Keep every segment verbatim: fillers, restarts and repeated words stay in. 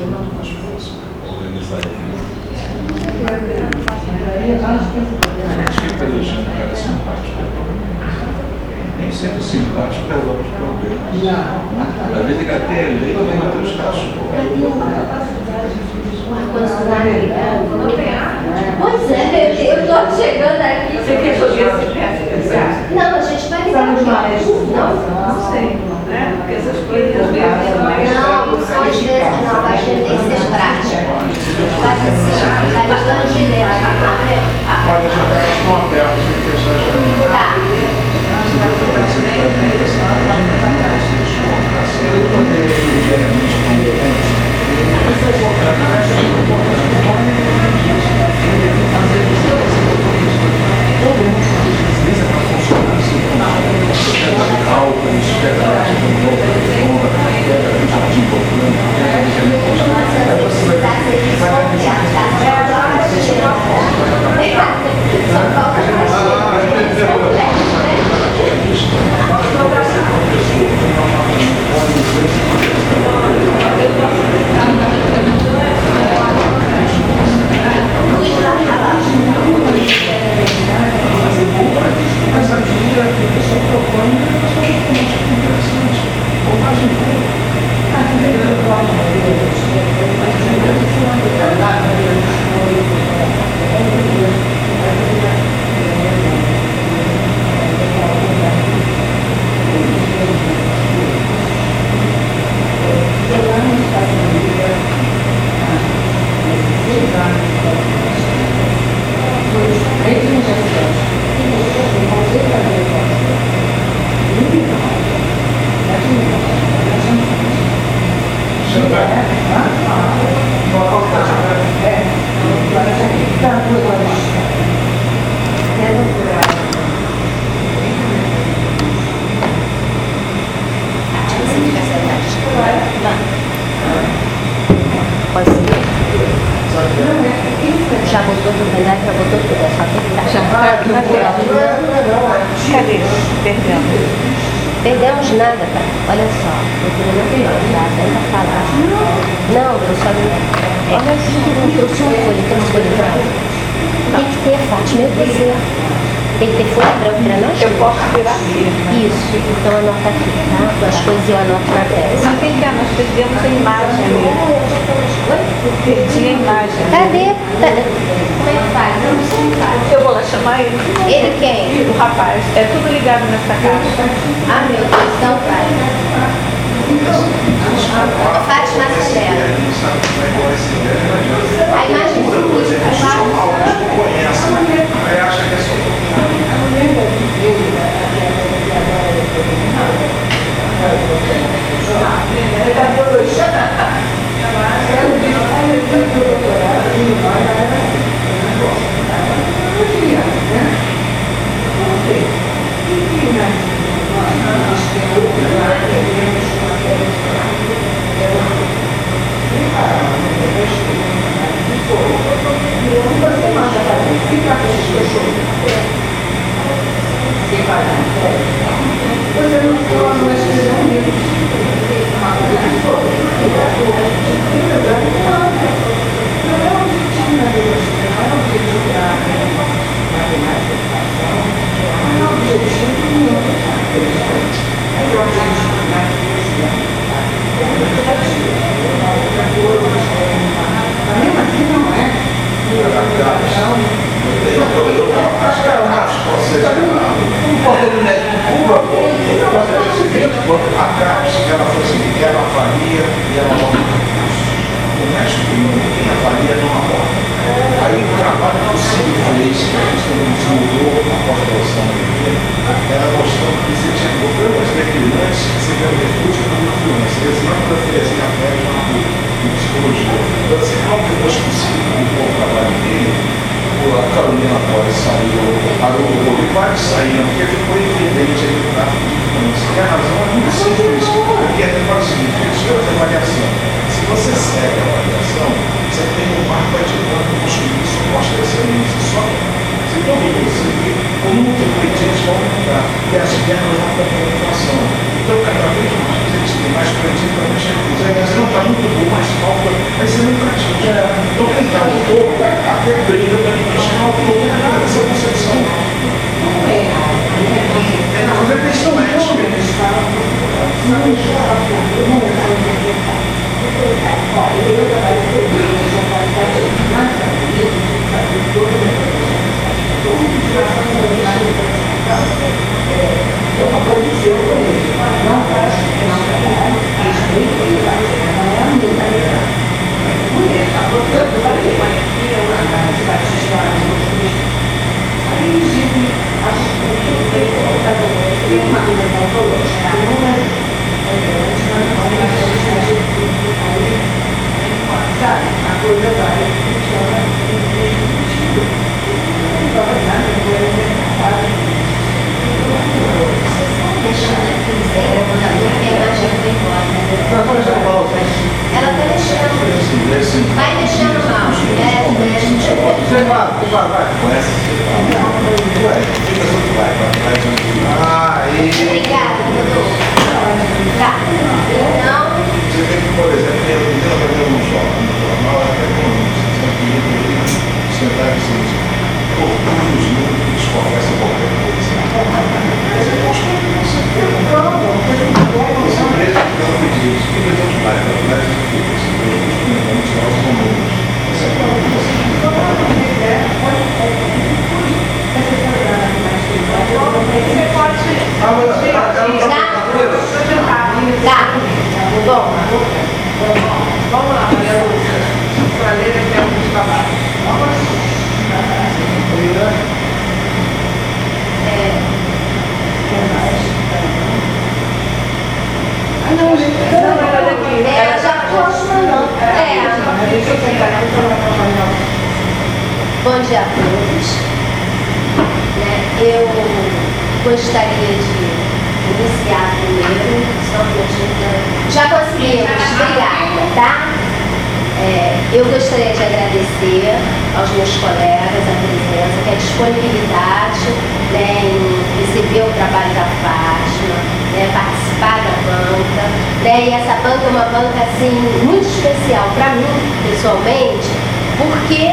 mais força, organizar aquilo. Fica elegendo um cara simpático. Nem sempre simpático resolve os problemas. A vida que até é lei vai bater os cachorros. Pois é, eu estou chegando aqui. Você quer jogar esse pé? Não, a gente vai ligar aqui. Não, não sei, né? Porque essas coisas às vezes não é. Não, não são às vezes, não, vai ter que ser prática. Faz assim, vai dando de ler. Olha, já estão abertos em questões de Tá. Já botou no pendrive, já botou tudo, é só tentar. Já Cadê? Perdemos. Perdemos nada, cara. Olha só, eu não tenho nada, tenta falar. Não, eu só não. É, eu trouxe uma folha, tem uma folha branca. Tem que ter, Fátima, eu dizer. Tem que ter folha branca pra nós? Eu posso tirar aqui. Isso, então anota aqui, tá? As coisas eu anoto na tela. Não tem que nós perdemos a imagem ali. Perdi a imagem. Cadê? Cadê? Como é que faz? Eu não sei faz. Eu vou lá chamar ele. Ele quem? O rapaz. É tudo ligado nessa caixa. Ah, meu Deus, então faz. Fátima Santella. A imagem do músico. Aí acha que é só pouco até briga para ninguém chegar ao ponto dessa concepção. Não é. É uma coisa questão ética. Ela está deixando. Vai deixando mal. Vai, vai, vai. Vai. Ah, e... Obrigada, doutor. Tá. Então... Você vê que, por exemplo, eu não estou no jornal, até com sentar assim, todos os números conversam qualquer coisa. Mas eu acho que você tem um plano, você mesmo que não fez isso, que eu não vai, não vai, vamos tirar os números. Essa é a coisa que você Tá. Bom. Vamos lá, Maria Lúcia. Para ler aqui alguns trabalhos. Ah, não, gente. Não, era daqui. É, já posso, não. É. Bom dia a todos. Eu gostaria de iniciar primeiro, só um minutinho. Já conseguimos, obrigada, tá? É, eu gostaria de agradecer aos meus colegas a presença, que a disponibilidade, né, em receber o trabalho da Fátima, né, participar da banca, né, e essa banca é uma banca assim, muito especial para mim, pessoalmente, porque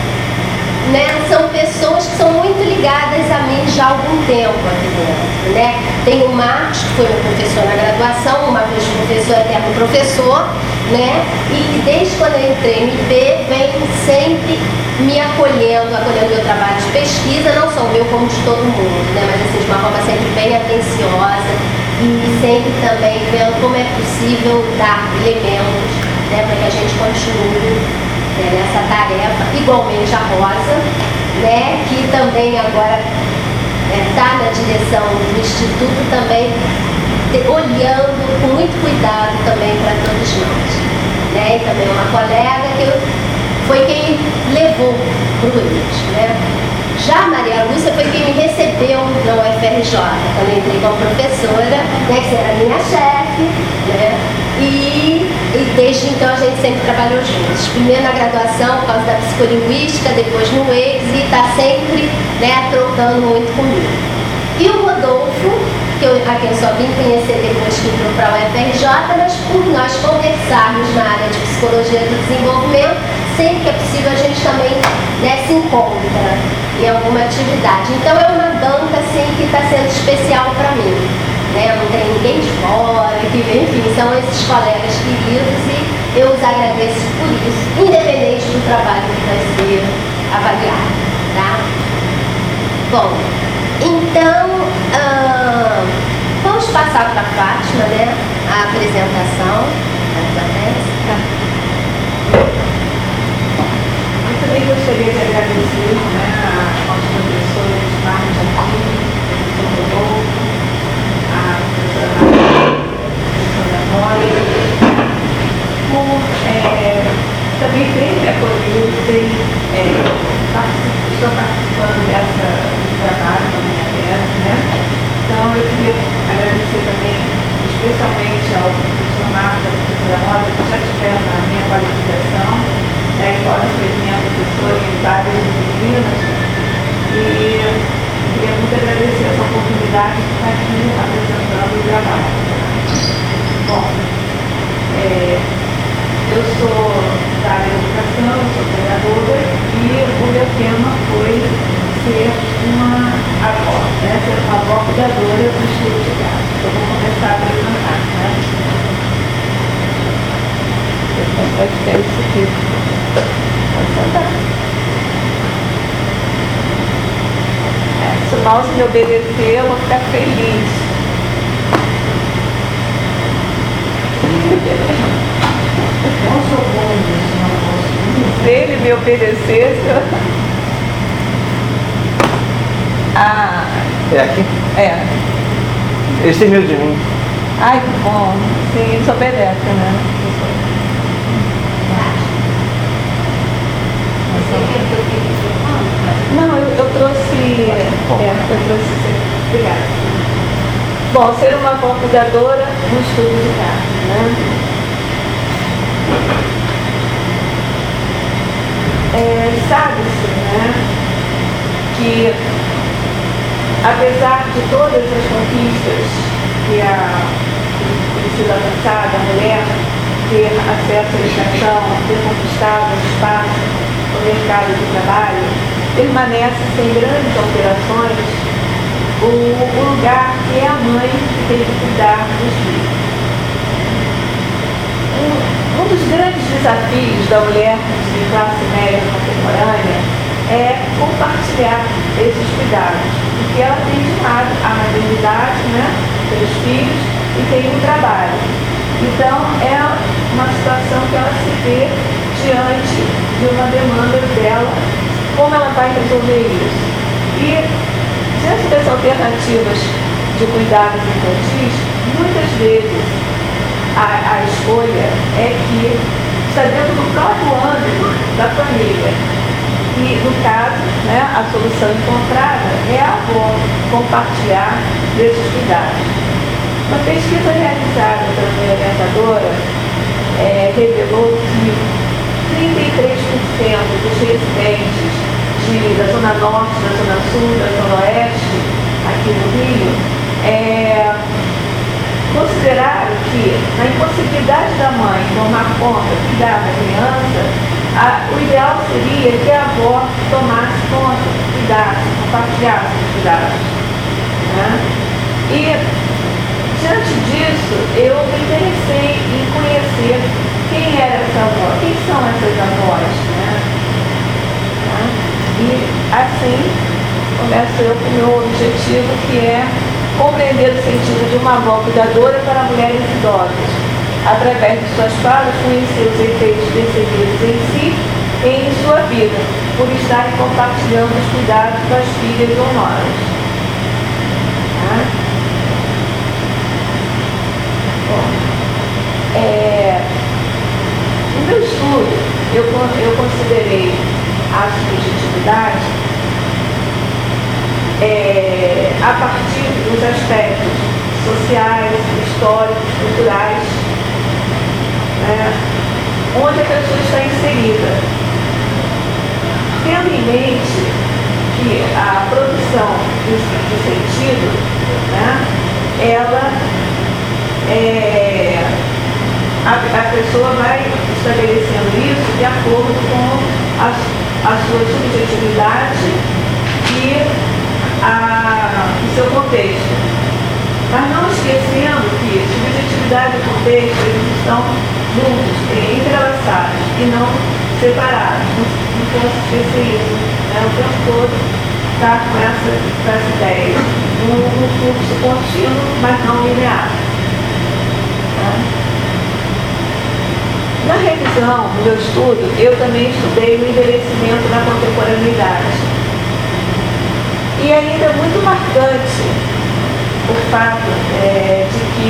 né, são pessoas que são muito ligadas a mim já há algum tempo aqui dentro, né? Tem o Marcos, que foi meu professor na graduação, uma vez professor, eterno professor, né? E que desde quando eu entrei no I P, vem sempre me acolhendo, acolhendo meu trabalho de pesquisa, não só o meu, como de todo mundo, né? Mas assim, de uma forma sempre bem atenciosa e sempre também vendo como é possível dar elementos, né, para que a gente continue É, nessa tarefa, igualmente a Rosa, né, que também agora está é, na direção do Instituto, também te, olhando com muito cuidado também para todos nós. Né, e também uma colega que eu, foi quem levou para o Luiz. Né. Já a Maria Lúcia foi quem me recebeu na U F R J, quando eu entrei como professora, né, que era minha chefe, né, e, e desde então a gente sempre trabalhou juntos. Primeiro na graduação, por causa da psicolinguística, depois no E I C S, e está sempre, né, trocando muito comigo. E o Rodolfo, que eu, a quem eu só vim conhecer depois que entrou para a U F R J, mas por nós conversarmos na área de psicologia do desenvolvimento, sempre que é possível a gente também, né, se encontra em alguma atividade. Então é uma banca assim, que está sendo especial para mim. Né? Não tem ninguém de fora, que, enfim, são esses colegas queridos e eu os agradeço por isso, independente do trabalho que vai ser avaliado. Tá? Bom, então hum, vamos passar para a Fátima, né, a apresentação da tese. Eu também gostaria de agradecer, né, aos professores Marcos aqui, professor Rodolfo, a professora Mônica, por é, também ter me acolhido, ter, é, particip, estou participando dessa, desse trabalho da minha tese, né? Então eu queria agradecer também, especialmente ao professor Marcos, à professora Mônica, que já tiveram na minha qualificação, né, embora seja minha professora em várias disciplinas, e queria muito agradecer essa oportunidade de estar aqui apresentando o trabalho. Bom, é, eu sou da área de educação, eu sou treinadora meu tema foi ser uma avó, né? Ser uma avó cuidadora do estudo de casa. Então, vou começar a apresentar, né? Pode ficar isso aqui. Pode sentar. É, se o mouse me obedecer, eu vou ficar feliz. Qual o seu ponto? Se ele me obedecesse, eu... Ah, É aqui? é. Eles têm medo de mim. Ai, que bom. Sim, eles obedecem, né? Não, eu, eu trouxe... É, eu trouxe... Obrigada. Bom, ser uma avó cuidadora no estudo de casa, né? É, sabe-se, né, que apesar de todas as conquistas que a tem sido alcançada, a mulher ter acesso à educação, ter conquistado um espaço no mercado de trabalho, permanece sem grandes alterações o, o lugar que é a mãe que tem que cuidar dos filhos. Um, um dos grandes desafios da mulher de classe média contemporânea é compartilhar esses cuidados, porque ela tem de um lado a maternidade, né, pelos filhos, e tem o trabalho. Então é uma situação que ela se vê diante de uma demanda dela, como ela vai resolver isso. E diante das alternativas de cuidados infantis, muitas vezes a, a escolha é que está dentro do próprio âmbito da família. E, no caso, né, a solução encontrada é a avó compartilhar desses cuidados. Uma pesquisa realizada pela minha orientadora é, revelou que trinta e três por cento dos residentes de, da Zona Norte, da Zona Sul, da Zona Oeste, aqui no Rio, é, consideraram que, na impossibilidade da mãe tomar conta, cuidar da criança, a, o ideal seria que a avó tomasse conta, cuidasse, compartilhasse os cuidados. Né? E, diante disso, eu me interessei em conhecer quem era essa avó, quem são essas avós. Né? Né? E, assim, começo eu com o meu objetivo, que é compreender o sentido de uma avó cuidadora para mulheres idosas, através de suas falas, conhecer os efeitos percebidos em si e em sua vida, por estarem compartilhando os cuidados com as filhas ou noras. Tá? Bom, é, no meu estudo, eu, eu considerei a subjetividade É, a partir dos aspectos sociais, históricos, culturais, né, onde a pessoa está inserida. Tendo em mente que a produção de, de sentido, né, ela é, a, a pessoa vai estabelecendo isso de acordo com a, a sua subjetividade e A, o seu contexto, mas não esquecendo que subjetividade e contexto eles estão juntos, entrelaçados e não separados. Não, não posso esquecer isso, né? O tempo todo está com essa, com essa ideia, um, um fluxo contínuo, mas não linear. Tá? Na revisão do meu estudo, eu também estudei o envelhecimento na contemporaneidade. E ainda é muito marcante o fato é, de que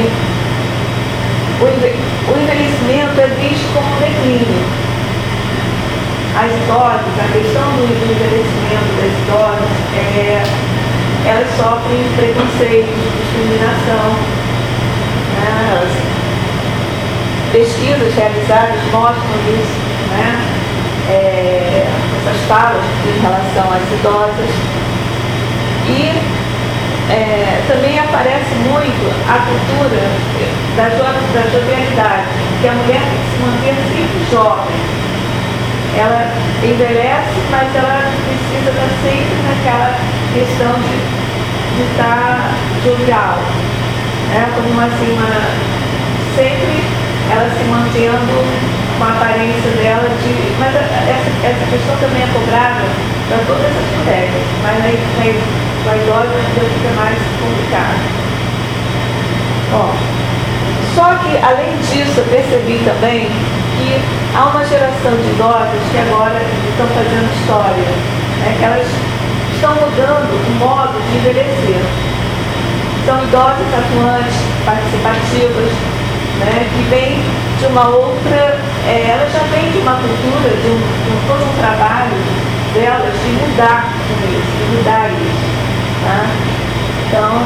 o envelhecimento é visto como um declínio. As idosas, a questão do envelhecimento das idosas, é, elas sofrem preconceito, discriminação. Né? Elas, pesquisas realizadas mostram isso, né? É, essas falas em relação às idosas. E é, também aparece muito a cultura da, jo da jovialidade, que a mulher tem que se manter sempre jovem. ela envelhece, mas ela precisa estar sempre naquela questão de, de estar jovial, né? Como assim, uma, sempre ela se mantendo com a aparência dela de... Mas essa, essa questão também é cobrada para todas as mulheres, mas na, na, na idosa ainda fica mais complicado. Ó, só que, além disso, eu percebi também que há uma geração de idosas que agora estão fazendo história, né, que elas estão mudando o modo de envelhecer. São idosas atuantes, participativas, né, que vêm de uma outra... É, elas já vêm de uma cultura, de um, de um, todo um trabalho delas de mudar com isso, de mudar isso. Tá? Então,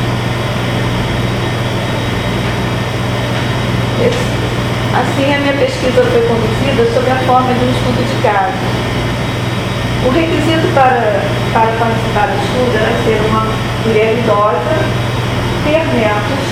esse, assim a minha pesquisa foi conduzida sob a forma de um estudo de caso. O requisito para, para participar do estudo era ser uma mulher idosa, ter netos,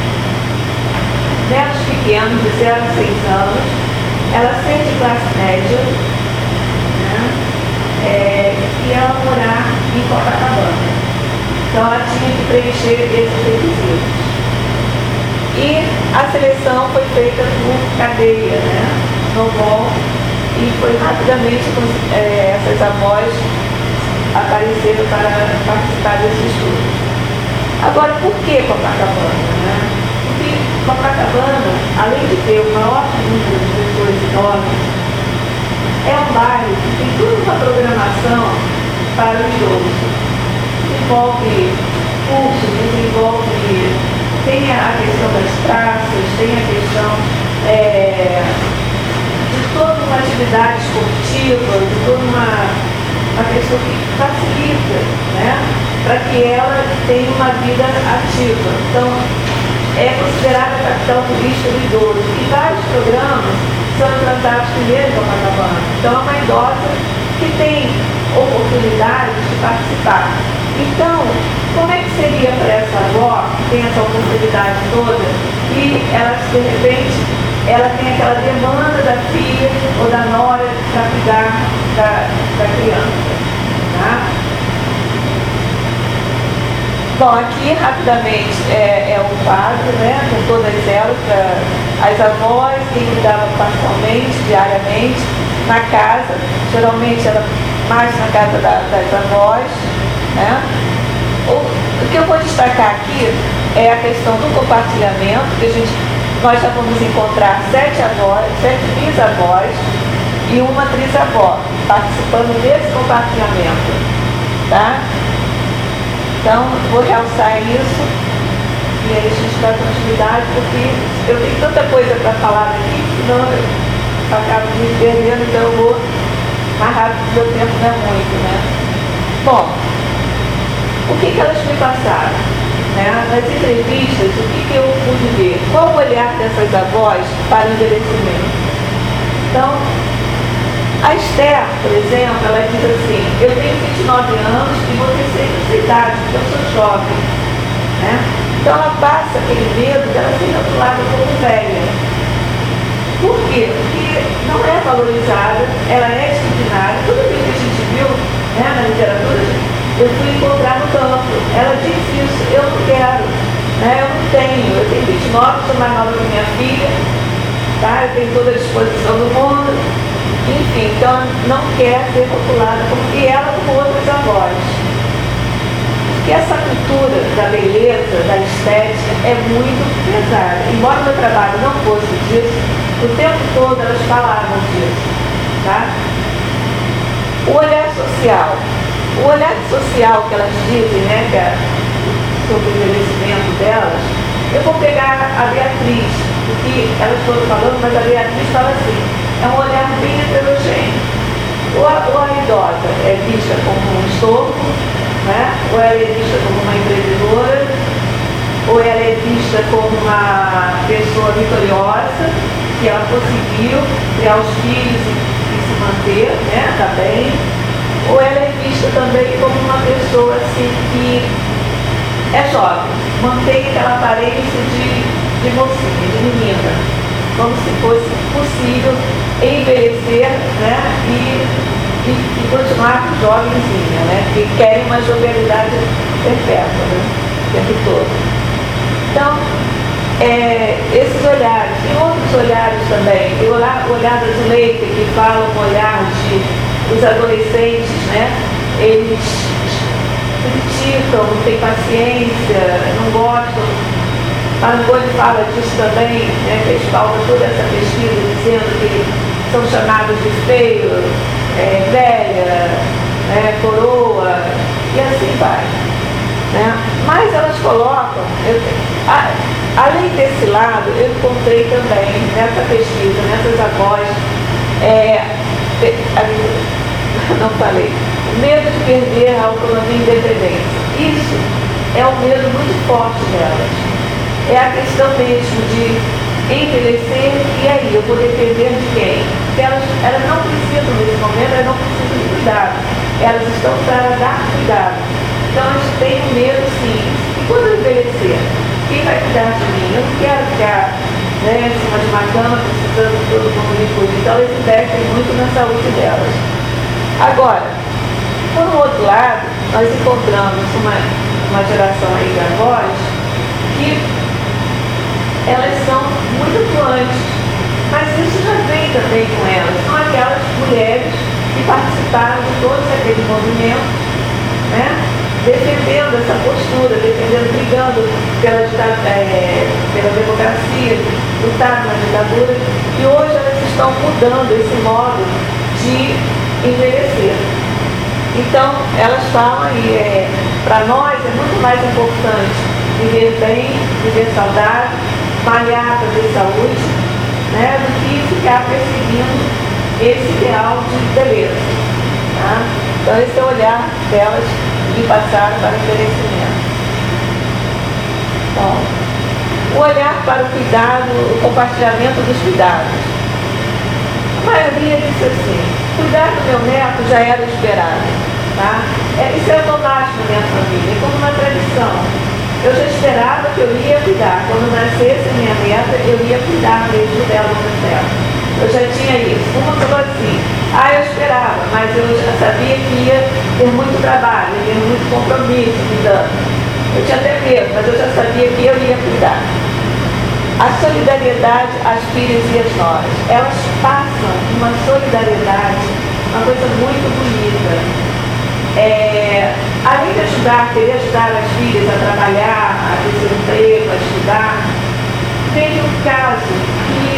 netos pequenos de zero a seis anos, ela ser de classe média, né, é, e ela morar em Copacabana. Então ela tinha que preencher esses requisitos. E a seleção foi feita por cadeia, né, no mall, e foi rapidamente é, essas avós apareceram para participar desse estudo. Agora, por que Copacabana? Né? Porque Copacabana, além de ter o maior número de pessoas idosas, é um bairro que tem toda uma programação para o idoso. Desenvolve cursos, desenvolve, tem a questão das praças, tem a questão é, de toda uma atividade esportiva, de toda uma, uma questão que facilita, né, para que ela tenha uma vida ativa. Então, é considerada a capital turística do idoso. E vários programas são implantados primeiro em Copacabana. Então, é uma idosa que tem oportunidade de participar. Então, como é que seria para essa avó, que tem essa oportunidade toda, e ela, de repente, ela tem aquela demanda da filha ou da nora para cuidar da, da criança, tá? Bom, aqui rapidamente é, é um quadro, né, com todas elas, pra, as avós que cuidavam parcialmente, diariamente, na casa, geralmente era mais na casa da, das avós, né? O, o que eu vou destacar aqui é a questão do compartilhamento, que a gente, nós já vamos encontrar sete avós, sete bisavós e uma trisavó participando desse compartilhamento, tá? Então, vou realçar isso e aí a gente dá continuidade, porque eu tenho tanta coisa para falar aqui, senão eu acabo me perdendo, então eu vou mais rápido, porque o tempo não é muito, né? Bom, o que, que elas me passaram? Né? Nas entrevistas, o que, que eu pude ver? Qual o olhar dessas avós para o envelhecimento? Então, a Esther, por exemplo, ela diz assim: eu tenho vinte e nove anos e vou ter sempre essa idade, porque eu sou jovem. Né? Então ela passa aquele medo dela ser rotulada como velha. Por quê? Porque não é valorizada, ela é disciplinada. Tudo aquilo que a gente viu, né, na literatura, eu fui encontrar no campo. Ela disse isso: eu não quero, né, eu não tenho, eu tenho vinte e nove, sou mais nova que minha filha, tá? Eu tenho toda a disposição do mundo. Enfim, então não quer ser rotulada como ela como outras avós. Porque essa cultura da beleza, da estética é muito pesada. Embora o meu trabalho não fosse disso, o tempo todo elas falavam disso. Tá? O olhar social. O olhar social que elas dizem, né, que é sobre o envelhecimento delas, eu vou pegar a Beatriz, porque elas foram falando, mas a Beatriz fala assim: é um olhar bem heterogêneo. Ou a, ou a idosa é vista como um estorvo, né? Ou ela é vista como uma empreendedora, ou ela é vista como uma pessoa vitoriosa, que ela conseguiu criar os filhos e, e se manter, né? Tá bem. Ou ela é vista também como uma pessoa assim, que é jovem, mantém aquela aparência de, de mocinha, de menina, como se fosse possível envelhecer, né, e continuar jovenzinha, né? Que querem uma jovialidade perpétua, né? O tempo todo. Então, é, esses olhares, tem outros olhares também. Tem o olhar, o olhar das Leite, que fala um olhar de os adolescentes, né? Eles criticam, não têm paciência, não gostam. Marangoni fala disso também, né? Fez pauta toda essa pesquisa dizendo que são chamados de feio, é, velha, né? Coroa, e assim vai. Né? Mas elas colocam, eu, a, além desse lado, eu encontrei também nessa pesquisa, nessas avós, é, não falei, o medo de perder a autonomia e independência. Isso é um medo muito forte delas. É a questão mesmo de envelhecer e aí eu vou depender de quem? Porque elas, elas não precisam nesse momento, elas não precisam de cuidado. Elas estão para dar cuidado. Então elas têm um medo sim. E quando eu envelhecer, quem vai cuidar de mim? Eu não quero ficar, né, em cima de uma cama, precisando de todo mundo me cuidar. Então elas investem muito na saúde delas. Agora, por um outro lado, nós encontramos uma, uma geração aí de avós que elas são muito atuantes, mas isso já vem também com elas. São aquelas mulheres que participaram de todos aqueles movimentos, né? Defendendo essa postura, defendendo, brigando pela, é, pela democracia, lutando na ditadura, e hoje elas estão mudando esse modo de envelhecer. Então, elas falam aí, é, para nós é muito mais importante viver bem, viver saudável, malhar para ter saúde, né, do que ficar perseguindo esse ideal de beleza. Tá? Então esse é o olhar delas de passar para o envelhecimento. Bom, o olhar para o cuidado, o compartilhamento dos cuidados. A maioria disse assim, cuidar do meu neto já era esperado. Tá? É, isso é automático na minha família, é como uma tradição. Eu já esperava que eu ia cuidar. Quando nascesse a minha neta, eu ia cuidar mesmo dela no dela. Eu já tinha isso. Uma falou assim, ah, eu esperava, mas eu já sabia que ia ter muito trabalho, ia ter muito compromisso cuidando. Eu tinha até medo, mas eu já sabia que eu ia cuidar. A solidariedade às filhas e às noras. Elas passam uma solidariedade, uma coisa muito bonita. É, além de ajudar, querer ajudar as filhas a trabalhar, a ter seu emprego, a estudar, teve um caso que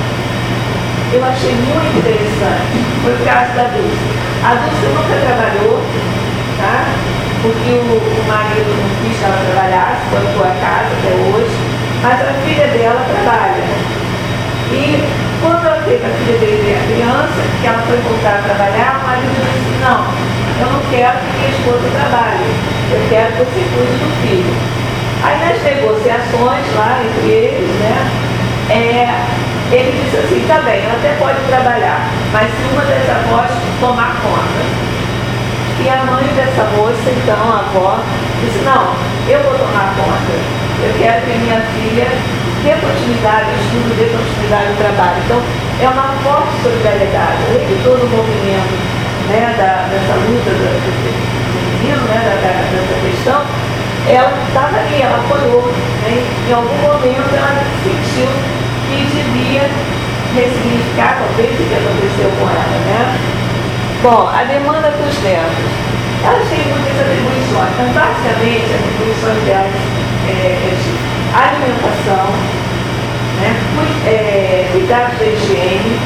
eu achei muito interessante, foi o caso da Dulce. A Dulce nunca trabalhou, tá? Porque o, o marido não quis que ela trabalhasse, foi a casa até hoje, mas a filha dela trabalha. E quando ela teve a filha dele, a criança, que ela foi voltar a trabalhar, o marido disse, não, eu não quero que minha esposa trabalhe, eu quero que você cuide do filho. Aí nas negociações lá entre eles, né, é, ele disse assim, tá bem, ela até pode trabalhar, mas se uma das avós tomar conta. E a mãe dessa moça, então, a avó, disse, não, eu vou tomar conta, eu quero que a minha filha dê continuidade ao estudo, dê continuidade ao trabalho. Então, é uma forte solidariedade, além de todo o movimento, né, da, dessa luta do, do feminino, né, da, da, dessa questão, ela estava ali, ela apoiou. Né, em algum momento ela sentiu que devia ressignificar, talvez, o que aconteceu com ela. Né? Bom, a demanda dos netos. Elas têm muitas atribuições, mas basicamente as atribuições delas é, é de alimentação, né, é, cuidados da higiene,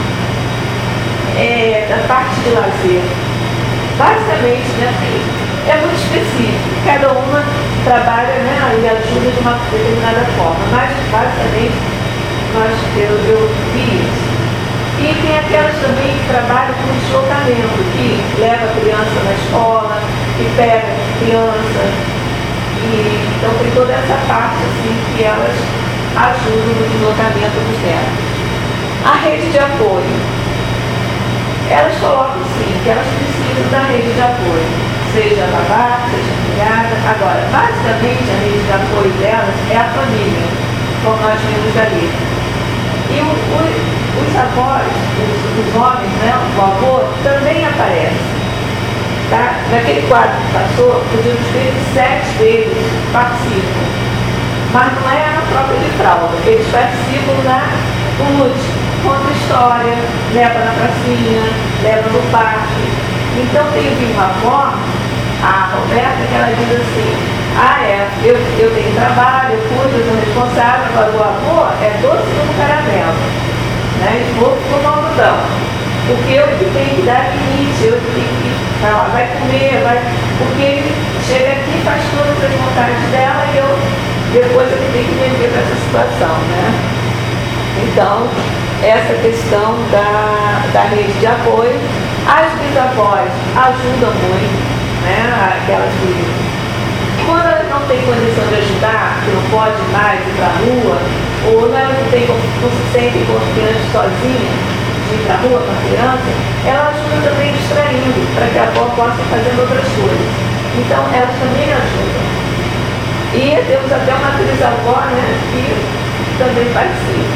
É, da parte de lazer. Basicamente, né, é muito específico. Cada uma trabalha, né, e ajuda de uma determinada forma. Mas, basicamente, nós, eu, eu vi isso. E tem aquelas também que trabalham com deslocamento, que leva a criança na escola, que pega a criança. E, então, tem toda essa parte, assim, que elas ajudam no deslocamento dos netos. A rede de apoio. Elas colocam sim, que elas precisam da rede de apoio, seja babá, seja criada. Agora, basicamente a rede de apoio delas é a família, como nós vimos ali. E o, o, os avós, os, os homens, né, o avô, também aparece. Tá? Naquele quadro que passou, podíamos ver que sete deles participam. Mas não é na própria de fralda. Eles participam na U L T, conta história, leva na pracinha, leva no parque. Então tem uma avó, a Roberta, que ela diz assim, ah é, eu, eu tenho trabalho, eu cuido, eu sou responsável, agora o avô é doce como caramelo, né? Vou como algodão. Porque eu que tenho que dar limite, eu que tenho que falar, vai comer, vai. Porque ele chega aqui e faz todas as vontades dela e eu depois eu tenho que viver com essa situação, né? Então, essa questão da, da rede de apoio, as bisavós ajudam muito, né? Aquelas que, quando elas não têm condição de ajudar, que não pode mais ir para a rua, ou elas não, tem, não se sentem confiantes sozinhas de ir para a rua com a criança, ela ajuda também distraindo, para que a avó possa fazer outras coisas. Então, elas também ajudam. E temos até uma trisavó, né, que também participa.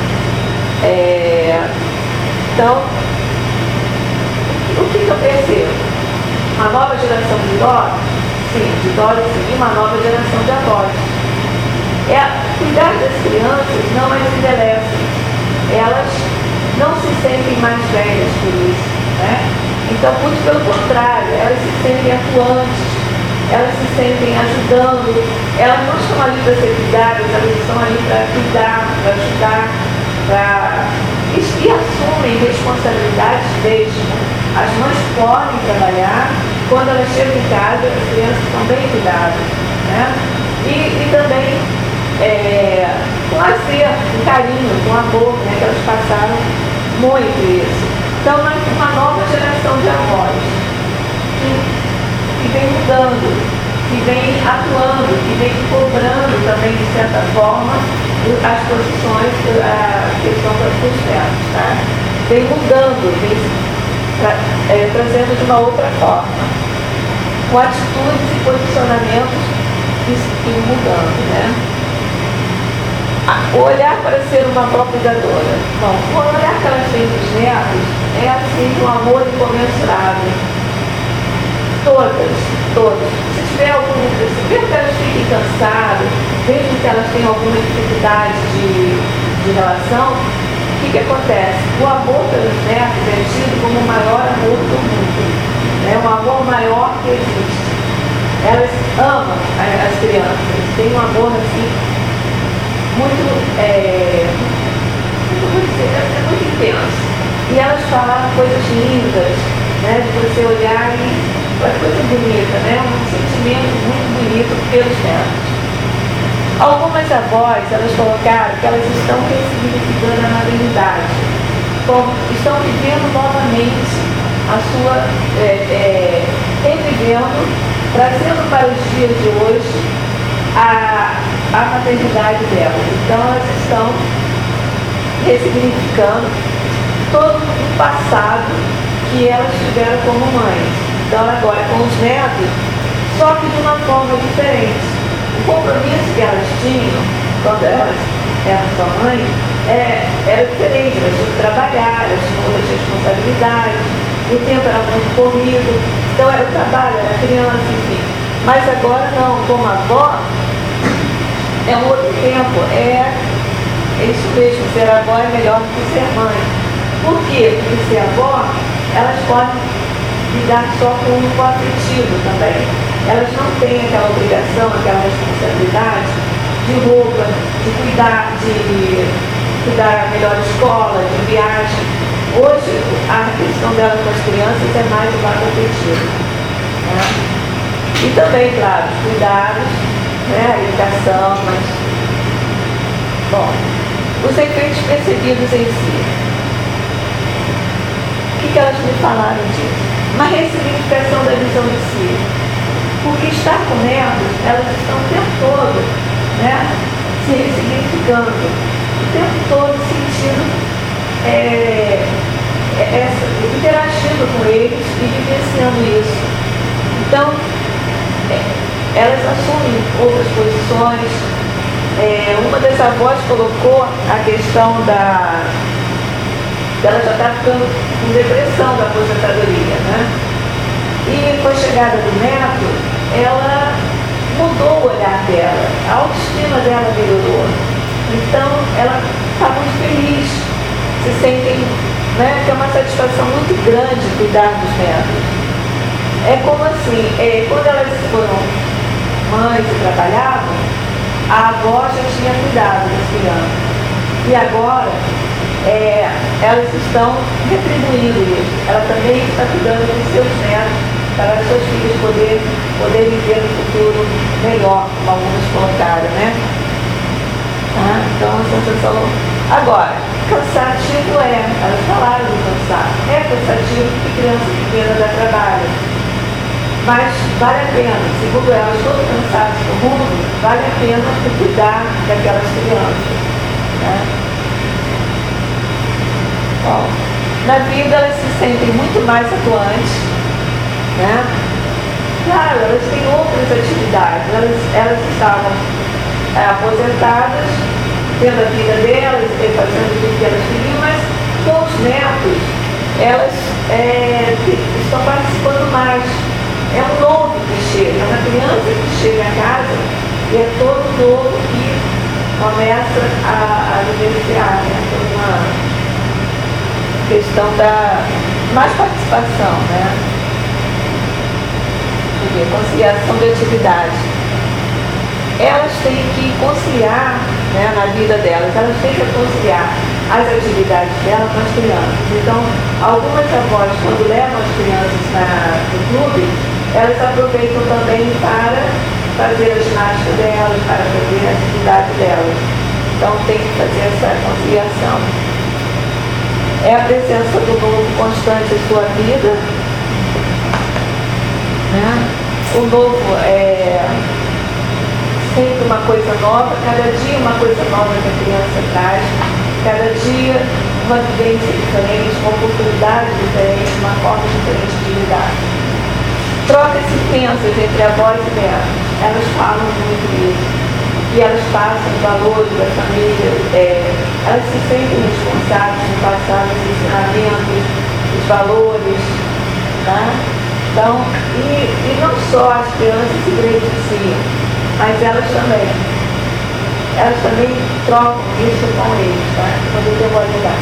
É, então, o que, que eu percebo? Uma nova geração de idosos, sim, de idosos sim, e uma nova geração de avós. É, cuidar das crianças não as envelhecem, elas não se sentem mais velhas por isso, né? Então, muito pelo contrário, elas se sentem atuantes, elas se sentem ajudando, elas não estão ali para ser cuidadas, elas estão ali para cuidar, para ajudar, para... e assumem responsabilidades mesmo. As mães podem trabalhar, quando elas chegam em casa, as crianças são bem cuidadas, né? E, e também é, com acerto, com carinho, com amor, né, que elas passaram muito isso. Então, nós temos uma nova geração de avós que, que vem mudando, que vem atuando, que vem cobrando também, de certa forma, as posições, a questão dos netos, tá? Vem mudando, vem tra é, trazendo de uma outra forma, com atitudes e posicionamentos que estão mudando, né? O olhar para ser uma boa cuidadora. Bom, o olhar que elas têm dos netos é assim, um amor incomensurável. Todas, todas. Se tiver algum, mesmo que elas fiquem cansadas, mesmo que elas tenham alguma dificuldade de, de relação, o que, que acontece? O amor pelos netos é tido como o maior amor do mundo. É um amor maior que existe. Elas amam as crianças, têm um amor assim, muito, é, muito, dizer, é muito intenso. E elas falam coisas lindas, né, de você olhar e uma coisa bonita, né, um sentimento muito bonito pelos netos. Algumas avós, elas colocaram que elas estão ressignificando a maternidade, como estão vivendo novamente a sua, é, é, revivendo, trazendo para os dias de hoje a, a maternidade delas. Então elas estão ressignificando todo o passado que elas tiveram como mães. Então agora com os netos, só que de uma forma diferente. O compromisso que elas tinham quando elas eram sua mãe é, era diferente, elas tinham que trabalhar, elas tinham outras responsabilidades, o tempo era muito corrido, então era o trabalho, era a criança, enfim. Mas agora não, como avó, é um outro tempo, é, é isso mesmo, ser avó é melhor do que ser mãe. Por quê? Porque ser avó, elas podem lidar só com o afetivo também. Elas não têm aquela obrigação, aquela responsabilidade de roupa, de cuidar, de cuidar da melhor escola, de viagem. Hoje, a questão dela com as crianças é mais o lado afetivo, né? E também, claro, os cuidados, né, a educação, mas... Bom, os efeitos percebidos em si. O que, que elas me falaram disso? Uma ressignificação da visão de si. Porque estar com netos, elas estão o tempo todo, né, se ressignificando, o tempo todo sentindo, é, essa, interagindo com eles e vivenciando isso. Então, é, elas assumem outras posições. É, uma das avós colocou a questão da... ela já está ficando com depressão da aposentadoria, né? E chegada do neto, ela mudou o olhar dela, a autoestima dela melhorou. Então, ela está muito feliz, se sentem, né, que é uma satisfação muito grande cuidar dos netos. É como assim, é, quando elas foram mães e trabalhavam, a avó já tinha cuidado das crianças. E agora, é, elas estão retribuindo isso. Ela também está cuidando dos seus netos, para as suas filhas poderem poder viver um futuro melhor, como alguns colocaram, né? Ah, então, a sensação... Agora, cansativo é, elas falaram do cansaço. É cansativo porque criança pequena dá trabalho. Mas vale a pena, segundo elas, todo cansaço do mundo, vale a pena cuidar daquelas crianças. Né? Bom, na vida elas se sentem muito mais atuantes, né? Claro, elas têm outras atividades, elas, elas estavam é, aposentadas, tendo a vida delas, fazendo tudo que elas queriam, mas com os netos, elas é, estão participando mais. É um novo que chega, é uma criança que chega a casa e é todo novo que começa a, a vivenciar, né? Toda uma questão da mais participação, né? Conciliação de atividade. Elas têm que conciliar, né, na vida delas, elas têm que conciliar as atividades delas com as crianças. Então, algumas avós, quando levam as crianças na, no clube, elas aproveitam também para fazer a ginástica delas, para fazer a atividade delas. Então tem que fazer essa conciliação. É a presença do novo constante em sua vida, né? O novo é sempre uma coisa nova, cada dia uma coisa nova que a criança traz, cada dia uma vivência diferente, uma oportunidade diferente, uma forma diferente de lidar. Trocas intensas entre avós e netos, elas falam muito disso. E elas passam os valores da família, é, elas se sentem responsáveis de passar os ensinamentos, os valores, tá? Então, e, e não só as crianças se beneficiam, mas elas também. Elas também trocam isso com eles, tá? Quando eu vou ajudar.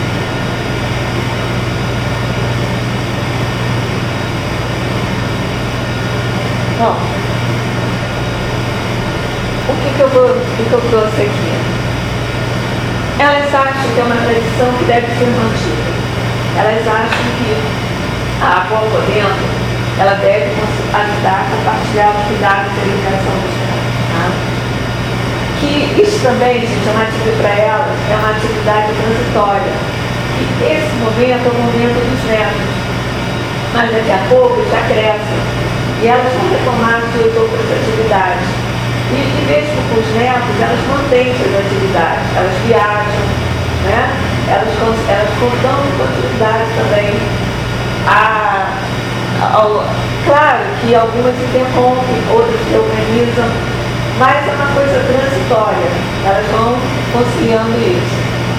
Bom, o que, que, eu vou, o que, que eu trouxe aqui? Elas acham que é uma tradição que deve ser mantida. Elas acham que a avó podendo, ela deve ajudar a compartilhar os cuidados e a educação dos netos. Tá? Que isso também, gente, é uma atividade para elas, é uma atividade transitória. E esse momento é o momento dos netos. Mas daqui a pouco já crescem. E elas vão retomar suas outras atividades. E, e mesmo com os netos, elas mantêm suas atividades. Elas viajam, né? Elas, elas dão continuidade também. A, ao, claro que algumas interrompem, outras se organizam, mas é uma coisa transitória. Elas vão conciliando isso.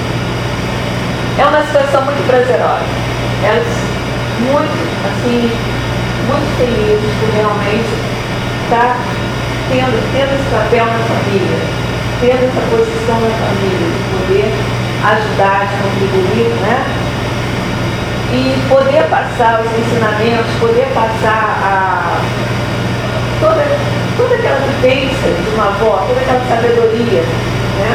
É uma situação muito prazerosa. Elas muito, assim, muito felizes por realmente estar tendo, tendo esse papel na família, tendo essa posição na família, de poder ajudar, de contribuir, né? E poder passar os ensinamentos, poder passar a, toda, toda aquela vivência de uma avó, toda aquela sabedoria, né?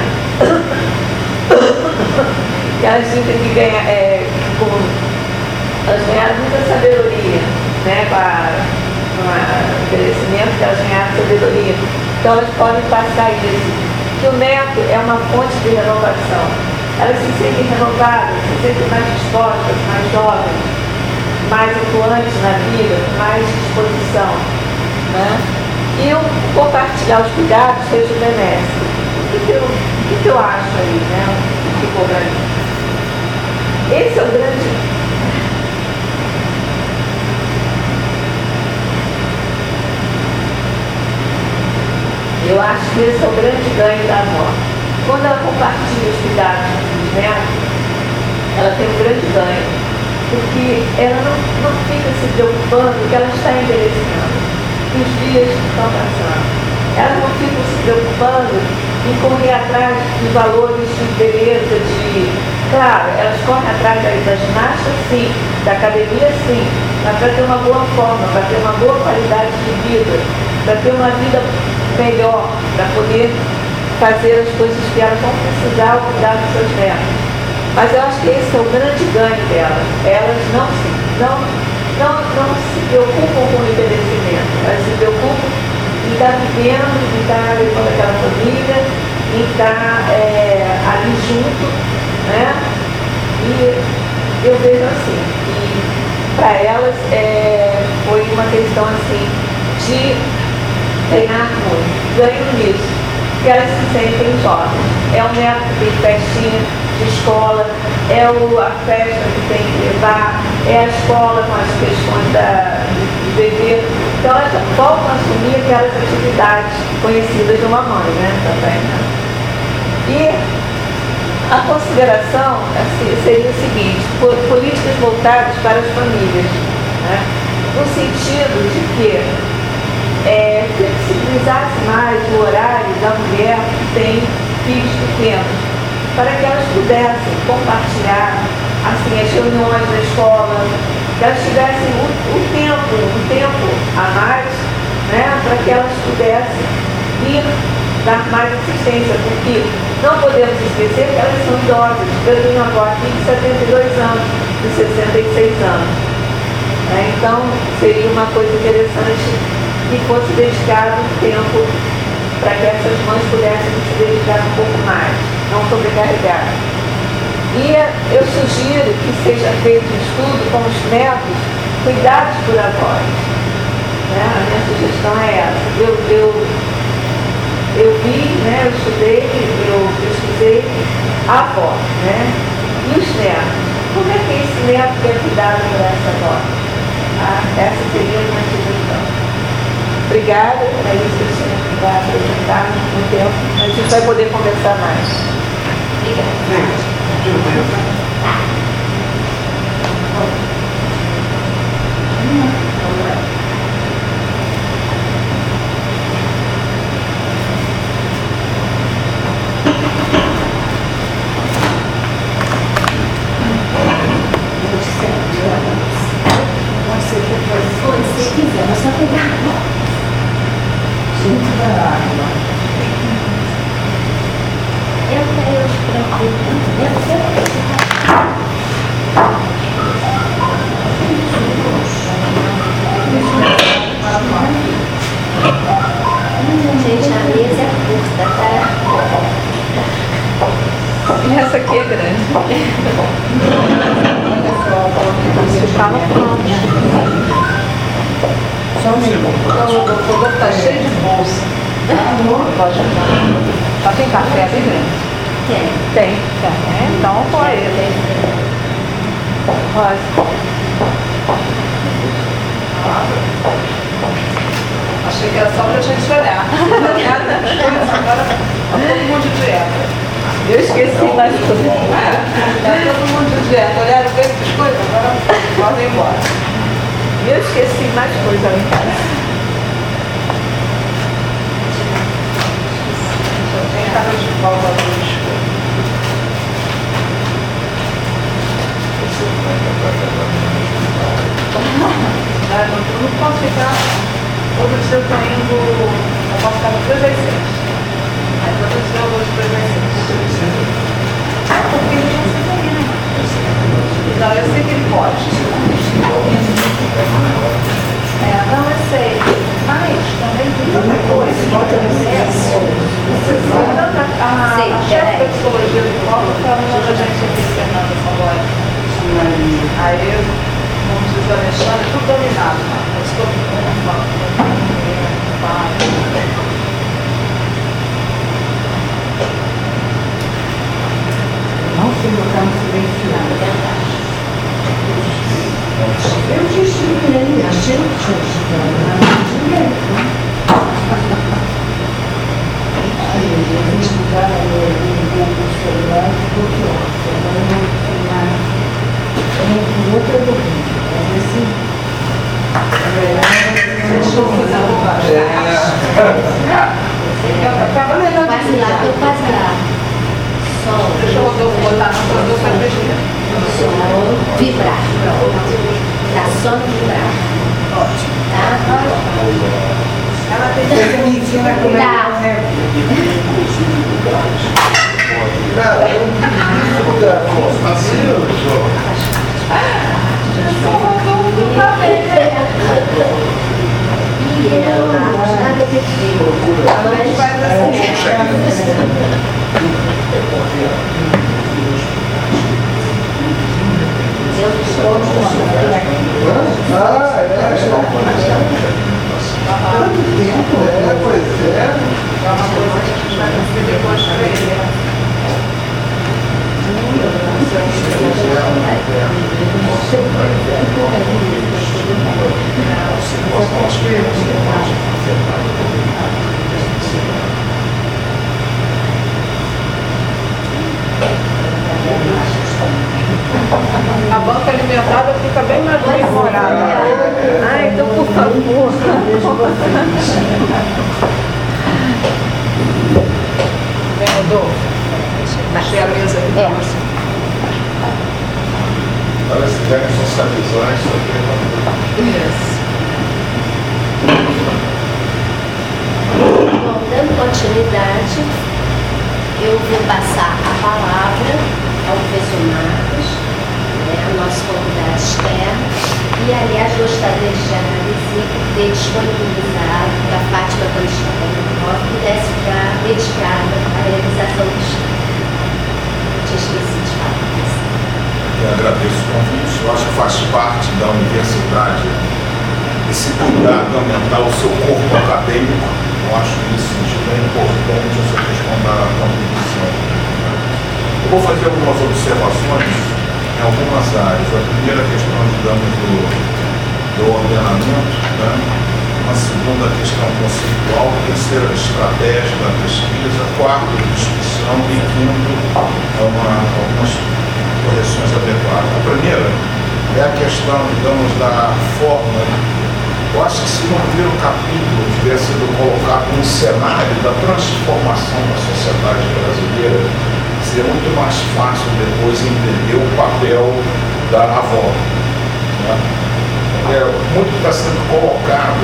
Que elas dizem que ganha, é, com, elas ganharam muita sabedoria, né, para o envelhecimento, que elas ganharam sabedoria. Então elas podem passar isso. Que o neto é uma fonte de renovação. Elas se sentem renovadas, se sentem mais dispostas, mais jovens, mais atuantes na vida, com mais disposição. Né? E o compartilhar os cuidados rejuvenesce. O que, que, eu, o que, que eu acho aí, né? O que ficou pra mim? Esse é o grande... Eu acho que esse é o grande ganho da avó. Quando ela compartilha os cuidados dos netos, ela tem um grande ganho. porque ela não, não fica se preocupando que ela está envelhecendo, que os dias estão passando. Elas não ficam se preocupando em correr atrás dos valores de beleza, de... Claro, elas correm atrás da ginástica, sim, da academia, sim, mas para ter uma boa forma, para ter uma boa qualidade de vida, para ter uma vida melhor, para poder fazer as coisas que elas vão precisar ao cuidar dos seus netos. Mas eu acho que esse é o grande ganho delas. Elas não se, não, não, não se preocupam com o envelhecimento, elas se preocupam em estar vivendo, em estar levando aquela família, em estar é, ali junto, né? E eu vejo assim, que para elas é, foi uma questão assim de treinar muito, ganho nisso, que elas se sentem jovens. É o neto que tem festinha de escola, é o, a festa que tem que levar, é a escola com as questões da, de, de bebê. Então elas voltam a assumir aquelas atividades conhecidas de uma mãe, né? Também, né? E a consideração assim, seria o seguinte, políticas voltadas para as famílias, né? No sentido de que é, flexibilizasse mais o horário da mulher que tem filhos pequenos, para que elas pudessem compartilhar assim, as reuniões da escola, que elas tivessem o, o tempo, um tempo a mais, né, para que elas pudessem ir dar mais assistência, porque não podemos esquecer que elas são idosas. Eu tenho uma avó aqui de setenta e dois anos, de sessenta e seis anos. Né? Então, seria uma coisa interessante que fosse dedicado um tempo para que essas mães pudessem se dedicar um pouco mais, não sobrecarregar. E eu sugiro que seja feito um estudo com os netos, cuidados por avós. Né? A minha sugestão é essa. Eu, eu, eu vi, né, eu estudei, eu pesquisei a avó, né? E os netos. Como é que esse neto é cuidado por essa avó? Ah, essa seria uma sugestão. Obrigada, é isso que eu tinha para apresentar no tempo. A gente vai poder conversar mais. Obrigada. Se quiser, é só pegar. Gente da água. Eu quero os tranquilos. Eu quero. Gente, a mesa é curta, tá? E essa aqui é grande. Estava pronto. Só um minuto. O produto está cheio de bolsa. Pode ajudar. Só tem café bem grande? Tem. Tem. Tem. Então foi ele. Rosa. Achei que era só pra gente olhar. Agora todo mundo de dieta. Eu esqueci mais tudo. Tá todo mundo de dieta. Olharam bem as coisas, agora podem ir embora. Eu esqueci mais coisa lá em casa. Só tem cara de pau da luz. Eu não posso ficar. Todo dia eu tô indo. Eu posso ficar no três às seis. Aí todo dia eu vou de três às seis. Ah, porque ele não se tem, né? Não, eu sei que ele pode. É, não, eu sei. Mas também tem outra coisa. Pode acesso. A chefe da psicologia do Paulo estava falando a gente aqui, Fernanda Salói. Aí, como diz o Alexandre, tudo dominado. Mas todo mundo fala. Não se botar no silenciado, é verdade. Eu disse ele, achei que tinha chegado, aí eles mudaram o celular, ficou pior. Agora não tem mais. em outra corrente. Mas assim, Deixa eu fazer uma quase lá, tô quase lá. Sol. Deixa eu botar no produto para mexer. Sol, vibrar. Tá só no vibrar. Ótimo, tá? Ela tem Você me ensina como é Tá. que é. Cara, eu não vou lugar E eu, nada perfeito. Mas faz eu sou Ah, é. Tanto tempo, é, pois é. É uma coisa que a gente vai conseguir depois para ele. A banca alimentada fica bem mais demorada. Ah, então por favor. Vem, Rodolfo. Deixei a mesa aqui para você. Olha, se querem socializar, isso aqui é Isso. Bom, dando continuidade, eu vou passar a palavra ao professor Marcos, né, o nosso convidado externo, e aliás gostaria de agradecer por ter disponibilizado para a Fátima, quando estava no que pudesse ficar dedicada à realização do estudo. Eu tinha esquecido de falar isso. Eu agradeço o convite. Eu acho que faz parte da universidade esse cuidado de aumentar o seu corpo acadêmico. Eu acho que isso é importante, essa questão da contribuição. Eu vou fazer algumas observações em algumas áreas. A primeira questão, digamos, do, do ordenamento, né? A segunda questão conceitual, a terceira estratégia da pesquisa, a quarta discussão e quinto uma, algumas correções adequadas. A primeira é a questão, digamos, da forma. Eu acho que se no primeiro capítulo tivesse sido colocado um cenário da transformação da sociedade brasileira, seria muito mais fácil depois entender o papel da avó. Né? É, muito está sendo colocado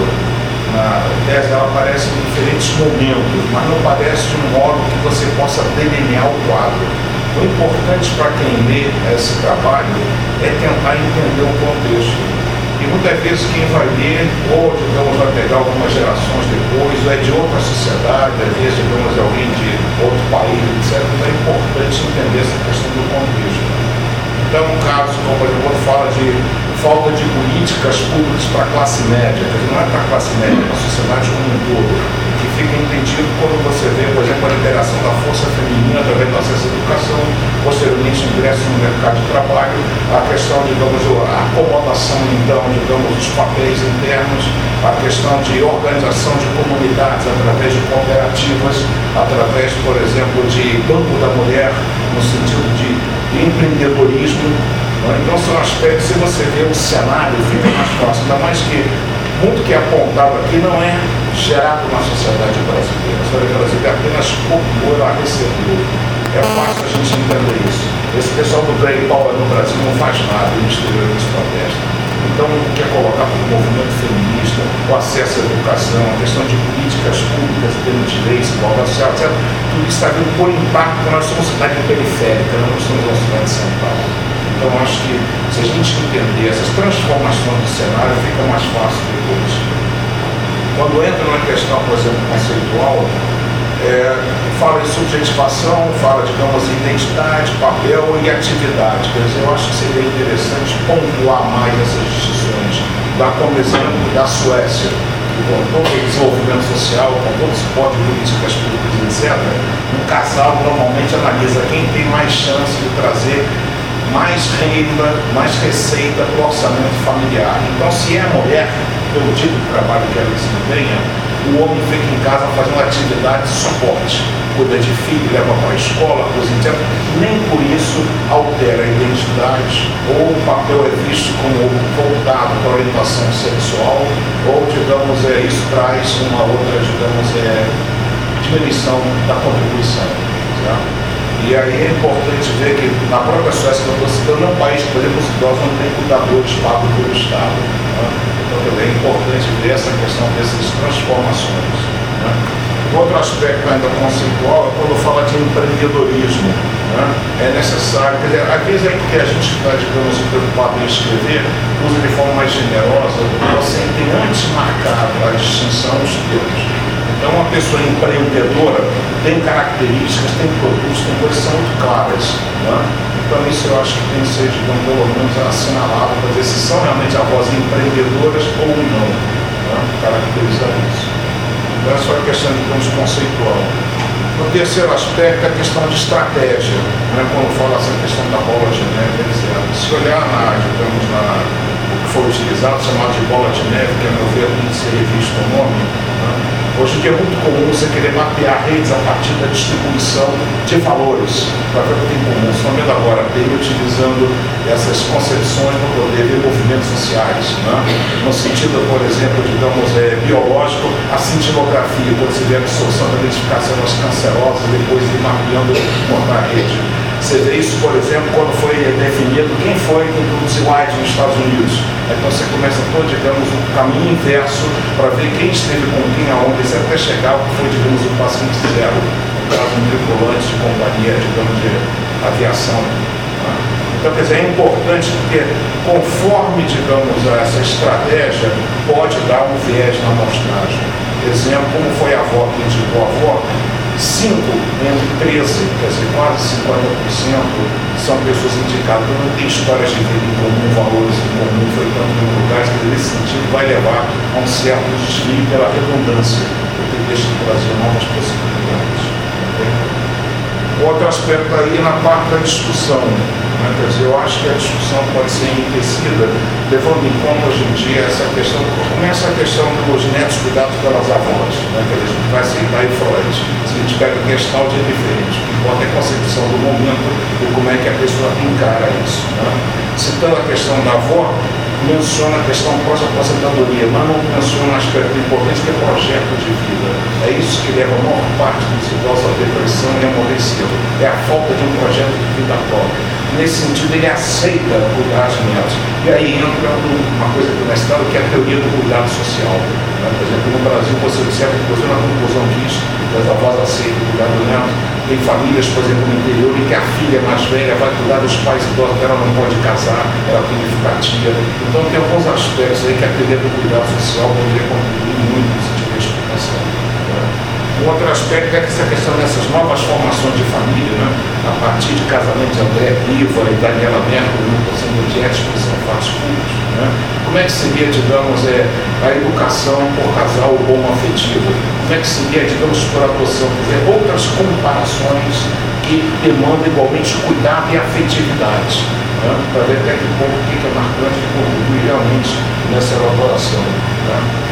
na tese, ela aparece em diferentes momentos, mas não aparece de um modo que você possa delinear o quadro. O importante para quem lê esse trabalho é tentar entender o contexto. E muitas vezes quem vai ler, ou digamos, vai pegar algumas gerações depois, ou é de outra sociedade, às vezes, digamos, alguém de outro país, etcétera. Então é importante entender essa questão do contexto. Então, um caso, como por exemplo, fala de falta de políticas públicas para a classe média, quer dizer, não é para a classe média, é para a sociedade como um todo, que fica entendido quando você vê, por exemplo, a liberação da força feminina através do acesso à educação, posteriormente ingresso no mercado de trabalho, a questão, digamos, a acomodação, então, digamos, dos papéis internos, a questão de organização de comunidades através de cooperativas, através, por exemplo, de banco da mulher, no sentido de empreendedorismo. Então são aspectos, se você vê o cenário, fica mais fácil, ainda mais que muito que é apontado aqui não é gerado na sociedade brasileira. A sociedade brasileira apenas copiou, ela recebeu. É fácil a gente entender isso. Esse pessoal do Grey Power no Brasil não faz nada, no exterior eles protestam. Então, quer colocar para o movimento feminista, o acesso à educação, a questão de políticas públicas, termos de leis, igualdade social, etcétera. Tudo isso está vindo por impacto, porque nós somos cidade periférica, não somos uma cidade central. Então, acho que se a gente entender essas transformações do cenário, fica mais fácil depois. Quando entra numa questão, por exemplo, conceitual, é, fala em subjetivação, fala, digamos, identidade, papel e atividade. Quer dizer, eu acho que seria interessante pontuar mais essas distinções. Dar como exemplo da Suécia, que com todo o desenvolvimento social, com todo o suporte de políticas públicas, etcétera, um casal normalmente analisa quem tem mais chance de trazer mais renda, mais receita para o orçamento familiar. Então, se é a mulher, pelo tipo de trabalho que ela desempenha, o homem fica em casa fazendo atividade de suporte, cuida de filho, leva para a escola, coisa etcétera. Nem por isso altera a identidade, ou o papel é visto como voltado para a orientação sexual, ou, digamos, é, isso traz uma outra, digamos, é, diminuição da contribuição. Certo? E aí é importante ver que na própria Suécia, que eu estou citando, é um país que, por exemplo, os idosos não tem cuidadores pagos pelo Estado. Né? Então é importante ver essa questão dessas transformações. Né? Outro aspecto ainda conceitual é quando fala de empreendedorismo. Né? É necessário, quer dizer, às vezes é porque a gente está, digamos, preocupado em escrever, usa de forma mais generosa, você tem antes marcado a distinção dos termos. Então, uma pessoa empreendedora tem características, tem produtos, tem coisas que são muito claras. Né? Então, isso eu acho que tem que ser, digamos, pelo menos assinalado para dizer se são realmente avós empreendedoras ou não. Né? Caracterizar isso. Então, essa é a questão, digamos, conceitual. O terceiro aspecto é a questão de estratégia. Né? Quando fala essa questão da bola de neve, etcétera. Se olhar na, digamos, na, o que foi utilizado, chamado de bola de neve, que a meu ver tem que ser revisto o nome, né? Hoje em dia é muito comum você querer mapear redes a partir da distribuição de valores, para ver o que tem em comum. Estou vendo agora, tem utilizando essas concepções para poder ver movimentos sociais, né? No sentido, por exemplo, digamos, é, biológico, a cintilografia, quando você vê a absorção da identificação das cancerosas, depois de mapeando montar a rede. Você vê isso, por exemplo, quando foi definido quem foi que introduziu AIDS nos Estados Unidos. Então você começa todo, digamos, um caminho inverso para ver quem esteve com quem, aonde, até chegar ao que foi, digamos, o paciente zero. No caso, um tripulante de companhia, digamos, de aviação. Então, quer dizer, é importante porque, conforme, digamos, essa estratégia, pode dar um viés na amostragem. Exemplo, como foi a avó que indicou a avó, cinco entre treze, quer dizer, quase cinquenta por cento são pessoas indicadas. Então, não tem histórias de vida em comum, valores em comum, foi tanto em lugares que, nesse sentido, vai levar a um certo desvio pela redundância, porque deixa de trazer novas possibilidades. Outro aspecto aí na parte da discussão. Né? Quer dizer, eu acho que a discussão pode ser enriquecida, levando em conta hoje em dia essa questão, começa a questão dos netos cuidados pelas avós. Né? Quer dizer, a gente vai aceitar e Freud. Se a gente pega a questão de diferente, o que importa é a concepção do momento e como é que a pessoa encara isso. Né? Citando a questão da avó, menciona a questão pós-aposentadoria, mas não menciona um aspecto importante que é projeto de vida. É isso que leva a maior parte dos idosos à depressão e a morrer cedo. É a falta de um projeto de vida próprio. Nesse sentido, ele aceita cuidar de netos. E aí entra uma coisa que é estado, que é a teoria do cuidado social. Né? Por exemplo, no Brasil, você observa, inclusive na conclusão disso, as avós aceitam cuidar do neto. Tem famílias, por exemplo, no interior, em que a filha mais velha vai cuidar dos pais idosos, ela não pode casar, ela tem que ficar tia. Então, tem alguns aspectos aí que a teoria do cuidado social poderia contribuir muito nesse tipo de explicação. Né? Um outro aspecto é essa questão dessas novas formações de família, né? A partir de casamento de André Piva e Daniela Merkel, no Conselho de Ética, que são fatos públicos. Né? Como é que seria, digamos, é, a educação por casal homoafetivo? Como é que seria, digamos, por adoção? Quer dizer, outras comparações que demandam igualmente cuidado e afetividade. Né? Para ver até que ponto o que é marcante e contribui realmente nessa elaboração. Né?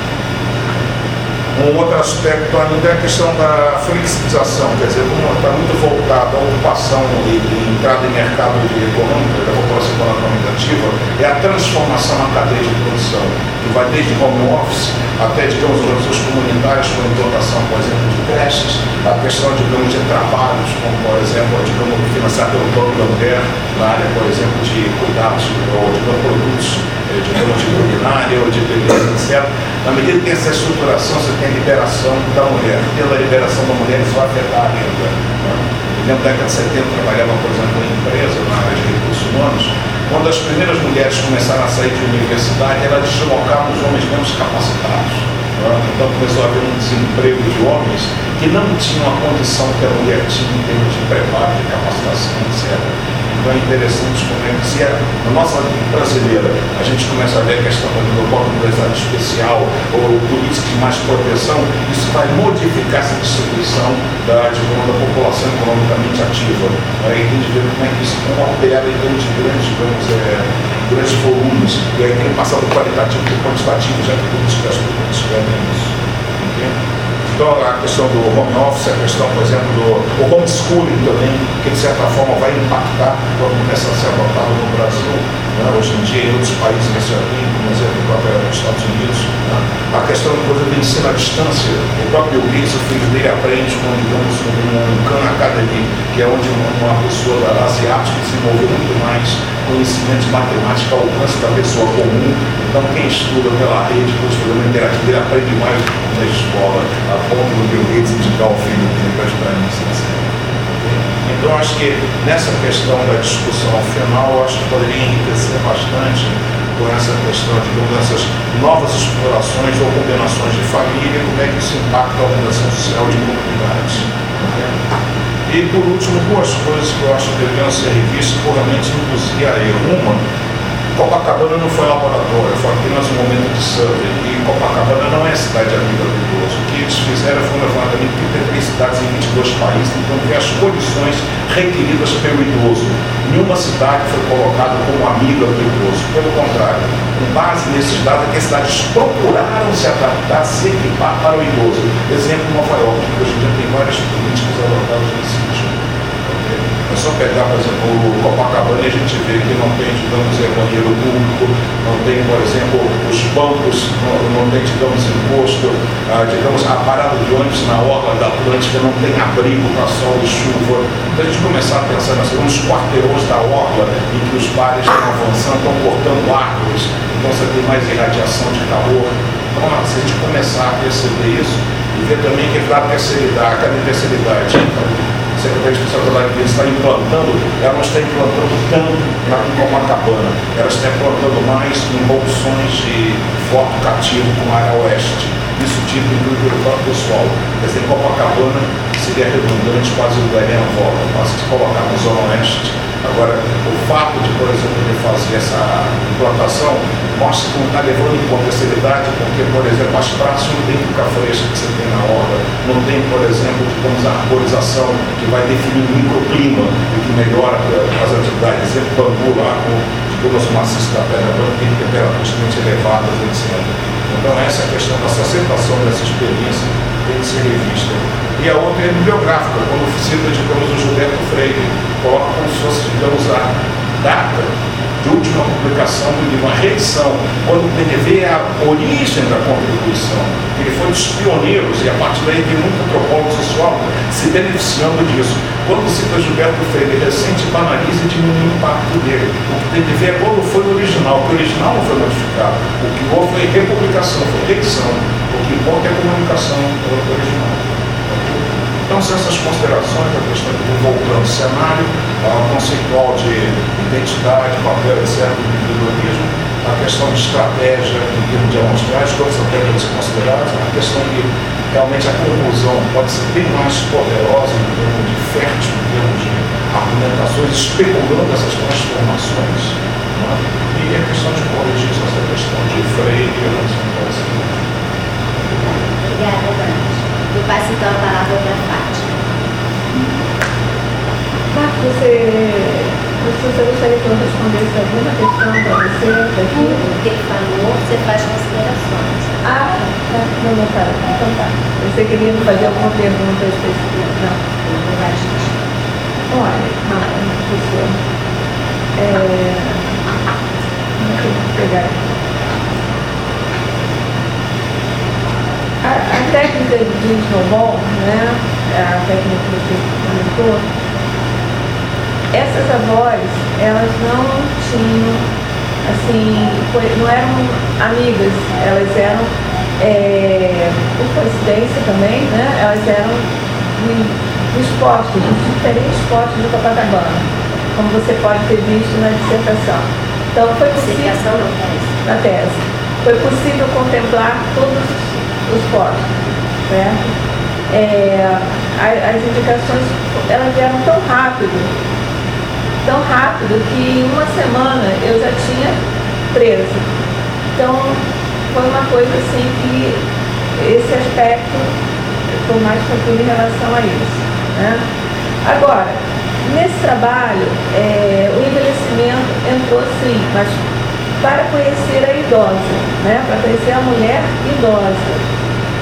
Um outro aspecto ainda é a questão da flexibilização, quer dizer, como está muito voltado à ocupação e, e entrada em mercado de econômico, da população econômica ativa, é a transformação na cadeia de produção, que vai desde home office até, digamos, organizações comunitárias com a implantação, por exemplo, de creches, a questão, digamos, de trabalhos, como, por exemplo, digamos, financiado pelo Banco da Mulher, na área, por exemplo, de cuidados ou, digamos, produtos, digamos, de culinária ou de beleza, etcétera. Na medida que tem essa estruturação, você tem a liberação da mulher. Tendo a liberação da mulher, isso vai afetar a renda. Né? Na década de setenta, eu trabalhava, por exemplo, em empresa, na área de recursos humanos. Quando as primeiras mulheres começaram a sair de universidade, elas deslocavam os homens menos capacitados. Né? Então começou a haver um desemprego de homens que não tinham a condição que a mulher tinha em termos de preparo, de capacitação, etcétera. Então é interessante como é que se é, na nossa brasileira, a gente começa a ver a questão do bloco empresário especial ou políticas de mais proteção, isso vai modificar essa distribuição da, digamos, da população economicamente ativa. Aí tem que ver como é que isso opera em termos de grandes, digamos, é, grandes volumes. E aí tem que passar do qualitativo para o quantitativo, já que políticas públicas ganham isso. Então, a questão do home office, a questão, por exemplo, do o homeschooling também, que de certa forma vai impactar quando começa a ser adotado no Brasil, né? Hoje em dia em outros países nesse aqui, como exemplo, o próprio Estados Unidos. Né? A questão por exemplo, do ensino à distância, o próprio Bill Gates, o filho dele aprende com, digamos, um Khan Academy, que é onde uma pessoa asiática desenvolveu muito mais conhecimento de matemática ao alcance da pessoa comum. Então, quem estuda pela rede, com o programa interativo, ele aprende mais na escola, a ponto do Bill Gates indicar o filho dele para estudar nisso. Então, acho que nessa questão da discussão final, acho que poderia enriquecer bastante com essa questão de essas novas explorações ou combinações de família, como é que isso impacta a organização social de comunidades. E, por último, duas coisas que eu acho que deveriam ser revistas, que realmente induzir a erro. Uma, Copacabana não foi laboratório, foi apenas um momento de survey. E Copacabana não é a cidade amiga do idoso. O que eles fizeram foi um levantamento de trinta e três cidades em vinte e dois países, tentando ver as condições requeridas pelo idoso. Nenhuma cidade foi colocada como amiga do idoso. Pelo contrário, com base nesses dados, que as cidades procuraram se adaptar, se equipar para o idoso. Exemplo, Nova York, que hoje em dia tem várias políticas adotadas nesse sentido. É só pegar, por exemplo, o Copacabana e a gente vê que não tem, digamos, é, banheiro público, não tem, por exemplo, os bancos, não, não tem, digamos, imposto, ah, digamos, a parada de ônibus na orla da Atlântica não tem abrigo para sol e chuva. Então a gente começar a pensar nós temos quarteirões da orla em que os bares estão avançando, estão cortando árvores, então você tem mais irradiação de calor. Então, se a gente começar a perceber isso e ver também que a terceira idade, cadê a terceira idade? A Secretaria de Especialidade que está implantando, ela não está implantando tanto na Copacabana, ela está implantando mais em bolsões de foto cativo com a área oeste. Isso tipo inclui o próprio pessoal. Quer dizer, Copacabana seria redundante, quase o Guarani volta, quase se colocar na Zona Oeste. Agora, o fato de, por exemplo, de fazer essa implantação mostra que não está levando em conta a seriedade, porque, por exemplo, as praças não tem pica fresca que você tem na horta, não tem, por exemplo, digamos, a arborização que vai definir o microclima e que melhora as atividades. Exemplo, Bangu lá com, digamos, o maciço da pedra branca tem temperaturas extremamente elevadas, etcétera. Então, essa questão dessa aceitação dessa experiência tem que ser revista. E a outra é bibliográfica, quando cita, digamos, o Gilberto Freire, coloca como se fosse, digamos, a data de última publicação do livro, uma reedição, quando tem que ver a origem da contribuição. Ele foi dos pioneiros, e a partir daí tem muito antropólogo social se beneficiando disso. Quando cita Gilberto Freire, recente, banaliza e diminui o impacto dele. O que tem que ver é quando foi o original, porque o original não foi modificado. O que houve foi republicação, foi reedição. O que importa é a comunicação original. Então, se essas considerações, a questão de voltando o cenário, o conceitual de identidade, papel, etcétera, do individualismo, a questão de estratégia em termos de amostragem, todas as devem ser consideradas, a questão de realmente a conclusão pode ser bem mais poderosa em termos de fértil, em termos de argumentações, especulando essas transformações, não é? E a questão de corrigir essa questão de freio e a Obrigada, Brandt. Eu passo então a palavra para a Fátima. Marcos, você, você gostaria que eu respondesse alguma questão para você daqui? O que ele falou, você faz considerações. Ah, tá. Não, não, tá. Então tá. Você queria me fazer alguma pergunta específica? Não. Eu acho que... Olha, não, professor. É... Deixa eu pegar aqui. A, a técnica de snowball, né, a técnica que você comentou, essas avós, elas não tinham, assim, foi, não eram amigas, elas eram, é, por coincidência também, né, elas eram de, dos postos, dos diferentes postos de Copacabana, como você pode ter visto na dissertação. Então, foi possível, na tese, foi possível contemplar todos os postos, certo? É, as indicações, elas vieram tão rápido, tão rápido que em uma semana eu já tinha preso. Então, foi uma coisa assim que esse aspecto foi mais tranquilo em relação a isso, né? Agora, nesse trabalho, é, o envelhecimento entrou sim, mas para conhecer a idosa, né? Para conhecer a mulher idosa.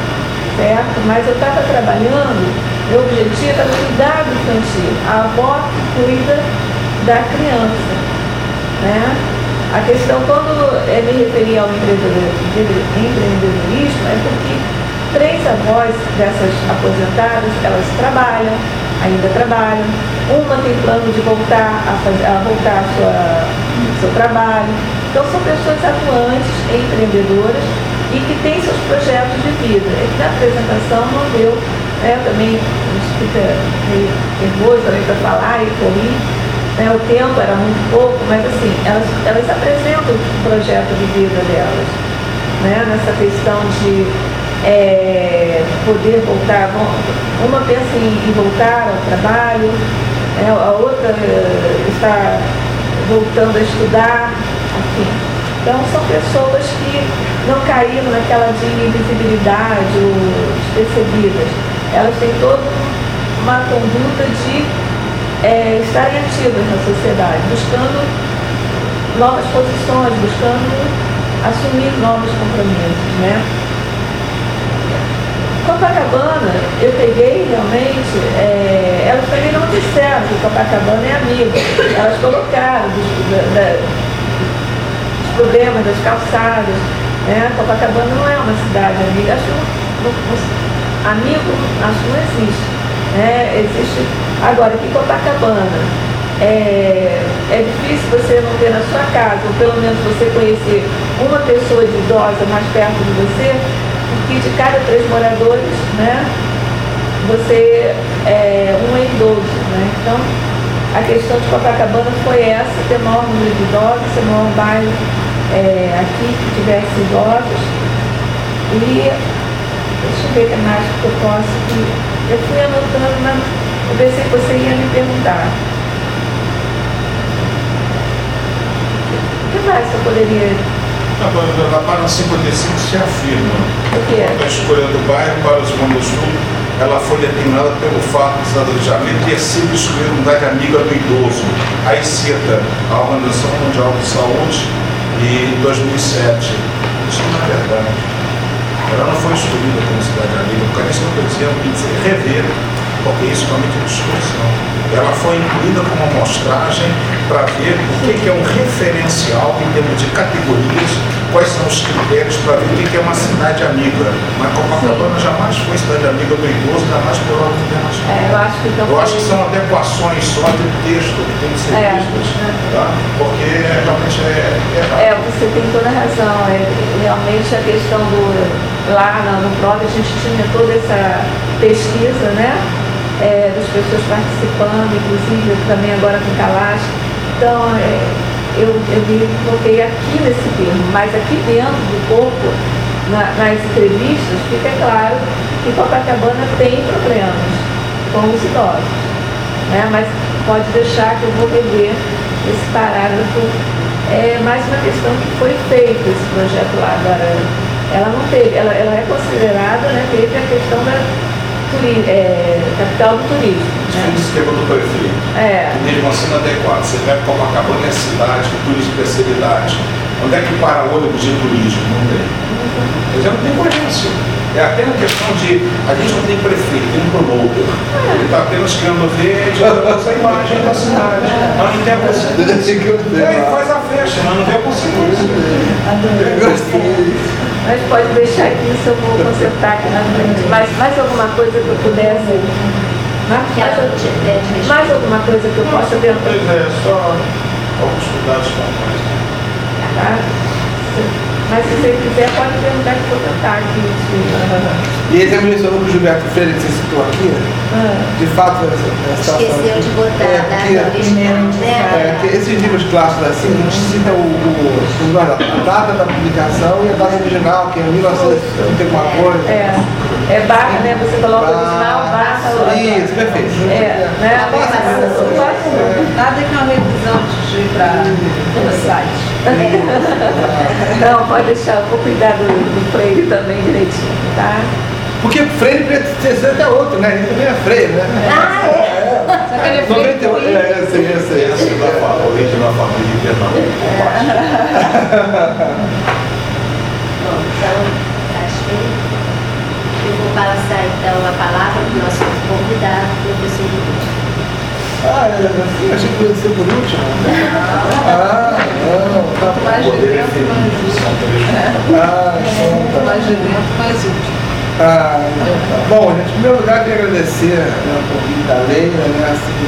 certo? Mas eu estava trabalhando, meu objetivo era cuidar do infantil, a avó que cuida da criança, né? A questão, quando eu me referi ao empreendedorismo, é porque três avós dessas aposentadas, elas trabalham, ainda trabalham, uma tem plano de voltar a, fazer, a voltar ao seu trabalho. Então são pessoas atuantes, empreendedoras e que têm seus projetos de vida. E na apresentação não deu, né, eu também a gente fica meio nervoso também para falar e correr. Né, o tempo era muito pouco, mas assim, elas, elas apresentam o projeto de vida delas, né, nessa questão de é, poder voltar. Uma pensa em, em voltar ao trabalho, é, a outra está voltando a estudar, enfim. Então são pessoas que não caíram naquela de invisibilidade ou despercebidas. Elas têm toda uma conduta de É, estarem ativas na sociedade, buscando novas posições, buscando assumir novos compromissos, né? Copacabana, eu peguei realmente, é, elas também não disseram que Copacabana é amigo, elas colocaram dos, da, da, dos problemas das calçadas, né? Copacabana não é uma cidade amiga, acho que amigo acho que não existe. É, existe agora que Copacabana é, é difícil você não ter na sua casa, ou pelo menos você conhecer uma pessoa de idosa mais perto de você, porque de cada três moradores, né, você é, um é idoso, né? Então a questão de Copacabana foi essa, ter maior número de idosos, ser maior bairro é, aqui que tivesse idosos. E deixa eu ver o que mais que eu posso que eu fui anotando, mas eu pensei que você ia me perguntar. O que mais que eu poderia... Na página cinquenta e cinco se afirma que a escolha do bairro para o Zona Sul, ela foi determinada pelo fato de Cidade de Janeiro ter sido escolhida a unidade amiga do idoso. Aí cita a Organização Mundial de Saúde e dois mil e sete. Isso não é verdade. Ela não foi escolhida como cidade amiga, porque isso não estou dizendo que dizer rever, porque isso realmente é discussão. Ela foi incluída como amostragem para ver o que, que é um referencial em termos de categorias, quais são os critérios para ver o que, que é uma cidade amiga. Mas Copacabana jamais foi cidade amiga do idoso, ainda mais por ordem internacional. É, eu acho que, então eu acho que são adequações só de texto que tem que ser é, vistas, é. Tá? Porque realmente é errado. É, você tem toda a razão. É, realmente a questão do... Lá no, no P R O D a gente tinha toda essa pesquisa, né? É, das pessoas participando, inclusive também agora com Kalash. Então, é, eu, eu me coloquei aqui nesse termo, mas aqui dentro do corpo, na, nas entrevistas, fica claro que Copacabana tem problemas com os idosos, né? Mas pode deixar que eu vou rever esse parágrafo. É mais uma questão que foi feito esse projeto lá. Agora, ela não teve, ela, ela é considerada, né, teve a questão da turi, é, capital do turismo. Né? Isso que é do prefeito. É. Mesmo assim adequado. Você vai para Copacabana, é cidade, o turismo é terceira idade. Onde é que para ônibus de turismo? Não tem. Quer dizer, não tem coerência. É até uma questão de. A gente não tem prefeito, tem um promotor. Ele está apenas querendo ver essa imagem da cidade. Mas não tem a consequência. Ele faz a festa, mas não tem a consequência. Mas pode deixar aqui, isso eu vou consertar aqui na frente. Mas mais alguma coisa que eu pudesse. Mais, mais, mais alguma coisa que eu possa tentar. Pois é, só alguns cuidados com a coisa. Tá? Mas se você quiser, pode perguntar que eu vou tentar aqui. E ele também mencionou que o Gilberto Freire, que você citou aqui, né? Ah. De fato, essa, essa Esqueceu de botar é, a porque, data original, né? é, que esses livros clássicos assim, a gente cita o, o, o, a data da publicação e a data original, que é mil novecentos e trinta e alguma coisa. É, é barra, né? Você coloca o original, barra. Isso, perfeito. É, né? A marcação. Nada que uma revisão de ir para o site. Não, pode deixar, eu vou cuidar do, do Freire também direitinho, tá? Porque Freire precisa é outro, né? Ele também é Freire, né? Ah, é? Só que ele é feito noventa e oito, é, eu sei, eu sei. Essa é da origem da família de Pernambuco. Bom, então, acho que eu vou falar Ah, é, eu achei que ia ser por último. Ah, não, tá Mais de dentro, mais útil. Ah, então tá. Mais de dentro, mais útil. Ah, tá. Bom, gente, em primeiro lugar, eu queria agradecer, né, o convite da Leila, né, assim,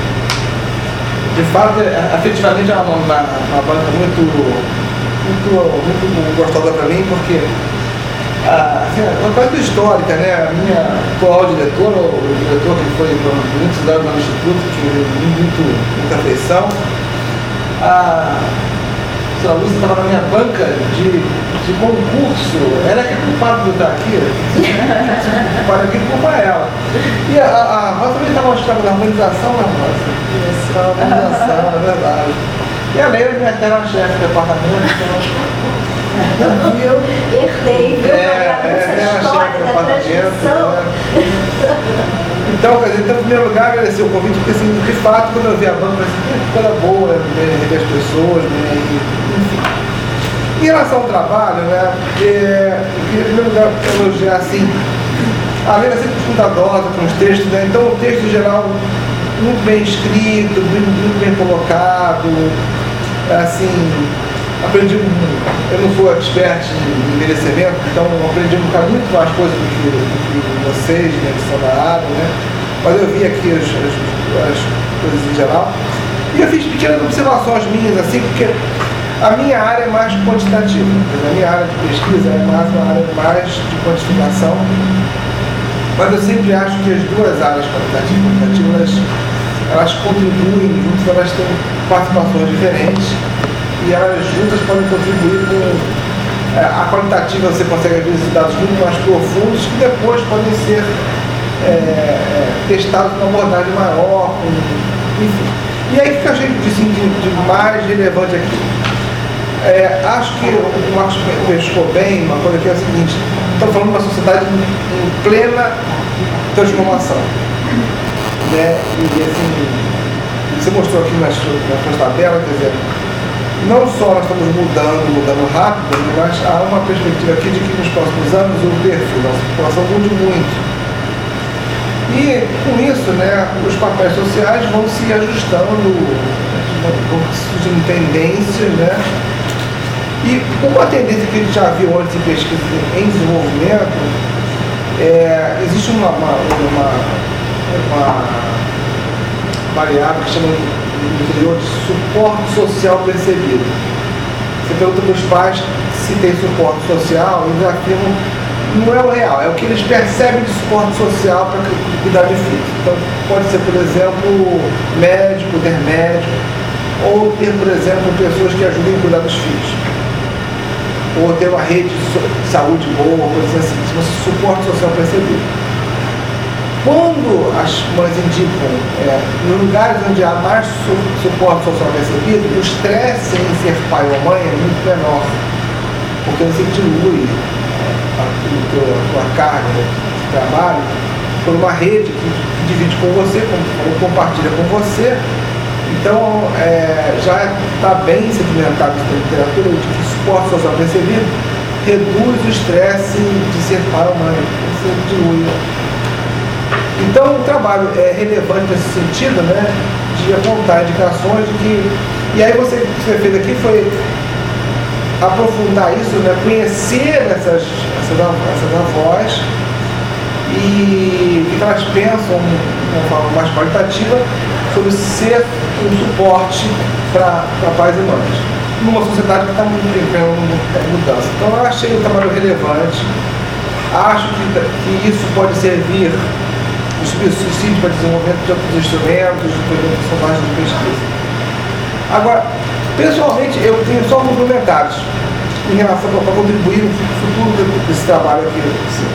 de fato, é, afetivamente é uma, uma, uma banca muito, muito, muito gostosa para mim, porque ah, assim, é uma coisa histórica, né, a minha atual diretora, o diretor que foi por muitos anos no Instituto, que eu muito, muita afeição, a a Lúcia estava na minha banca de, de concurso, ela que é culpada de eu estar aqui, para aqui culpa ela. E a, a Rosa também estava mostrando a harmonização, né, Rosa? Isso, a harmonização, é verdade. E a Leila, minha terra chefe do departamento, então, Eu herdei, viu? é, é, essa história da transmissão. Né? Então, quer dizer, então, em primeiro lugar, agradecer o convite, porque, assim, de fato, quando eu vi a banca, eu pensei, que coisa boa, né, rever as pessoas, né, e, enfim. Em relação ao trabalho, né, é, eu queria, em primeiro lugar, elogiar, assim, a Leila é sempre cuidadosa com os textos, né, então o texto, em geral, muito bem escrito, muito, muito bem colocado, assim, aprendi, eu não sou expert em envelhecimento, então aprendi um bocado muito mais coisas do que, do que vocês, né, que são da área, né? Mas eu vi aqui as, as, as coisas em geral. E eu fiz pequenas observações minhas, assim, porque a minha área é mais quantitativa. A minha área de pesquisa é mais uma área mais de quantificação. Mas eu sempre acho que as duas áreas, quantitativa e quantitativa, elas, elas contribuem juntas, elas têm participações diferentes. E elas juntas podem contribuir com é, a qualitativa. Você consegue às vezes dados muito mais profundos que depois podem ser é, é, testados com uma abordagem maior, com, enfim. E aí o que eu achei assim, de, de mais relevante aqui? É, acho que o Marcos pescou bem uma coisa que é a seguinte: estamos falando de uma sociedade em plena transformação, né? E assim, você mostrou aqui nas suas tabelas, quer dizer, não só nós estamos mudando, mudando rápido, mas há uma perspectiva aqui de que nos próximos anos o perfil da população mude muito. E com isso, né, os papéis sociais vão se ajustando, vão surgindo tendências, né? E uma tendência que a gente já viu antes em pesquisa em desenvolvimento, é, existe uma, uma, uma, uma variável que chama no interior de suporte social percebido. Você pergunta para os pais se tem suporte social, eles afirmam que não é o real, é o que eles percebem de suporte social para cuidar de filhos. Então, pode ser, por exemplo, médico, ter médico, ou ter, por exemplo, pessoas que ajudem a cuidar dos filhos, ou ter uma rede de saúde boa, coisas assim, esse suporte social percebido. Quando as mães indicam, é, nos lugares onde há mais su suporte social recebido, o estresse em ser pai ou mãe é muito menor, porque você dilui a, a, a tua carga de trabalho por uma rede que, que divide com você, ou compartilha com você. Então, é, já está bem sedimentado na literatura de que o suporte social recebido reduz o estresse de ser pai ou mãe, você dilui. Então, o trabalho é relevante nesse sentido, né, de apontar indicações de que... E aí você, o que você fez aqui foi aprofundar isso, né, conhecer essas, essas, essas avós e o que elas pensam de uma forma mais qualitativa sobre ser um suporte para pais e mães, numa sociedade que está muito em mudança. Então, eu achei o trabalho relevante, acho que, que isso pode servir o subsídio para desenvolvimento de outros instrumentos, de personagens de pesquisa. Agora, pessoalmente, eu tenho só complementares em relação para contribuir no futuro desse trabalho aqui.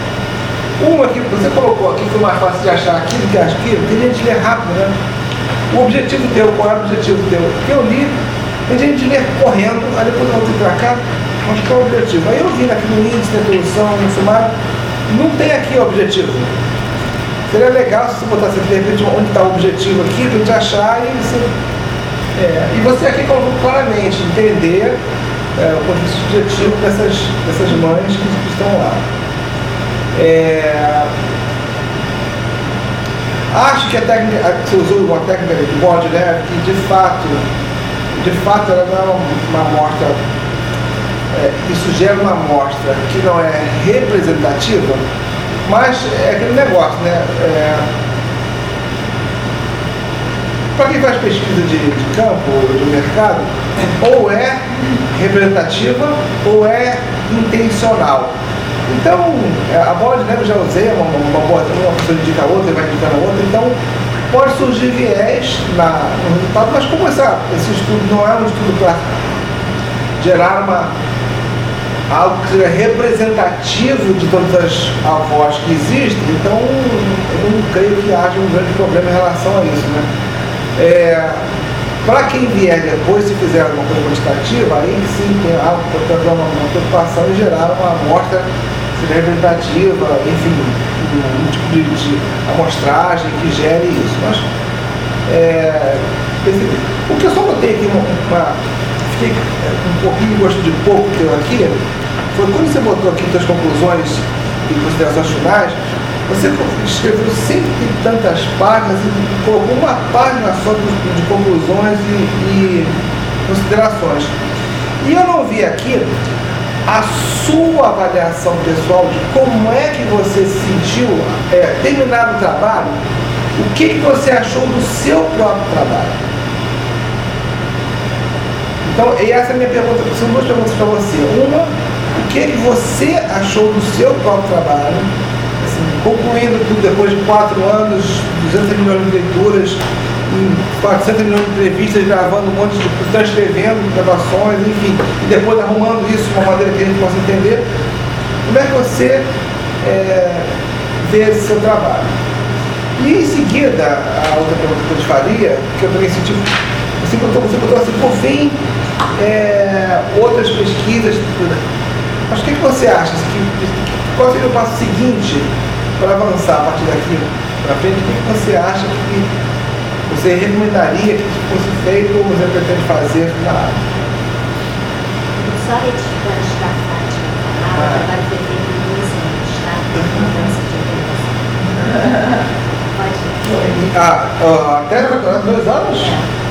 Uma que você colocou aqui, foi mais fácil de achar aquilo que aquilo, tem gente ler rápido, né? O objetivo teu, qual era o objetivo teu? Que eu li, tem gente ler correndo, aí depois eu voltei para cá, mas qual é o objetivo? Aí eu vi aqui no índice, na introdução, no sumário, não tem aqui o objetivo. Seria legal se você botasse de repente onde está o objetivo aqui, para a gente achar e você. É, e você aqui colocou claramente, entender é, o objetivo dessas, dessas mães que, que estão lá. É, Acho que a técnica, a que você usou uma técnica de bola de neve, que de fato, de fato ela não é uma, uma amostra, é, isso gera uma amostra que não é representativa, mas é aquele negócio, né? É, para quem faz pesquisa de, de campo, de mercado, ou é representativa ou é intencional. Então, a bola de neve eu já usei, uma, uma, uma, uma pessoa indica a outra, vai indicando a outra, então pode surgir viés na, no resultado, mas como essa, esse estudo não é um estudo para gerar uma, algo que seja representativo de todas as avós que existem, então eu não creio que haja um grande problema em relação a isso, né? É, para quem vier depois, se fizer alguma coisa quantitativa, aí sim tem algo para ter uma, uma preocupação em gerar uma amostra representativa, enfim, um tipo de, de amostragem que gere isso. Mas, é, o que eu só notei aqui, uma, uma, fiquei um pouquinho gosto de pouco que eu aqui, foi quando você botou aqui suas conclusões e considerações finais, você escreveu cento e tantas páginas e colocou uma página só de, de conclusões e, e considerações. E eu não vi aqui a sua avaliação pessoal de como é que você se sentiu é, terminado o trabalho, o que, que você achou do seu próprio trabalho. Então, essa é a minha pergunta, são duas perguntas para você. Uma, o que, que você achou do seu próprio trabalho? Concluindo tudo depois de quatro anos, duzentos milhões de leituras, quatrocentos milhões de entrevistas, gravando um monte de... transcrevendo gravações, enfim, e depois arrumando isso de uma maneira que a gente possa entender, como é que você é, vê esse seu trabalho? E em seguida, a outra pergunta que eu te faria, que eu também senti, você botou, você botou assim, por fim, é, outras pesquisas, mas o que, que você acha? Que, qual seria o passo seguinte para avançar a partir daqui para frente? O que você acha que você recomendaria que isso fosse feito ou você pretende fazer na área? Só retificando da Fátima, o trabalho foi feito em dois anos, tá? Mudança de orientação. Pode ir. Ah, até dois anos?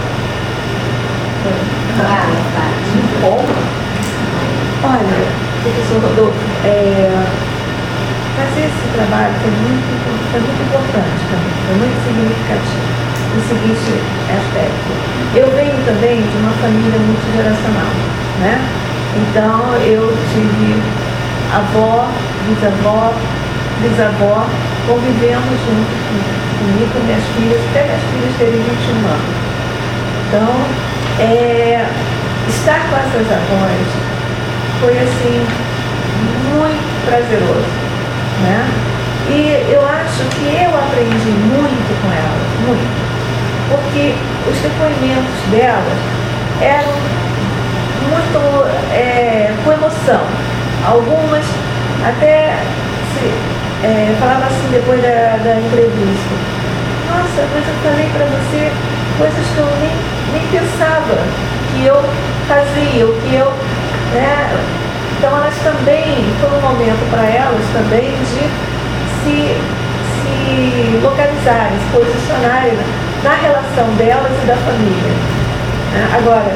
Ah, Fátima. Bom. Olha, professor Rodolfo, é, fazer esse trabalho foi muito, foi muito importante também, foi muito significativo. No seguinte aspecto, eu venho também de uma família multigeracional, né? Então eu tive avó, bisavó, bisavó, convivendo junto comigo, com minhas filhas, até minhas filhas terem vinte e um anos. Então, é, estar com essas avós foi assim, muito prazeroso, né? E eu acho que eu aprendi muito com elas, muito, porque os depoimentos delas eram muito é, com emoção. Algumas até se, é, falavam assim depois da, da entrevista: nossa, mas eu falei para você coisas que eu nem, nem pensava que eu fazia, o que eu... Né? Então elas também, foi um momento para elas também de se, se localizarem, se posicionarem na relação delas e da família. Né? Agora,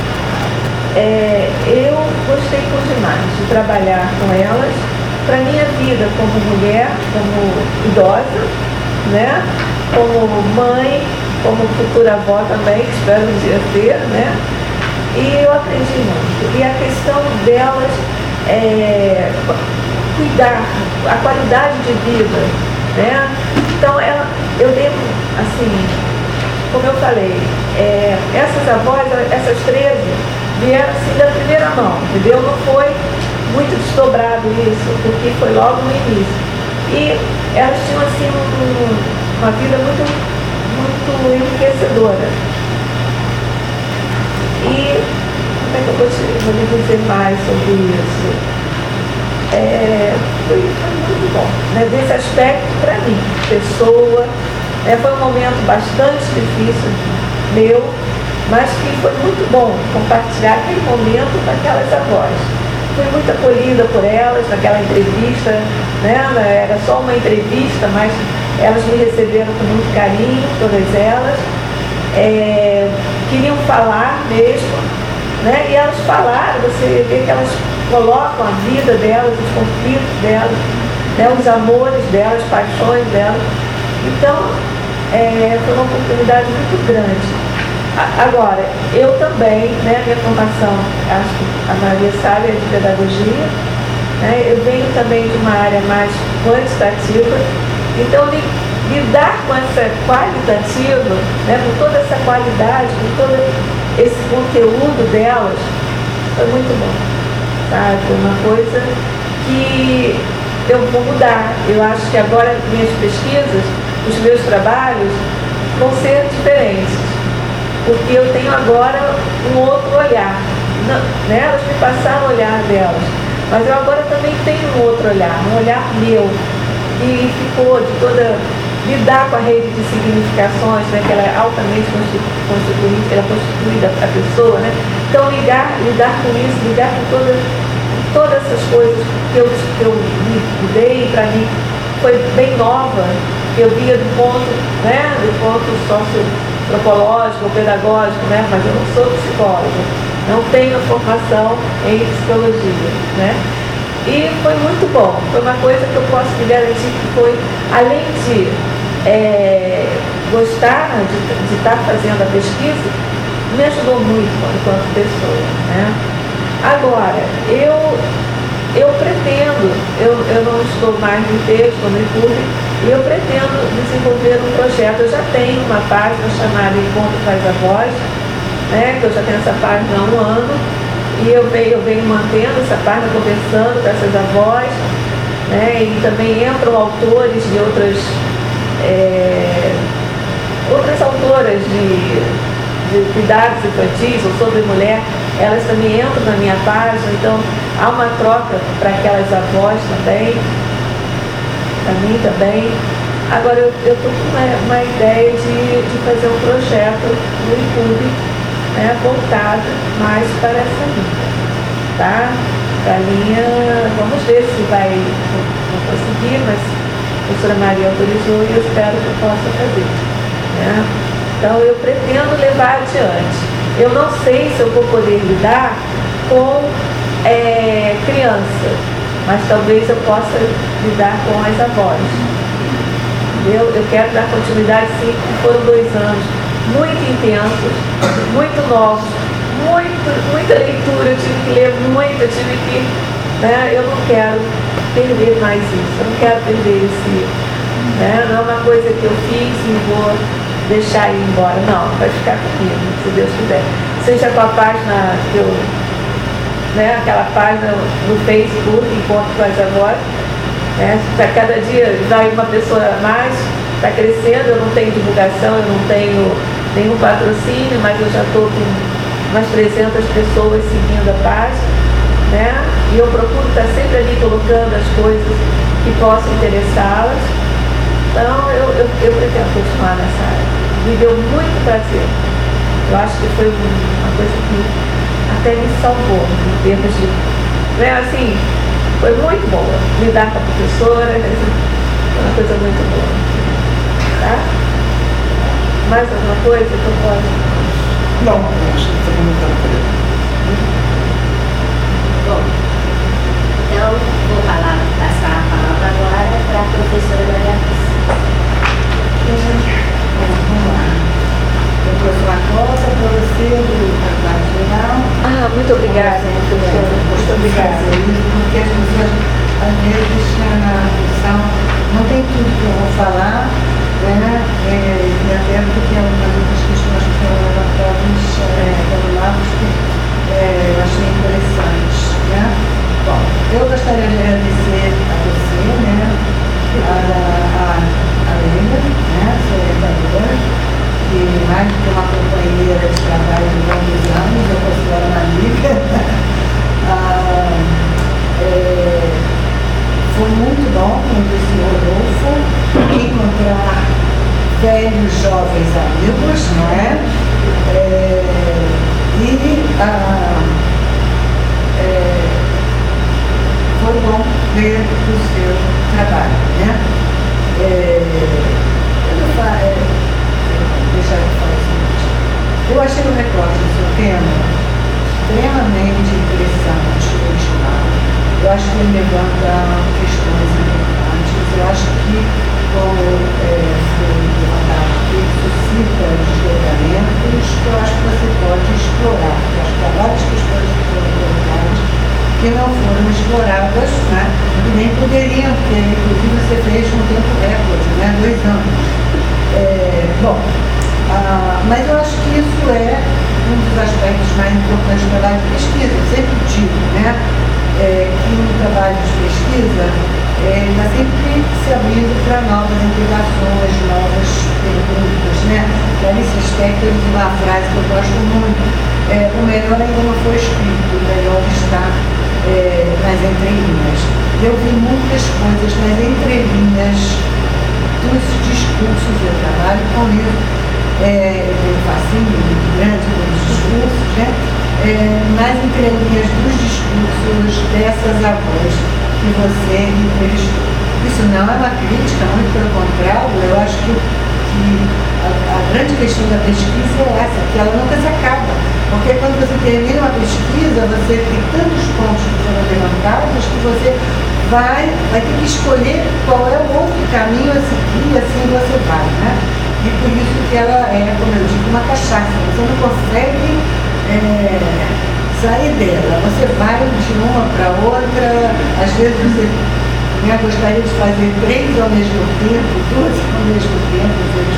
é, eu gostei por demais de trabalhar com elas para a minha vida como mulher, como idosa, né? Como mãe, como futura avó também, que espero um dia ter, né? E eu aprendi muito. E a questão delas é cuidar, a qualidade de vida, né? Então, ela, eu devo, assim, como eu falei, é, essas avós, essas treze, vieram assim da primeira mão, entendeu? Não foi muito desdobrado isso, porque foi logo no início. E elas tinham, assim, um, uma vida muito, muito enriquecedora. E como é que eu vou, te, vou lhe dizer mais sobre isso? É, foi, foi muito bom, né? Desse aspecto, para mim, pessoa, né? Foi um momento bastante difícil meu, mas que foi muito bom compartilhar aquele momento com aquelas avós. Fui muito acolhida por elas naquela entrevista, né? Era só uma entrevista, mas elas me receberam com muito carinho, todas elas, é, queriam falar mesmo, né? E elas falaram, você vê que elas colocam a vida delas, os conflitos delas, né? Os amores delas, as paixões delas. Então, é, foi uma oportunidade muito grande. Agora, eu também, né, minha formação, acho que a maioria sabe, é de pedagogia, né, eu venho também de uma área mais quantitativa, então li, lidar com essa qualitativa, né, com toda essa qualidade, com todo esse conteúdo delas, foi muito bom, sabe? Foi uma coisa que eu vou mudar. Eu acho que agora minhas pesquisas, os meus trabalhos vão ser diferentes. Porque eu tenho agora um outro olhar. Não, né? Elas me passaram o olhar delas, mas eu agora também tenho um outro olhar, um olhar meu, que ficou de toda lidar com a rede de significações, né? Que ela é altamente constituída, ela constitui a pessoa, né? Então ligar, lidar com isso, lidar com toda, todas essas coisas que eu, que eu mudei, para mim foi bem nova, que eu via do ponto, né? Do ponto sócio antropológico, pedagógico, né? Mas eu não sou psicóloga, não tenho formação em psicologia, né? E foi muito bom, foi uma coisa que eu posso te garantir que foi, além de é, gostar de, de estar fazendo a pesquisa, me ajudou muito enquanto pessoa, né? Agora, eu, eu pretendo, eu, eu não estou mais no I P, estou no I P U B, e eu pretendo desenvolver um projeto. Eu já tenho uma página chamada Encontro Faz a Voz, né, que eu já tenho essa página há um ano, e eu venho, eu venho mantendo essa página, conversando com essas avós, né, e também entram autores de outras, é, outras autoras de, de cuidados infantis ou sobre mulher, elas também entram na minha página, então há uma troca para aquelas avós também, para mim também. Agora eu estou com uma, uma ideia de, de fazer um projeto no I P U B, né, voltado mais para essa linha, tá? Para a linha, vamos ver se vai, não conseguir, mas a professora Maria autorizou e eu espero que eu possa fazer, né? Então eu pretendo levar adiante. Eu não sei se eu vou poder lidar com é, criança, mas talvez eu possa lidar com as avós. Eu, eu quero dar continuidade, sim, foram dois anos muito intensos, muito novos, muito, muita leitura, eu tive que ler muito, eu tive que, né, eu não quero perder mais isso, eu não quero perder esse, né, não é uma coisa que eu fiz e vou deixar ir embora, não, vai ficar comigo, se Deus quiser. Seja com a página que eu, né, aquela página no Facebook, Encontro com as Avós, né, a cada dia vai uma pessoa a mais, está crescendo, eu não tenho divulgação, eu não tenho nenhum patrocínio, mas eu já estou com umas trezentas pessoas seguindo a página, né, e eu procuro estar sempre ali colocando as coisas que possam interessá-las. Então eu, eu, eu pretendo continuar nessa área. Me deu muito prazer. Eu acho que foi uma coisa que até me salvou em termos de, né, assim, foi muito boa. Lidar com a professora, foi uma coisa muito boa. Tá? Mais alguma coisa que eu posso? Não, acho que está comentando por ele. Bom, então vou falar, passar a palavra agora para a professora Maria Cristina. Vamos lá. Eu trouxe uma coisa para você do trabalho geral. Ah, muito obrigada, professora. Muito obrigada. Porque as pessoas, às vezes, na função, não tem tudo que eu vou falar, né? É, e até porque algumas outras questões que foram levantadas pelo Marcos, que é, eu achei interessantes, né? Bom, eu gostaria de agradecer a você, né? A, a, a Helena, né? Sua orientadora, que mais do que uma companheira de trabalho de longos anos, eu considero uma amiga. ah, é, foi muito bom, como disse o Rodolfo, encontrar velhos, jovens amigos, não é? é e ah, é, foi bom ver o seu trabalho, né? É, eu não fa, é, deixa eu falar o seguinte. Eu achei o recorte do seu tema extremamente interessante, original. Eu acho que ele levanta questões importantes. Eu acho que, como é, foi levantado, ele suscita desdobramentos que eu acho que você pode explorar. Eu acho que há várias questões que foram colocadas que não foram exploradas, né? E nem poderiam, porque inclusive você fez um tempo recorde, né? Dois anos. É, bom, ah, mas eu acho que isso é um dos aspectos mais importantes do trabalho de pesquisa. Eu sempre digo, né? É, que um trabalho de pesquisa está é, sempre se abrindo para novas integrações, novas perguntas, né? Clarice Lispector usa uma frase que eu gosto muito: é, o melhor ainda não foi escrito, o melhor está é, nas entrelinhas. Eu vi muitas coisas nas entrelinhas dos discursos. Eu trabalho com isso, é, eu tenho um fascínio muito grande pelos discursos, né? É, nas entrelinhas dos discursos dessas avós que você entrevistou. Isso não é uma crítica, muito pelo contrário. Eu acho que, que a, a grande questão da pesquisa é essa, que ela nunca se acaba. Porque quando você termina uma pesquisa, você tem tantos pontos que foram levantados que você vai, vai ter que escolher qual é o outro caminho a seguir, e assim você vai, né? E por isso que ela é, como eu digo, uma cachaça. Você não consegue É, sair dela, você vai de uma para outra, às vezes você né, gostaria de fazer três ao mesmo tempo, duas ao mesmo tempo,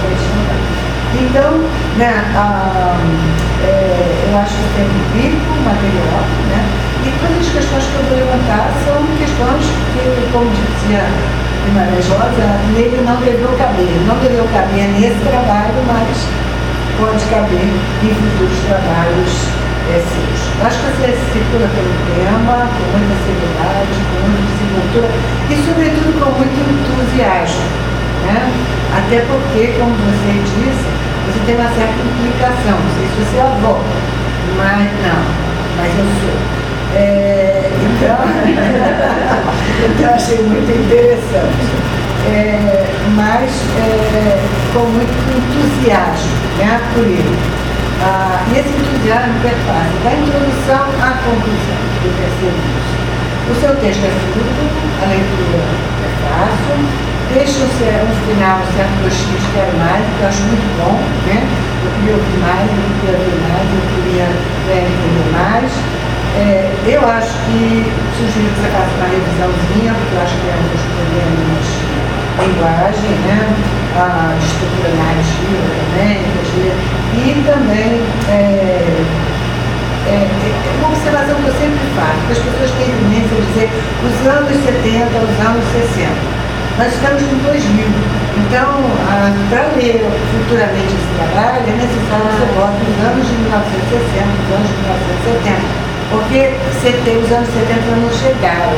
então, né, a, é, eu acho que tem um rico material, né, e todas as questões que eu vou levantar são questões que, como dizia Guimarães Rosa, nele não deveu caber, não deveu caber nesse trabalho, mas pode caber em futuros trabalhos é, seus. Acho que você circula pelo tema com muita seriedade, com muita desenvoltura e, sobretudo, com muito entusiasmo, né? Até porque, como você disse, você tem uma certa implicação. Não sei se você é avó, mas não, mas eu sou. É, então, então, achei muito interessante. É, mas é, com muito entusiasmo, né, por ele. Ah, e esse entusiasmo é fácil, da introdução à conclusão, eu percebo isso. O seu texto é fluido, a leitura é fácil, deixa um final, um certo gostinho de quero mais, que eu acho muito bom, né? Eu queria ouvir mais, eu queria ver mais, eu queria é, entender mais. É, eu acho que sugiro que você faça uma revisãozinha, porque eu acho que é um dos problemas linguagem, né? A estrutura narrativa também, e também é, é, é uma observação que eu sempre faço, que as pessoas têm tendência a dizer os anos setenta, os anos sessenta. Nós estamos em dois mil, então, para ler futuramente esse trabalho, é necessário que você bote os anos de mil novecentos e sessenta, os anos de mil novecentos e setenta. Porque os anos setenta não chegaram.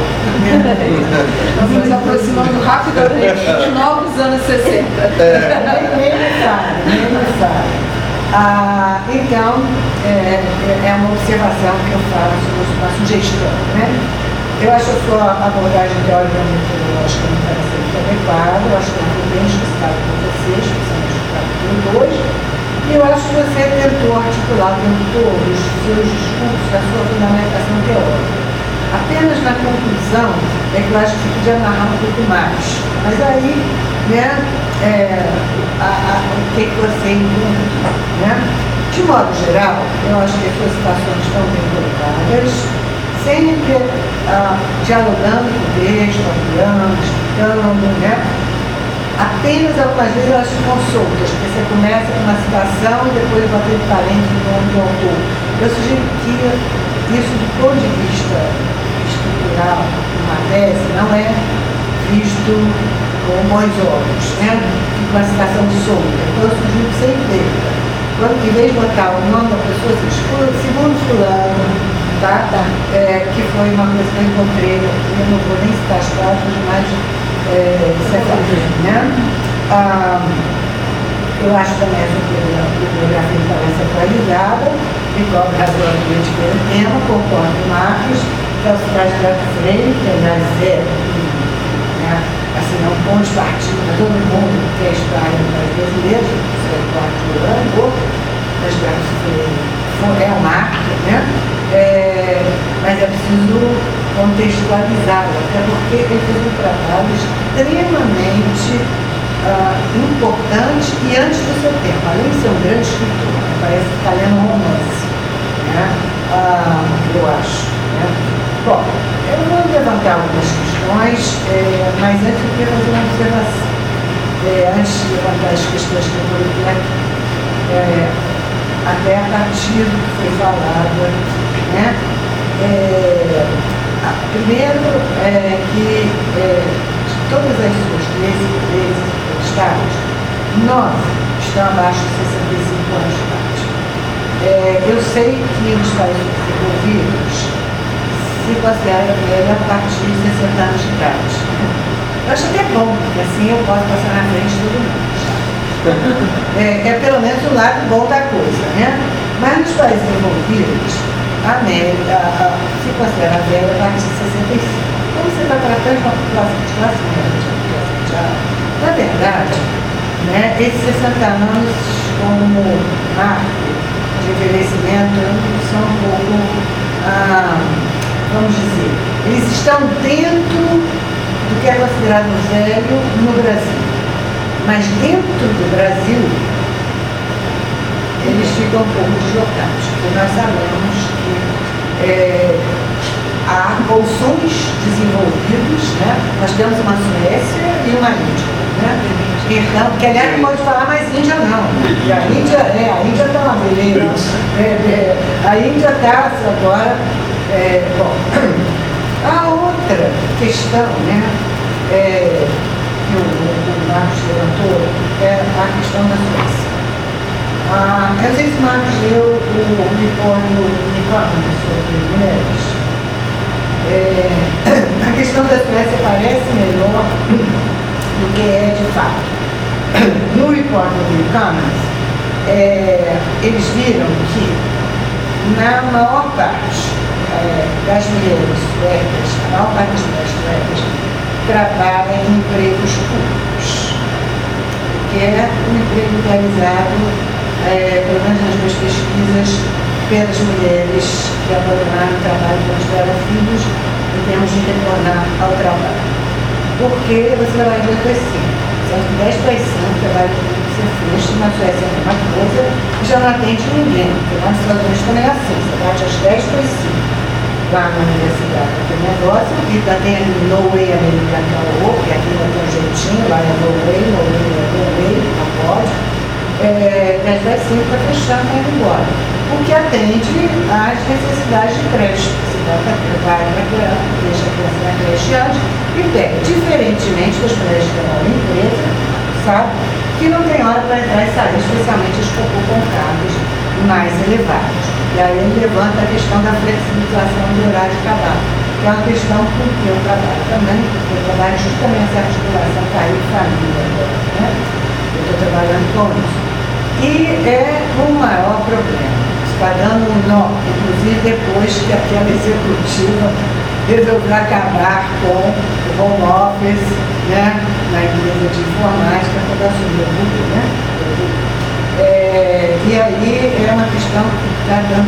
Nós estamos aproximando rapidamente dos novos anos sessenta. É. Nem me sabe, nem me sabe. Ah, então, é, é uma observação que eu faço, uma sugestão, né? Eu acho a sua abordagem teórica metodológica não parece muito adequada, eu acho que eu estou bem escutado com vocês, que são escutados por dois. E eu acho que você tentou articular o tempo todo os seus discursos, a sua fundamentação teórica. Apenas na conclusão é que eu acho que você podia amarrar um pouco mais. Mas aí, né, é, a, a, o que, que você encontra, né? De modo geral, eu acho que as suas citações estão bem colocadas, sempre ah, dialogando com o texto, ampliando, explicando, né? Apenas algumas vezes elas ficam soltas, porque você começa com uma citação e depois bater parente do nome do autor. Eu sugiro que isso, do ponto de vista estrutural, uma tese, não é visto com bons olhos, né? Fica uma citação solta. Então eu sugiro que você entenda. Quando, em vez de botar o nome da pessoa, você escuta segundo fulano, tá? Tá. É, que foi uma coisa que eu encontrei aqui, eu não vou nem citar as palavras, mas É, né? ah, eu acho também a bibliografia me parece atualizada e cobre razoavelmente pelo tema, concordo com Marcos, que é o Cidade Gato Freire, que aliás é, né, assim, não pontos de partida para todo mundo que quer estudar no país brasileiro, isso é o quarto ano, outro, mas é um marco, né? É, mas é preciso contextualizá-lo, até porque ele fez um trabalho extremamente uh, importante e antes do seu tempo. Além de ser um grande escritor, parece que está lendo um romance, né? Uh, eu acho. Né? Bom, eu vou levantar algumas questões, é, mas antes eu queria fazer uma observação. É, antes de levantar as questões que eu coloquei aqui, é, até a partir do que foi falado, né? É, primeiro, é, que é, de todas as suas treze estados, nove estão abaixo de sessenta e cinco anos de idade. É, eu sei que os países desenvolvidos se consideram ele a partir de sessenta anos de idade. Eu acho até bom, porque assim eu posso passar na frente de todo mundo. É, é pelo menos o lado bom da coisa, né? Mas nos países desenvolvidos, a América a, a, se considera velha a partir de sessenta e cinco. Como você está tratando de uma população de classe média? Na verdade, né, esses sessenta anos como marco de envelhecimento são um pouco, ah, vamos dizer, eles estão dentro do que é considerado velho no Brasil. Mas dentro do Brasil, eles ficam um pouco deslocados, porque nós sabemos que é, há bolsões desenvolvidos, né? Nós temos uma Suécia e uma Índia, né? Então, que aliás não pode falar mais Índia não, e a Índia, é, a Índia está uma beleza, é, é, a Índia está agora, é, bom, a outra questão, né? É, que o, o Marcos levantou, é a questão da Suécia. Ah, eu sei se o Marcos leu o unicórnio unicórnio sobre mulheres. É, a questão da Suécia parece melhor do que é de fato. No unicórnio unicórnio, é, eles viram que na maior parte é, das mulheres suecas, a maior parte das mulheres suecas trabalha em empregos públicos, que é um emprego realizado, é, pelo menos nas minhas pesquisas, pelas mulheres que abandonaram o trabalho quando tiveram filhos e temos de retornar ao trabalho. Porque você vai ver que assim, são dez por cento do trabalho público que você fez, na Suécia é uma coisa e já não atende ninguém, porque lá nos Estados Unidos também é assim, você bate as dez por cento. Lá na universidade tem negócio, e também tem no way americano, que aqui não tem um jeitinho, lá é no way, no way, no way, não pode. É, mas vai ser para fechar para ir embora. O que atende às necessidades de creche. Você vai na criança, deixa a criança na creche antes e pega. Diferentemente das mulheres que trabalham em empresa, sabe? Que não tem hora para entrar e sair, especialmente as que ocupam cargos mais elevados. E aí ele levanta a questão da flexibilização do horário de trabalho, que é uma questão com que eu trabalho também, eu trabalho justamente essa articulação cair-família, né? Eu estou trabalhando com isso. E é o maior problema. Está dando um nó, inclusive depois que aquela executiva resolveu acabar com o home office, né? Na empresa de informática, quando assumiu o Google, né? É, e aí é uma questão que está dando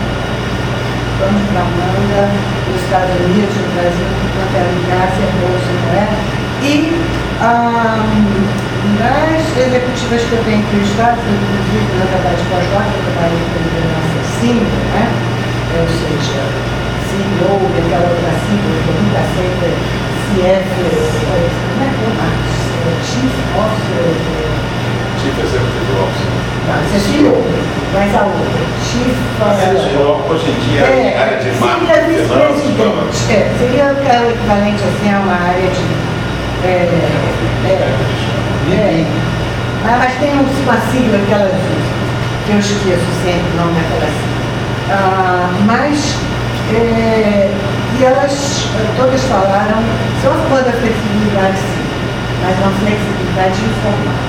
pano para a manga nos Estados Unidos, no Brasil, quanto é a eficácia, é bolsa, não é? E ah, nas executivas que eu tenho entrevistado, inclusive na verdade pós-doc, eu trabalhei com o assassino, né? Ou seja, C E O, aquela outra sigla que eu nunca sei, C F, como é que é mais? Chief Officer. Chief Executive Officer. Não, isso é C E O, mas a outra, Chief... C E O hoje em dia é área de marketing. Seria vice-presidente, é, seria o equivalente assim a uma área de... É, é, é, ah, mas tem uma sigla que elas usam, que eu esqueço sempre o nome daquela sigla. Ah, mas, é, e elas todas falaram, são a favor da flexibilidade sim, mas uma flexibilidade informal.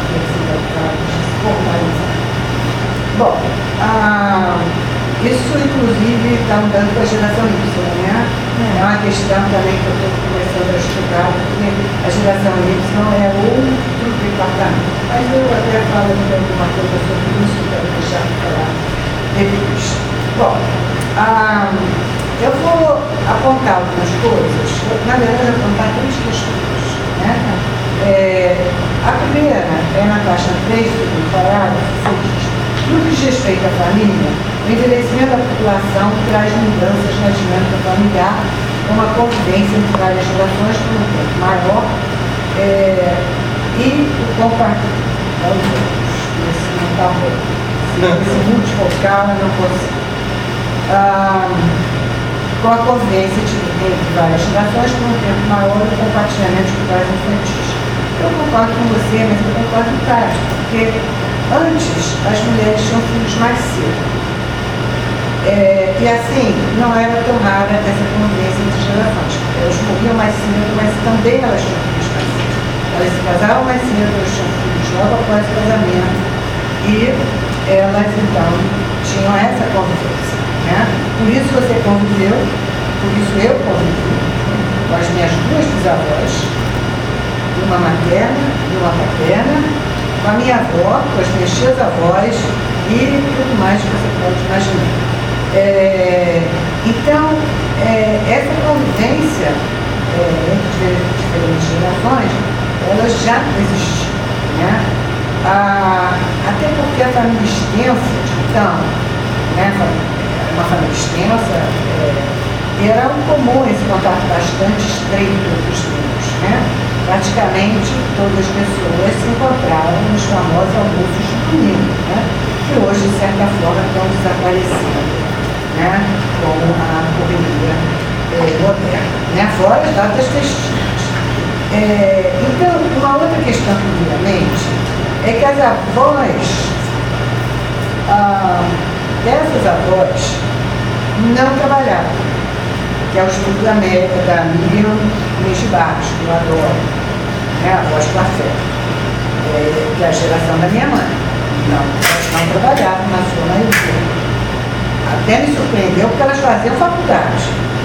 Bom, ah, isso inclusive está mudando com a geração Y, né? É uma questão também que eu estou começando a estudar, porque a geração Y eu vou apontar algumas coisas, na verdade apontar três questões. Né? É, a primeira é na faixa três do parágrafo, no que diz respeito à família, o envelhecimento da população traz mudanças na dinâmica familiar, uma convivência entre várias gerações por um tempo maior é, e o compartilhamento. Esse não está bom. Esse multifocal eu não consigo. Ah, com a convivência entre várias gerações por um tempo maior e o compartilhamento de cuidados infantis. Eu concordo com você, mas eu concordo em prática, porque antes as mulheres tinham filhos mais cedo. É, e assim, não era tão rara essa convivência entre gerações. Elas morriam mais cedo, mas também elas tinham filhos mais cedo. Elas se casavam mais cedo, elas tinham filhos logo após o casamento. E elas, então, tinham essa convivência. Né? Por isso você conviveu, por isso eu convivi com as minhas duas bisavós, uma materna e uma paterna, com a minha avó, com as minhas tias avós e tudo mais que você pode imaginar. É, então, é, essa convivência é, entre diferentes gerações, ela já existiu. Né? Ah, até porque a família extensa, então, né, uma família extensa, é, era um comum esse contato bastante estreito entre os filhos. Né? Praticamente todas as pessoas se encontravam nos famosos almoços de domingo, né? Que hoje, de certa forma, estão desaparecendo, né? Com a correria é, moderna, né? Fora as datas festivas. É, então, uma outra questão, primeiramente, é que as avós, ah, dessas avós, não trabalhavam. Que é o estudo da América, da Miriam Neste Barros, que eu adoro, né? A voz café, é, que é a geração da minha mãe. Não, elas não trabalhavam na sua maioria. Até me surpreendeu porque elas faziam faculdade,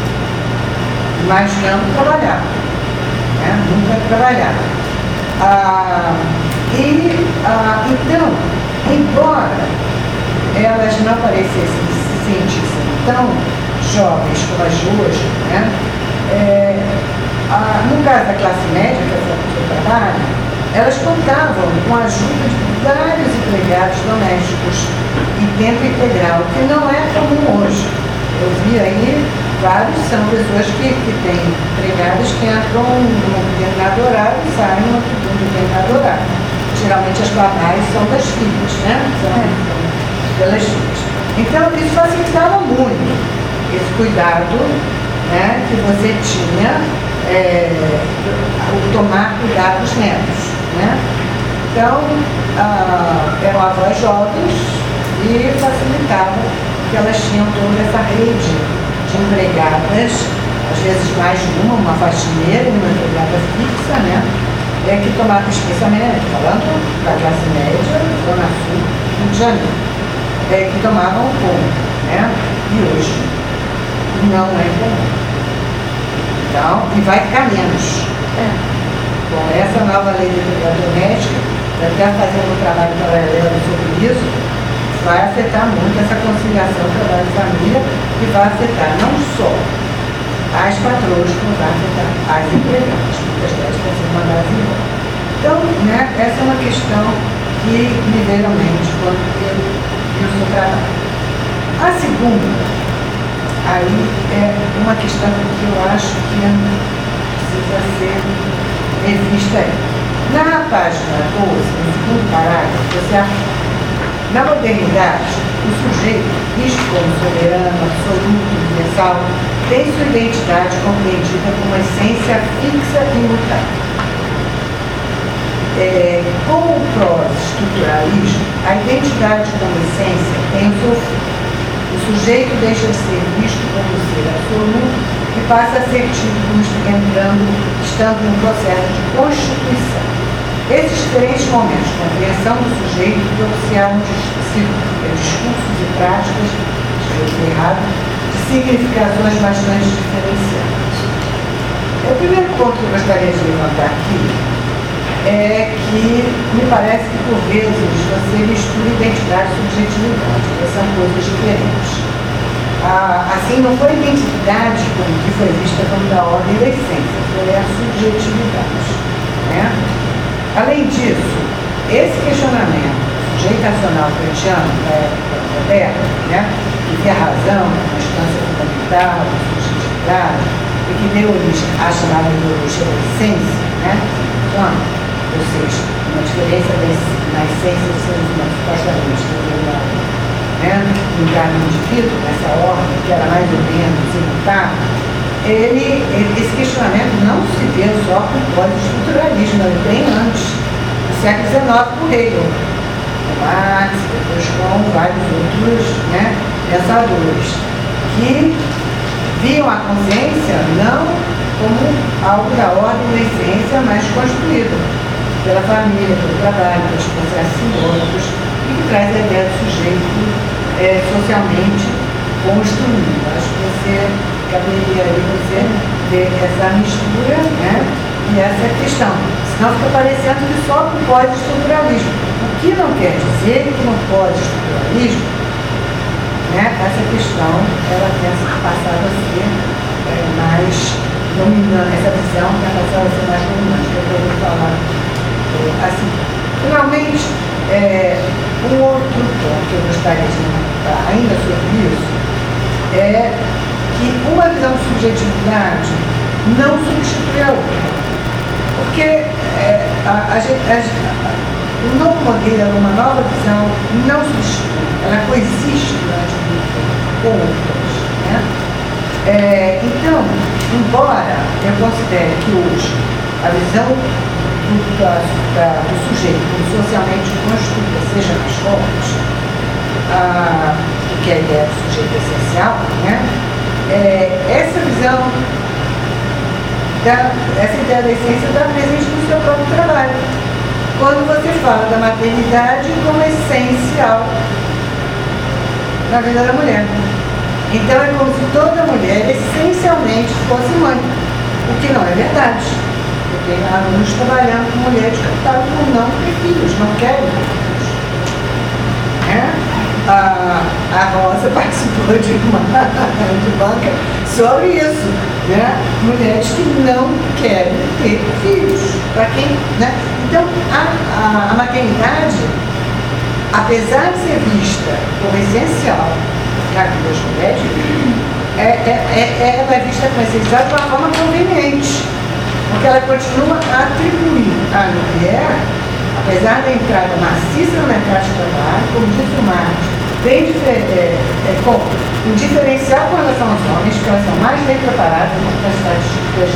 mas não trabalhavam, né? Nunca trabalhavam. Ah, e, ah, então, embora elas não parecessem se sentissem tão jovens como as de hoje, né? É, a, no caso da classe média, que é o seu trabalho, elas contavam com a ajuda de vários empregados domésticos e tempo integral, que não é comum hoje. Eu vi aí vários são pessoas que, que têm empregadas que entram num determinado horário e saem num determinado horário. Geralmente as babás são das filhas, né? São pelas filhas. Então isso facilitava muito esse cuidado, né, que você tinha, é, o tomar cuidado dos netos. Né? Então, ah, eram avós jovens e facilitava que elas tinham toda essa rede de empregadas, às vezes mais de uma, uma faxineira e uma empregada fixa, né, é, que tomava, especialmente falando da classe média, Zona Sul, Rio de Janeiro, é, que tomavam conta. Né? E hoje não é comum. Então, e vai ficar menos. É. Com essa nova lei de atividade doméstica, até fazendo um trabalho paralelo sobre isso, vai afetar muito essa conciliação trabalho-família e vai afetar não só as patroas, como vai afetar as empregadas, muitas delas vão ser mandadas embora. Então, né, essa é uma questão que me veio à mente quando eu vi o seu trabalho. A segunda, aí é uma questão que eu acho que precisa ser revista aí. Na página doze, no segundo parágrafo, você afirma: na modernidade, o sujeito, visto como soberano, absoluto, universal, tem sua identidade compreendida como uma essência fixa e imutável. É, com o pró-estruturalismo, a identidade como essência tem o seu fim. O sujeito deixa de ser visto como ser absoluto e passa a ser tido como entrando, estando em um processo de constituição. Esses diferentes momentos de compreensão do sujeito propiciaram discursos e práticas, estou errado, de significações bastante diferenciadas. O primeiro ponto que eu gostaria de levantar aqui é que me parece que, por vezes, você mistura identidade e subjetividade, que são coisas diferentes. a, assim, não foi a identidade que foi vista como da ordem da essência, foi a subjetividade. Né? Além disso, esse questionamento sujeitacional kantiano da época moderna, né, que vê a razão, a instância fundamental, a subjetividade, e que deu origem à chamada ideologia da essência, né, quando, ou seja, uma diferença na essência dos seres humanos, supostamente, né, no lugar do indivíduo, nessa ordem, que era mais ou menos imutável, ele, esse questionamento não se vê só com o pós-estruturalismo, ele vem antes, no século dezenove, por Hegel, com Marx, depois com vários outros, né, pensadores, que viam a consciência não como algo da ordem da essência, mas construído pela família, pelo trabalho, pelos processos simbólicos, e que traz a ideia do sujeito é, socialmente construído. Acho que você caberia aí você ver essa mistura, né, e essa questão. Senão fica parecendo que só com pós-estruturalismo. O que não quer dizer que no pós-estruturalismo, né, essa questão ela tem passado a ser é, mais dominante, essa visão tem passado a ser mais dominante, que eu vou falar é, assim. Finalmente, é, um outro ponto que eu gostaria de comentar ainda sobre isso é que uma visão de subjetividade não substitui a outra. Porque é, a, a, a, o novo modelo, uma nova visão, não substitui, ela coexiste durante com outras. Né? É, então, embora eu considere que hoje a visão do, da, da, do sujeito como socialmente construída seja mais forte, a, que é a ideia do sujeito essencial, né? É, essa visão, da, essa ideia da essência está presente no seu próprio trabalho. Quando você fala da maternidade como essencial na vida da mulher. Então é como se toda mulher essencialmente fosse mãe, o que não é verdade. Porque há alunos trabalhando com mulheres que optaram por não ter filhos, não querem ter filhos. É? A, a Rosa participou de uma de banca sobre isso, né? Mulheres que não querem ter filhos. Para quem, né? Então, a, a, a maternidade, apesar de ser vista como essencial na vida das mulheres, é, é, é, ela é vista como essencial de uma forma conveniente, porque ela continua a atribuir à mulher, apesar da entrada maciça no mercado de trabalho, como diz o Marx, bem é, é, com um diferencial com relação aos homens, porque elas são mais bem preparadas, as estatísticas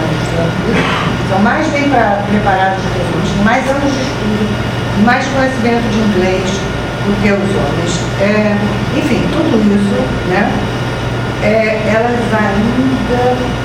são mais bem pra, preparadas do que os homens, mais anos de estudo, mais conhecimento de inglês do que os homens. É, enfim, tudo isso, né, é, elas ainda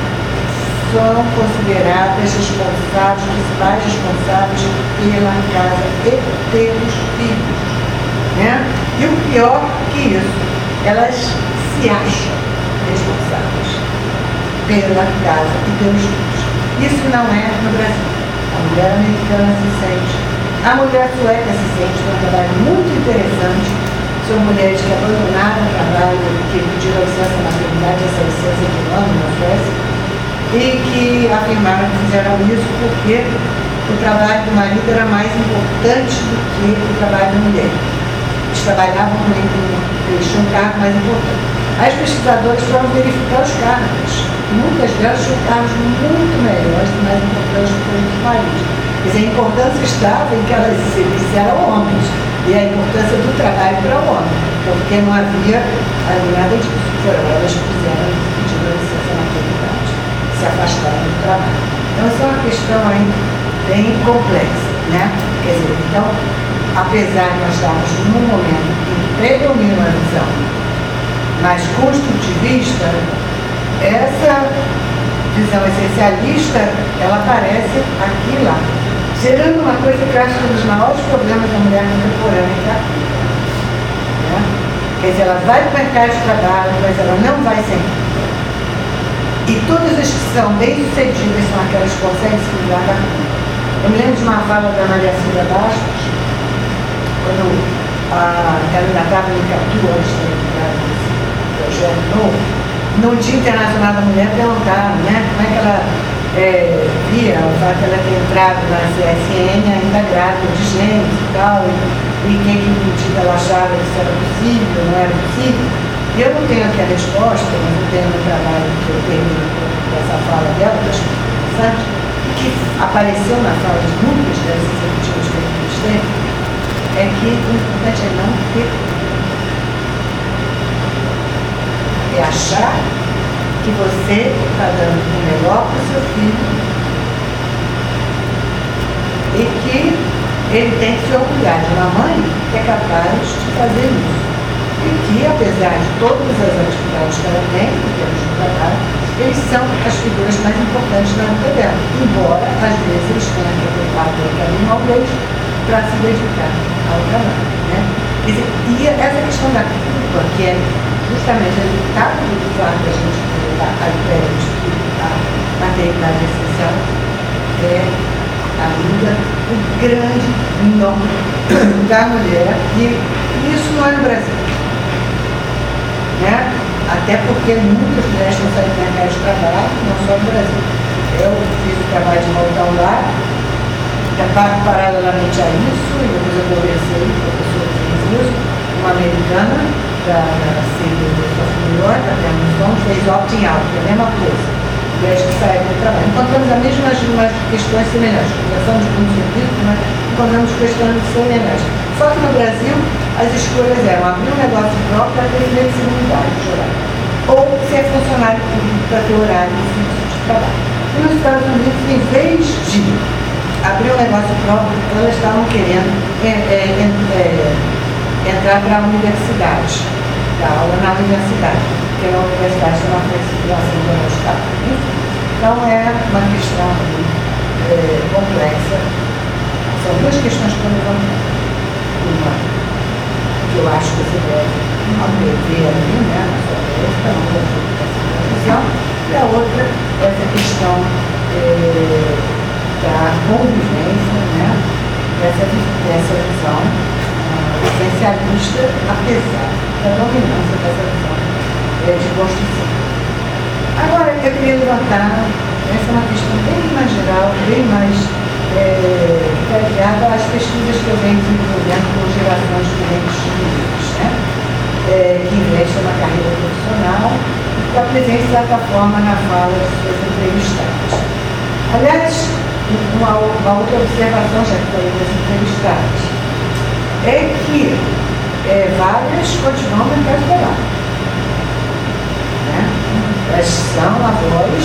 são consideradas responsáveis, principais responsáveis pela casa e pelos filhos. Né? E o pior que isso, elas se acham responsáveis pela casa e pelos filhos. Isso não é no Brasil. A mulher americana se sente, a mulher sueca se sente, tem um trabalho muito interessante. São mulheres que abandonaram o trabalho, que pediram licença maternidade, essa licença de um ano na Suécia, e que afirmaram que fizeram isso porque o trabalho do marido era mais importante do que o trabalho da mulher. Eles trabalhavam com eles tinham um cargo mais importante. As pesquisadoras foram verificar os cargos. Muitas delas tinham cargos muito melhores e mais importantes do que os do país. Quer dizer, a importância estava em que elas se eram homens. E a importância do trabalho para o homem. Porque não havia ali nada disso. Foram elas que fizeram pedido a licença maternidade. Se afastaram do trabalho. Então, isso é uma questão aí bem complexa, né? Quer dizer, então, apesar de nós estarmos num momento em que predomina uma visão mais construtivista, essa visão essencialista, ela aparece aqui e lá, gerando uma coisa que eu acho que é um dos maiores problemas da mulher contemporânea, que é a vida. Né? Quer dizer, ela vai para o mercado de trabalho, mas ela não vai sempre. E todas as que são bem-sucedidas são aquelas que conseguem se livrar da vida. Eu me lembro de uma fala da Maria Cida Bastos, quando ah, ela ainda estava no Catu, antes de entrar nos projeto novo, no Dia Internacional da Mulher perguntaram, né, como é que ela é, via o fato de ela ter entrado na C S N ainda grávida de gêmeos e tal, e, e quem que medida ela achava que isso era possível, não era possível. E eu não tenho aqui a resposta, mas eu tenho no trabalho que eu termino dessa fala dela, que eu acho interessante, que apareceu na fala de muitas das executivas que eu entrevistei, é que o importante é não ter, é achar que você está dando o melhor para o seu filho e que ele tem que se orgulhar de uma mãe que é capaz de fazer isso. E que, apesar de todas as atividades que ela tem, em termos de trabalho, eles são as figuras mais importantes na vida dela. Embora, às vezes, eles tenham que ocupar aquela imóveis para se dedicar ao trabalho. Né? Quer dizer, e essa questão da culpa, que é justamente o resultado do fato da gente ter a ideia de que a maternidade é essencial, é ainda o grande nome da mulher, e isso não é no Brasil. Né? Até porque muitas mulheres não saem do mercado de trabalho, não só no Brasil. Eu fiz o trabalho de voltar ao lar, paralelamente a isso, e depois eu conversei com a pessoa que fez isso, uma americana da C I D de São York, até a missão, fez opting out, que é a mesma coisa, mulheres que saem do trabalho. Encontramos as mesmas umas questões semelhantes, conversamos com muito serviço, mas encontramos questões semelhantes. Só que no Brasil, as escolhas eram abrir um negócio próprio para ter flexibilidade de horário, ou ser funcionário público para ter horário de trabalho. E nos Estados Unidos, em vez de abrir um negócio próprio, elas estavam querendo é, é, é, entrar para a universidade, dar aula na universidade, porque a universidade tem uma flexibilização do Estado. Então é uma questão é, complexa. São duas questões que eu levanto. Uma, que eu acho que você deve ver ali, né, na sua tese, para não confundir essa confusão, e a outra, essa questão é, da convivência, né, dessa, dessa visão uh, essencialista, apesar da dominância dessa visão é, de construção. Agora, eu queria levantar, essa é uma questão bem mais geral, bem mais é, ligada às pesquisas que eu venho desenvolvendo com gerações diferentes de mulheres, né, é, que investem na carreira profissional e que apresentam, de certa forma, na fala de suas entrevistadas. Aliás, Uma, uma outra observação, já que falei das entrevistadas, é que é, várias continuam no mercado de trabalho. Né? Elas são avós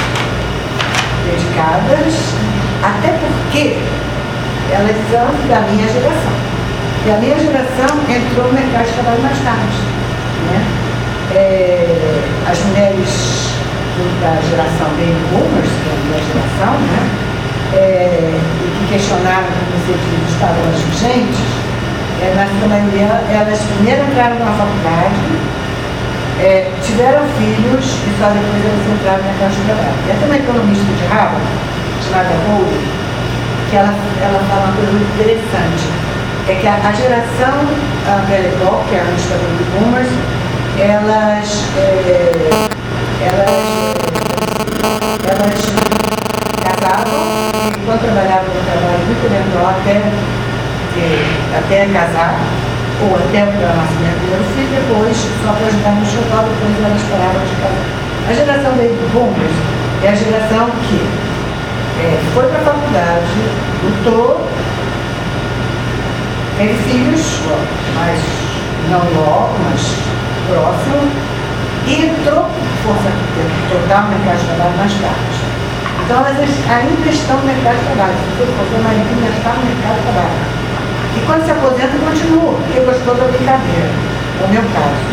dedicadas, até porque elas são da minha geração. E a minha geração entrou no mercado de trabalho mais tarde. Né? É, as mulheres da geração baby boomers, que é a minha geração, né? É, e que questionaram como os efeitos estavam vigentes, é, na sua maioria, elas primeiro entraram na faculdade, é, tiveram filhos e só depois elas entraram na casa de trabalho. E até uma economista de Harvard, chamada Rowley, que ela, ela fala uma coisa muito interessante, é que a, a geração Bellecock, que é a lista dos boomers, elas, é, elas, elas casavam, e quando trabalhavam no trabalho muito eventual até, até casar, ou até o nascimento do meu filho, depois, só para ajudar no enxoval, depois elas paravam de casar. A geração baby boomers é a geração que é, foi para a faculdade, lutou, teve filhos, mas não logo, mas próximo, e entrou com força total no mercado de trabalho mais tarde. Então elas ainda estão no mercado de trabalho. Se você for uma ainda está no mercado de trabalho. E quando se aposenta, continua, porque gostou da brincadeira. É o meu caso.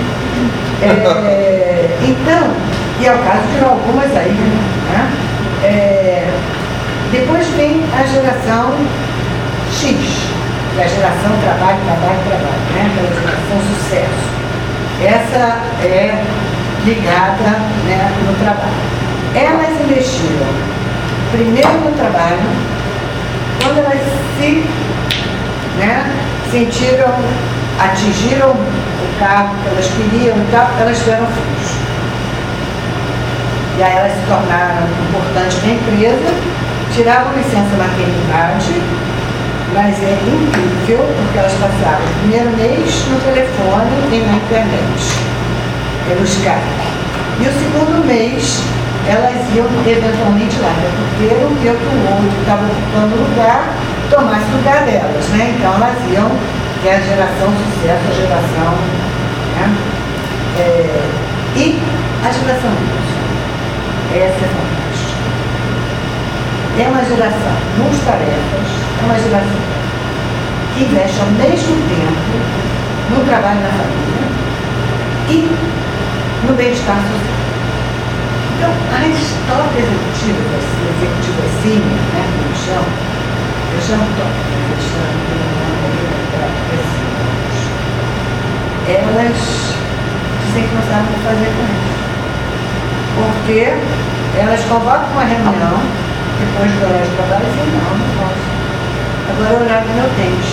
É, então, e é o caso de algumas aí, né? É, depois vem a geração X, que é a geração trabalho, trabalho, trabalho, né? Aquela geração sucesso. Essa é ligada, né, no trabalho. Elas investiram primeiro no trabalho, quando elas se, né, sentiram, atingiram o cargo que elas queriam e tal, elas tiveram filhos. E aí elas se tornaram importantes na empresa, tiravam licença maternidade, mas é incrível porque elas passaram o primeiro mês no telefone e na internet, pelo Skype. E o segundo mês elas iam eventualmente lá, né? Porque não queria que o outro que estava ocupando o lugar tomasse o lugar delas, né? Então elas iam, que é a geração sucesso, a geração, né? É, e a geração Y, essa é fantástica. É uma geração multitarefas, é uma geração que investe ao mesmo tempo no trabalho na família e no bem-estar social. Então, as top executivas, executivas senior, né, que eu chamo, eu chamo top executivas, elas dizem que não sabem o que fazer com isso. Porque elas convocam uma reunião, depois do horário de trabalho, e dizem, não, não posso. Agora é o horário do meu tênis.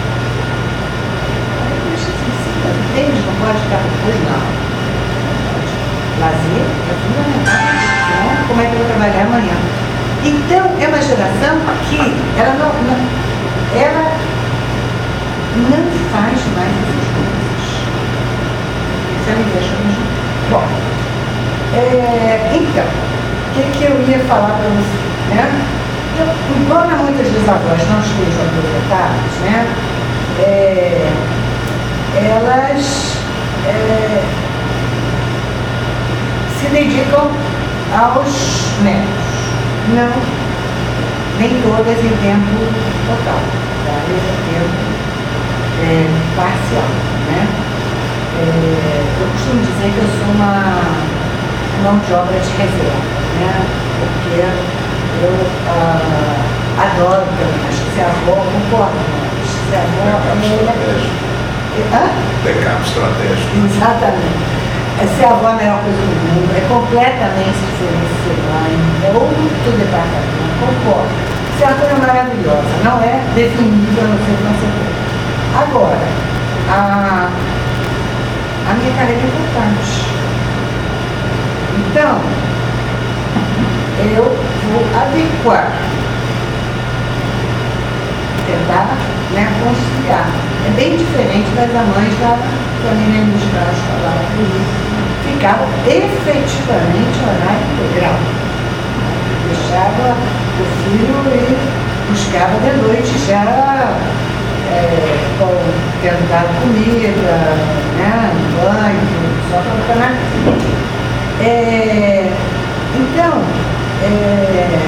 Aí eu deixo assim, sim, mas o tênis não pode ficar depois, não. Lazer é fundamental, como é que eu vou trabalhar amanhã. Então, é uma geração que ela não, não, ela não faz mais essas coisas. Isso é me deixa mesmo. Bom, é, então, o que, que eu ia falar para você? Né? Eu, embora muitas bisavós não estejam aposentadas, né? É, elas é, se dedicam aos netos. Não, nem todas em tempo total, várias em tempo é, parcial, né? É, eu costumo dizer que eu sou uma mão de obra de reserva, né? Porque eu ah, adoro também, acho que ser avó, concordo, acho que ser avó é... Hã? Backup estratégico. Exatamente. Ser avó é a melhor coisa do mundo, é completamente diferente de ser mãe, é outro departamento, concordo. Ser uma coisa maravilhosa, não é definível a não ser consequência. Agora, a, a minha carreira é importante. Então, eu vou adequar, tentar, né, conciliar. É bem diferente das mães da família industrial escolar, por isso ficava efetivamente horário integral. Deixava o filho e buscava de noite já é, tendo dado comida, né, um banho, só para ficar na cozinha. É, então, é,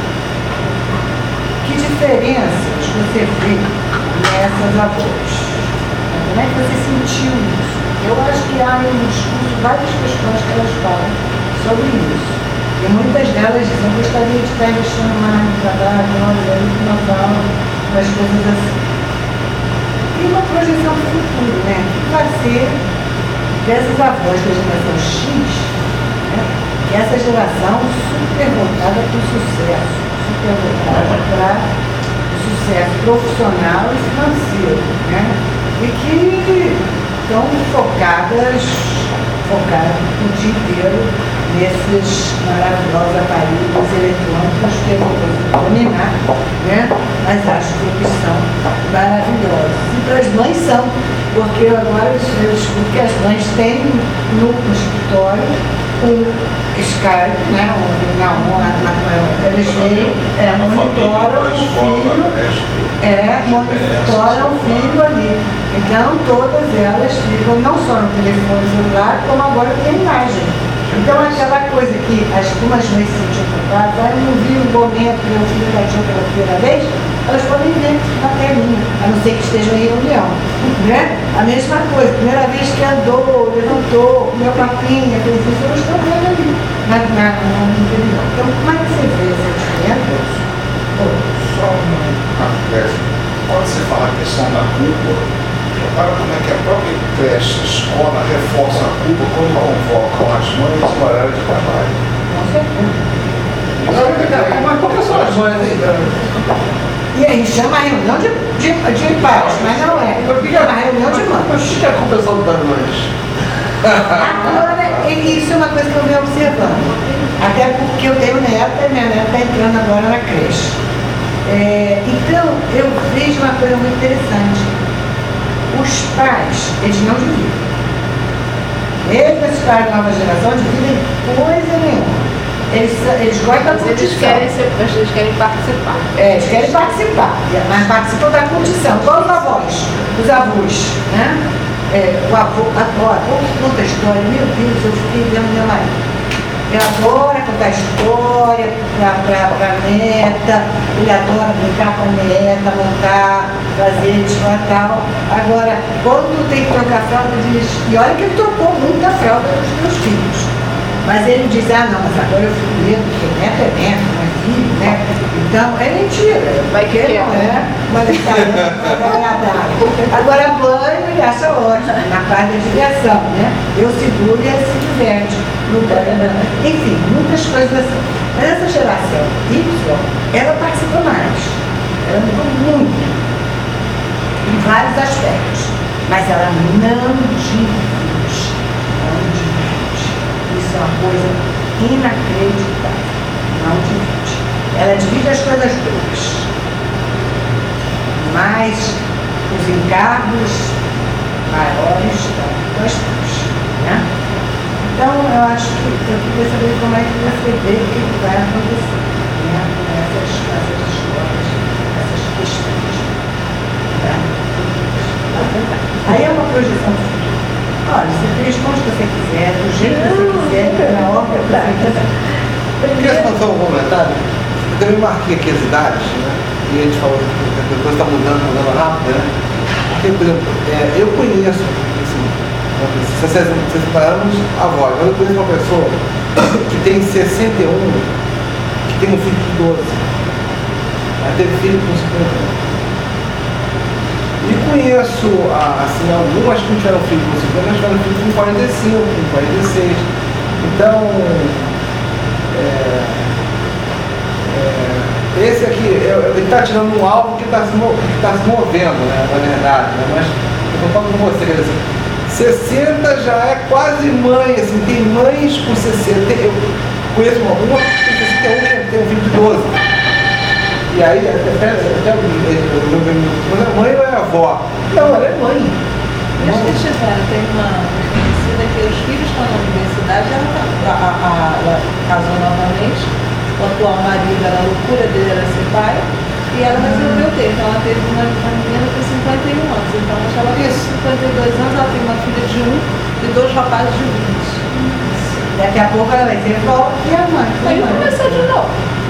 que diferenças você vê nessas avós? Como é que você sentiu isso? Eu acho que há no discurso várias questões que elas falam sobre isso. E muitas delas dizem, eu gostaria de estar investindo mais no trabalho, olha, uma aula, umas coisas assim. E uma projeção para o futuro, né? O que vai ser dessas avós da geração X, né? Que é essa geração super voltada para o sucesso, super voltada para o sucesso profissional e financeiro, né? E que estão focadas, focadas o dia inteiro nesses maravilhosos aparelhos eletrônicos que eu vou dominar, né? Mas acho que eles são maravilhosos. E para as mães são, porque agora eu descubro que as mães têm no escritório um Skype, né? Não, eles veem, é, monitoram o filho, é, monitoram o filho ali. Então todas elas ficam não só no telefone celular, como agora tem imagem. Então aquela coisa que as umas mães se sentiam culpadas, ah, eu não vi o momento que meu filho caiu pela primeira vez, elas podem ver na telinha, a não ser que estejam em reunião. Né? A mesma coisa, primeira vez que andou, levantou, comeu papinha, fez isso, elas estão vendo ali na, na, na televisão. Então como é que você vê essa diferença? Oh, só uma coisa. Quando você fala a questão da culpa, repara como é que a própria creche, escola, reforça a culpa quando convocam as mães no horário de trabalho. Com certeza. Mas qual que são as mães aí? E aí chama a reunião de, de, de pais, mas não é. Chama a reunião de mães. Mas o que é a compensação das mães? Agora, e isso é uma coisa que eu venho observando. Até porque eu tenho neta e minha neta está entrando agora na creche. É, então, eu vejo uma coisa muito interessante. Os pais, eles não dividem. Mesmo esses pais da nova geração dividem coisa nenhuma. Eles, eles gostam da Mas eles curtição. querem, ser, mas eles querem participar. É, eles querem participar, mas participam da curtição. Igual os avós, os avós, né? É, o avô adora, conta a história, meu Deus, eu fiquei vendo meu marido. Ele adora contar história para a neta, ele adora brincar com a neta, montar, fazer, desfrutar tal. Agora, quando tem que trocar fralda, ele diz, e olha que ele trocou muita fralda dos meus filhos. Mas ele diz, ah não, mas agora eu fico medo, porque neto é neto, não é filho, né? Então, é mentira. Vai que Ele é. não é, mas ele está agradável. Agora, banho ele acha ótimo, na parte da diversão, né? Eu seguro e ele se diverte. No banho. Enfim, muitas coisas assim. Mas essa geração Y, ela participa mais. Ela mudou muito. Em vários aspectos. Mas ela não divide. Não divide. Isso é uma coisa inacreditável. Não divide. Ela divide as coisas boas. Mas os encargos maiores das coisas. Né? Então, eu acho que eu queria saber como é que você vê o que vai acontecer, né? Com essas, essas escolas, essas questões. Tá? Aí é uma projeção futura. Olha, você responde o que você quiser, do jeito que você quiser, na hora que você quiser. Eu queria fazer um comentário. Eu também marquei aqui as idades, né? E a gente falou que a coisa está mudando, mudando rápido, né? Porque, por exemplo, é, eu conheço, assim, sessenta anos, avó. Eu conheço uma pessoa que tem sessenta e um, que tem um filho de doze. Ela teve filho com cinquenta anos. E conheço, assim, algumas que não tiveram filho com cinquenta, mas tiveram filho com quarenta e cinco, com quarenta e seis. Então, é, é, esse aqui, ele está tirando um alvo que está se, que tá se movendo, né, na verdade. Né, mas eu estou falando com vocês, assim, sessenta já é quase mãe, assim, tem mães com sessenta, eu conheço uma, uma que tem sessenta e um, tem um filho de doze. E aí, até, até eu mas é mãe ou é avó? Não, ela é mãe. Mas deixa eu ver, tem uma conhecida que os filhos estão na universidade, ela, a, a, a, ela casou novamente, o atual marido, era a loucura dele era ser pai, e ela resolveu ter. Então ela teve uma, uma menina com cinquenta e um anos. Então hoje ela tem cinquenta e dois anos, ela tem uma filha de um e dois rapazes de vinte. Daqui a pouco ela vai ser vó e a mãe. Aí começou de novo.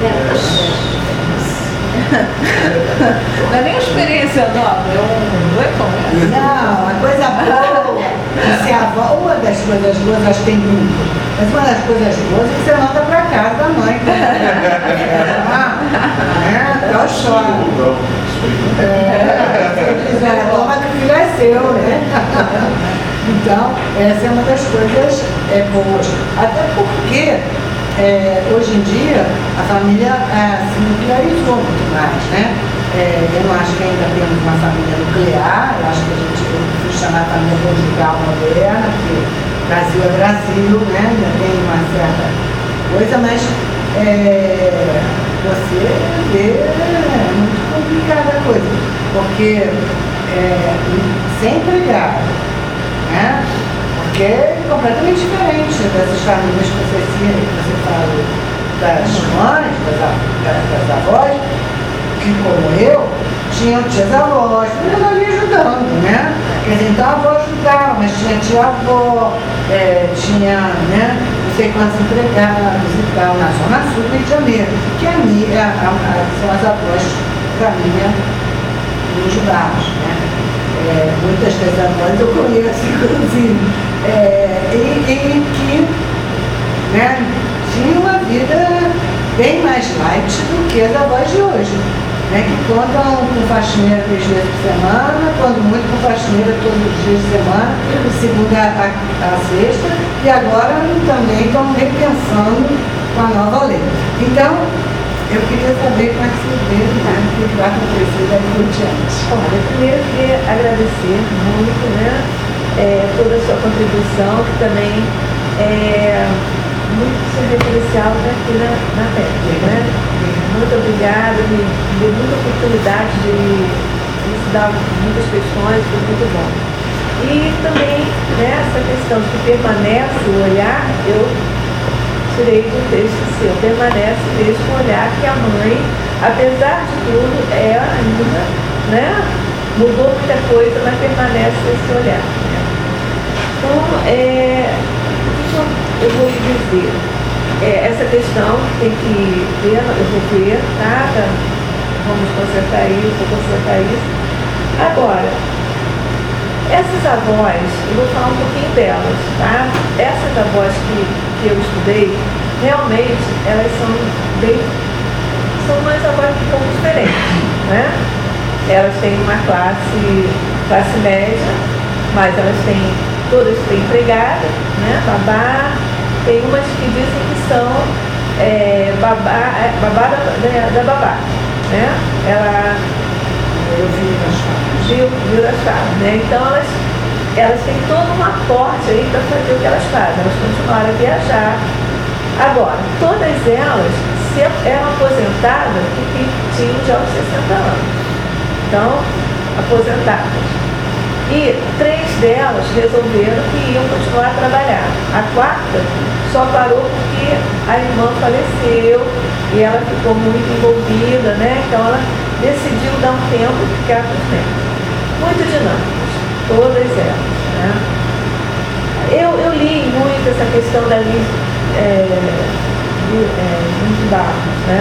Não é nem uma experiência nova, é um recomeço. Não, a coisa boa é ser avó. Uma das coisas boas, acho que tem muitas, mas uma das coisas boas é que você manda pra casa da mãe. Ah, é, dá o choque. É, se quiser, toma que o filho é seu, né? Então, essa é uma das coisas é, boas. Até porque, é, hoje em dia, a família é, se nuclearizou muito mais, né? É, eu não acho que ainda temos uma família nuclear, eu acho que a gente tem que chamar a família conjugal moderna, porque Brasil é Brasil, né? Ainda tem uma certa coisa, mas é, você vê, é muito complicada a coisa, porque é, sem empregado, né? Porque é completamente diferente dessas famílias que você, que você fala das mães, das, das, das avós, que como eu, tinham tias avós, tudo ali ajudando, né? Quer dizer, então a avó ajudava, mas tinha tia-avó, é, tinha, né, não sei quantos empregados e tal, na Zona Sul do Rio de Janeiro, que a minha, a, a, são as avós da minha dos bairros, né? É, muitas das avós eu conheço, inclusive, é, e, e que, né, tinha uma vida bem mais light do que as avós de hoje, né, que contam com faxineira três vezes por semana, quando muito com faxineira todos os dias de semana, de segunda a, a sexta, e agora também estão repensando com a nova lei. Então, eu queria saber como é que você vê, né, o que vai acontecer daí por diante? Olha, primeiro eu queria agradecer muito, né, é, toda a sua contribuição, que também é muito referencial aqui na, na P E C, né? Muito obrigada, me deu muita oportunidade de me estudar muitas questões, foi muito bom. E também, né, essa questão de que permanece o olhar, eu tirei do texto seu, permanece mesmo o olhar que a mãe, apesar de tudo, é ainda, né, mudou muita coisa, mas permanece esse olhar. Né? Então, é, eu vou lhe dizer, é, essa questão tem que ver, eu vou ver, tá? Vamos consertar isso, vou consertar isso. Agora, essas avós, eu vou falar um pouquinho delas, tá? Essas avós que, que eu estudei, realmente, elas são bem, são umas avós um pouco diferentes, né? Elas têm uma classe, classe média, mas elas têm, todas têm empregada, né? Babá, tem umas que dizem que são é, babá, é, babá da, da, da babá, né? Ela Eu vi nas falas. Viu, viu das falas, né? Então elas, elas têm todo um aporte aí para fazer o que elas fazem, elas continuaram a viajar. Agora, todas elas se eram aposentadas porque tinham já os sessenta anos. Então, aposentadas. E três delas resolveram que iam continuar a trabalhar. A quarta só parou porque a irmã faleceu e ela ficou muito envolvida, né? Então ela decidiu dar um tempo e ficar com os netos. Muito dinâmicas, todas elas. Né? Eu, eu li muito essa questão da Liz é, de, é, Barros, né?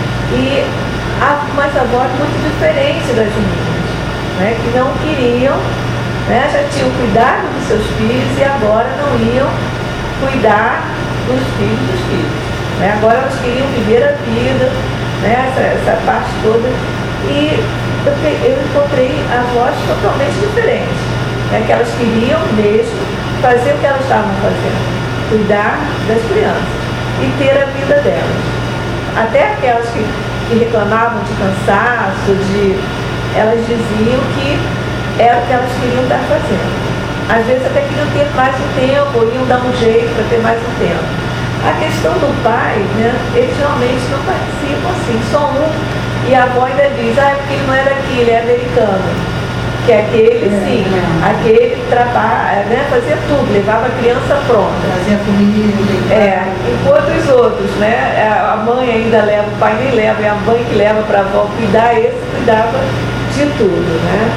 E há umas avós muito diferentes das meninas, né? Que não queriam, né? Já tinham cuidado dos seus filhos e agora não iam cuidar dos filhos dos filhos. Né? Agora elas queriam viver a vida, né? essa, essa parte toda. E eu, eu encontrei avós totalmente diferentes, né? Que elas queriam mesmo fazer o que elas estavam fazendo, cuidar das crianças e ter a vida delas. Até aquelas que, que reclamavam de cansaço, de, elas diziam que era o que elas queriam estar fazendo. Às vezes até queriam ter mais um tempo, ou iam dar um jeito para ter mais um tempo. A questão do pai, né, eles realmente não participam assim, só um. E a avó ainda diz, ah, é porque ele não é daqui, ele é americano. Que aquele, é, sim, é. aquele trabalha, né, fazia tudo, levava a criança pronta. Fazia comida. É, enquanto os outros, né, a mãe ainda leva, o pai nem leva, é a mãe que leva para a avó cuidar, esse cuidava de tudo, né.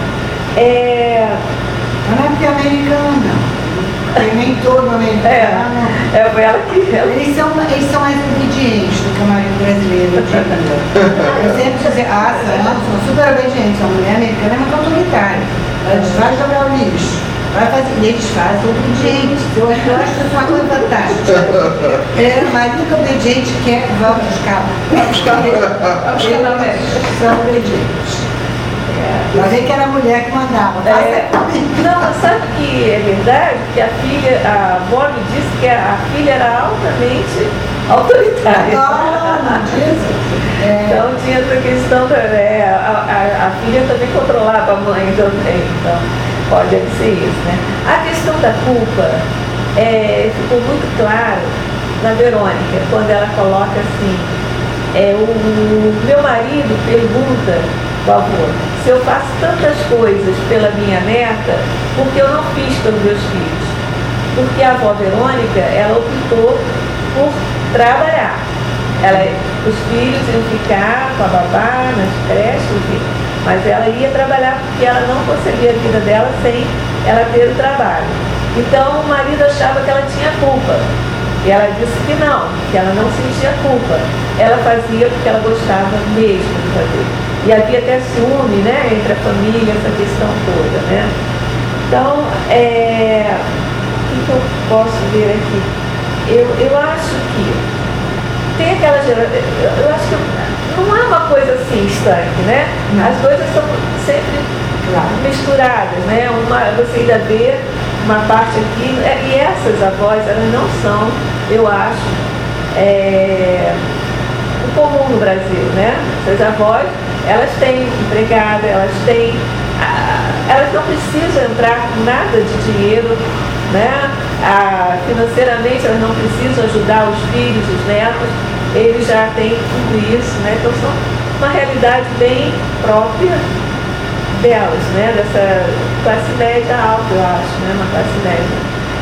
É... Mas não é porque é americano, não. Porque nem todo americano. É, é ela que. Ela... Eles, são, eles são mais obedientes do que o marido brasileiro, eu diria. Eu sempre dizia, ah, são, são super obedientes. A mulher americana é muito autoritária. Ela diz, vai jogar o lixo. Vai fazer, e eles fazem obedientes. Eu, eu acho que isso é uma coisa fantástica. É, o marido que é obediente quer, vamos buscar. Vamos buscar. Vamos buscar. São obedientes. Mas é que era a mulher que mandava. É, não, sabe que é verdade? Que a filha, a avó me disse que a filha era altamente autoritária. Não, disso. É. Então tinha essa questão, é, a, a, a filha também controlava a mãe também. Então pode ser isso, né? A questão da culpa é, ficou muito claro na Verônica, quando ela coloca assim, é, o, o meu marido pergunta, por favor, se eu faço tantas coisas pela minha neta, porque eu não fiz pelos meus filhos? Porque a avó Verônica, ela optou por trabalhar. Ela, os filhos iam ficar com a babá nas creches, enfim, mas ela ia trabalhar porque ela não concebia a vida dela sem ela ter o trabalho. Então o marido achava que ela tinha culpa. E ela disse que não, que ela não sentia culpa. Ela fazia porque ela gostava mesmo de fazer. E havia até ciúme, né, entre a família, essa questão toda, né? Então, é, o que eu posso ver aqui? Eu, eu acho que tem aquela geração, eu acho que não é uma coisa assim estanque, né? As coisas são sempre misturadas, né? Uma, você ainda vê uma parte aqui, e essas avós, elas não são, eu acho, é, comum no Brasil, né? Essas avós, elas têm empregada, elas têm, ah, elas não precisam entrar com nada de dinheiro, né? Ah, financeiramente elas não precisam ajudar os filhos, os netos, eles já têm tudo isso, né? Então são uma realidade bem própria delas, né? Dessa classe média alta, eu acho, né? Uma classe média.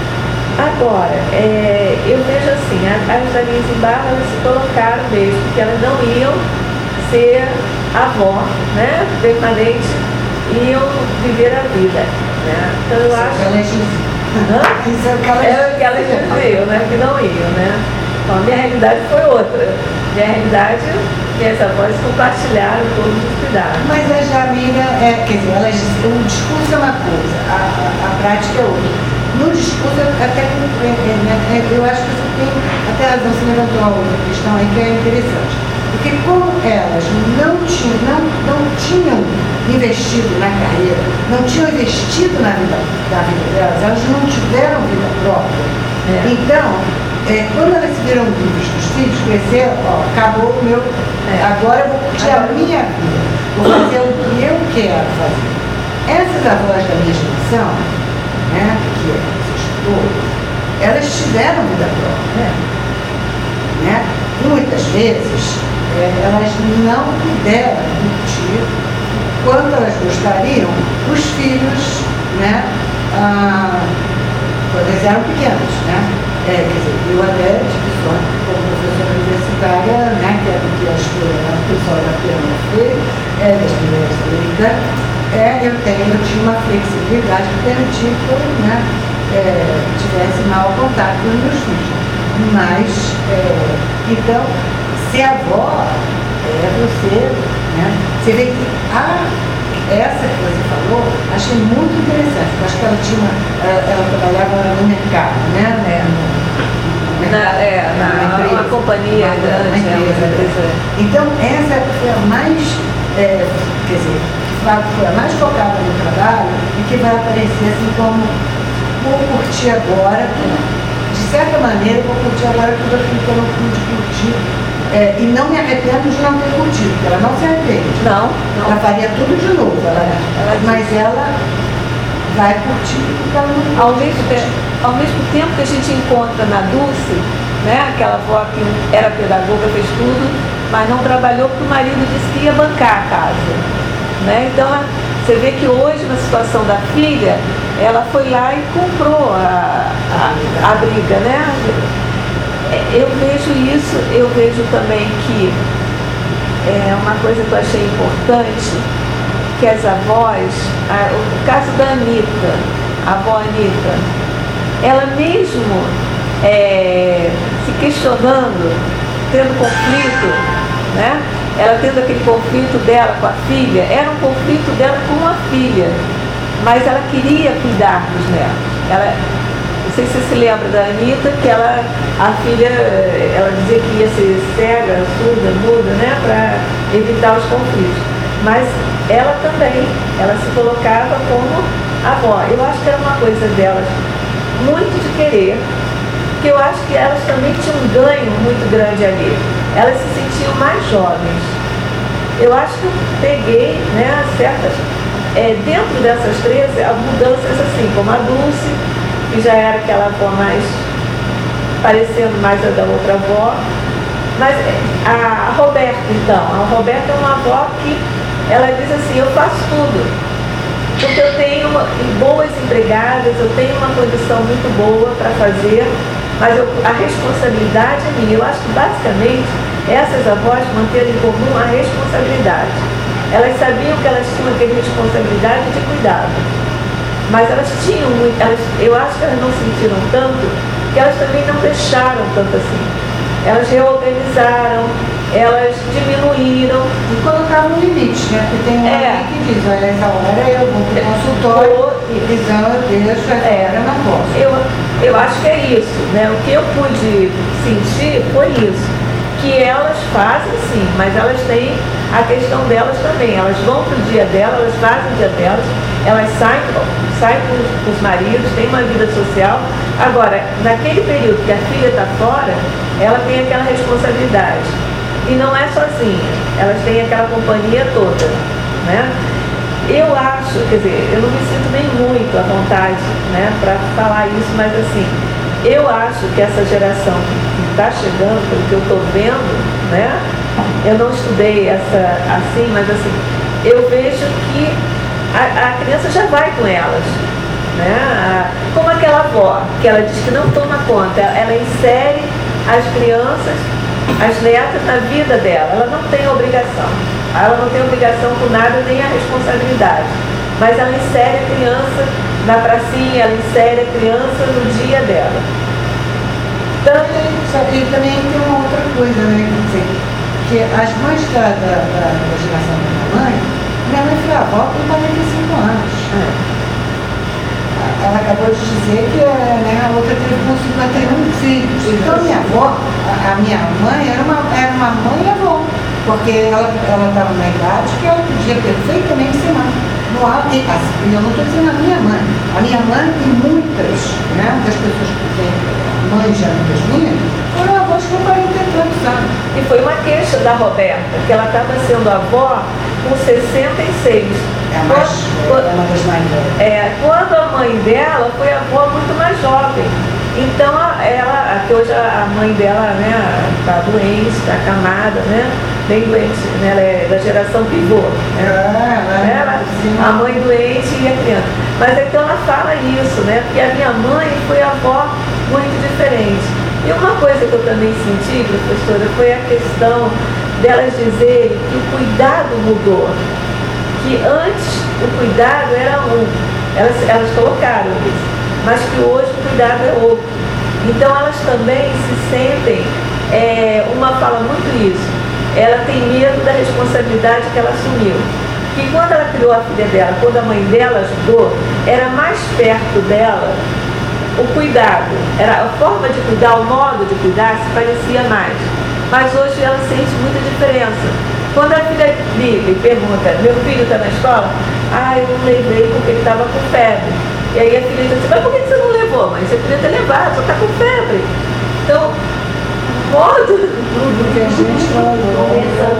Agora, é, eu vejo assim, as Aninhas em Barra, elas se colocaram mesmo, que elas não iam ser avó, né? Permanente, iam viver a vida, né? Então eu acho... Hã? Isso é o que elas Era o que elas diziam, né? Que não iam, né? Então a minha realidade foi outra. Minha realidade, minhas avós compartilharam todos os cuidados. Mas a Jamília, é, quer dizer, elas, o discurso é uma coisa, a, a, a prática é outra. No discurso, eu, até, é, é, eu acho que você tem até razão, você levantou uma outra questão aí que é interessante. Porque como elas não tinham, não, não tinham investido na carreira, não tinham investido na vida, na vida delas, elas não tiveram vida própria. É. Então, é, quando elas se viram livres dos filhos, cresceram, ó, acabou o meu, É. agora eu vou curtir a minha vida, vou fazer o que eu quero fazer. Essas avós da minha geração, né, que você estudou, elas tiveram vida própria, né? E muitas vezes é, elas não puderam curtir quanto elas gostariam os filhos, né, ah, quando eles eram pequenos, né? É, quer dizer, eu até tive sorte como professora universitária, né, que era o que a escola, a pessoa da Piana foi, é, das primeiras americanas, é, eu, tenho, eu tinha uma flexibilidade que permitia que eu, né, é, tivesse mau contato com os meus filhos. Mas, é, então, ser avó é você, né, você vê que a, essa que você falou, achei muito interessante, porque acho que ela tinha uma, ela, ela trabalhava no mercado, né, né no, no Na, é, na, na uma, uma companhia uma, grande, uma empresa, é, uma empresa. Então, essa foi a mais, é, quer dizer, foi a mais focada no trabalho e que vai aparecer assim como vou curtir agora, de certa maneira, vou curtir agora tudo aquilo que eu não pude curtir. É, e não me arrependo de não ter curtido, porque ela não se arrepende. Não, não. Ela faria tudo de novo, ela, Ela diz. mas ela vai curtir porque ela não Ao pode mesmo, curtir. tempo, ao mesmo tempo que a gente encontra na Dulce, né, aquela avó que era pedagoga, fez tudo, mas não trabalhou porque o marido disse que ia bancar a casa. Né? Então, você vê que hoje, na situação da filha, ela foi lá e comprou a, a, a briga, né? Eu vejo isso, eu vejo também que é uma coisa que eu achei importante, que as avós, a, o caso da Anitta, a avó Anitta, ela mesmo é, se questionando, tendo conflito, né? Ela tendo aquele conflito dela com a filha, era um conflito dela com a filha, mas ela queria cuidar dos netos. Ela, não sei se você se lembra da Anitta, que ela, a filha, ela dizia que ia ser cega, surda, muda, né, para evitar os conflitos. Mas ela também, ela se colocava como avó. Eu acho que era uma coisa delas muito de querer, porque eu acho que elas também tinham um ganho muito grande ali. Elas se sentiam mais jovens. Eu acho que eu peguei, né, certas, é, dentro dessas três, mudanças assim, como a Dulce, que já era aquela avó mais, parecendo mais a da outra avó. Mas a Roberta, então, a Roberta é uma avó que, ela diz assim, eu faço tudo. Porque eu tenho uma, boas empregadas, eu tenho uma condição muito boa para fazer, mas eu, a responsabilidade é minha. Eu acho que, basicamente, essas avós manteram em comum a responsabilidade. Elas sabiam que elas tinham aquela responsabilidade de cuidado. Mas elas tinham muito, elas, eu acho que elas não sentiram tanto, que elas também não deixaram tanto assim. Elas reorganizaram, elas diminuíram. E colocaram um limite, né? Porque tem uma É. lei que diz, olha, essa hora eu vou para o consultório, então eu deixo, essa É. hora eu não posso. Eu, eu acho que é isso, né? O que eu pude sentir foi isso. Que elas fazem sim, mas elas têm a questão delas também. Elas vão para o dia delas, elas fazem o dia delas, elas saem, saem com os, com os maridos, têm uma vida social. Agora, naquele período que a filha está fora, ela tem aquela responsabilidade e não é sozinha, elas têm aquela companhia toda, né? Eu acho, quer dizer, eu não me sinto nem muito à vontade, né, para falar isso, mas assim, eu acho que essa geração que está chegando, pelo que eu estou vendo, né, eu não estudei essa assim, mas assim, eu vejo que a, a criança já vai com elas, né, a, como aquela avó, que ela diz que não toma conta, ela insere as crianças, as netas na vida dela, ela não tem obrigação. Ela não tem obrigação com nada, nem a responsabilidade. Mas ela insere a criança na pracinha, ela insere a criança no dia dela. Então, só que também tem uma outra coisa, né? Quer dizer, que as mães da, da, da, da geração da minha mãe, minha mãe foi avó com quarenta e cinco anos. É. Ela acabou de dizer que, né, a outra teve com cinquenta e um filhos. Então, a minha avó, a, a minha mãe, era uma, era uma mãe e avó. Porque ela estava na idade que ela podia perfeitamente ser mãe. No, e assim, eu não estou dizendo a minha mãe. A minha mãe e muitas, né, das pessoas que têm mães já muitas minhas, foram avós com quarenta e tantos anos. E foi uma queixa da Roberta, que ela estava sendo avó com sessenta e seis. É, mais, quando, é uma das mais velhas. É, quando a mãe dela foi avó muito mais jovem. Então, ela, que hoje a mãe dela, né, está doente, está acamada, né, bem doente, né, ela é da geração pivô, né, é, ela, a mãe doente e a criança. Mas então ela fala isso, né, porque a minha mãe foi avó muito diferente. E uma coisa que eu também senti, professora, foi a questão delas dizerem que o cuidado mudou, que antes o cuidado era um, elas, elas colocaram isso, mas que hoje o cuidado é outro. Então elas também se sentem, é, uma fala muito isso, ela tem medo da responsabilidade que ela assumiu. Que quando ela criou a filha dela, quando a mãe dela ajudou, era mais perto dela o cuidado, era a forma de cuidar, o modo de cuidar se parecia mais. Mas hoje ela sente muita diferença. Quando a filha liga e pergunta, meu filho está na escola? Ah, eu não levei porque ele estava com febre. E aí a filha diz assim, mas por que você não levou, mãe? Você podia ter levado, só está com febre. Então, modo... Tudo que a gente falou.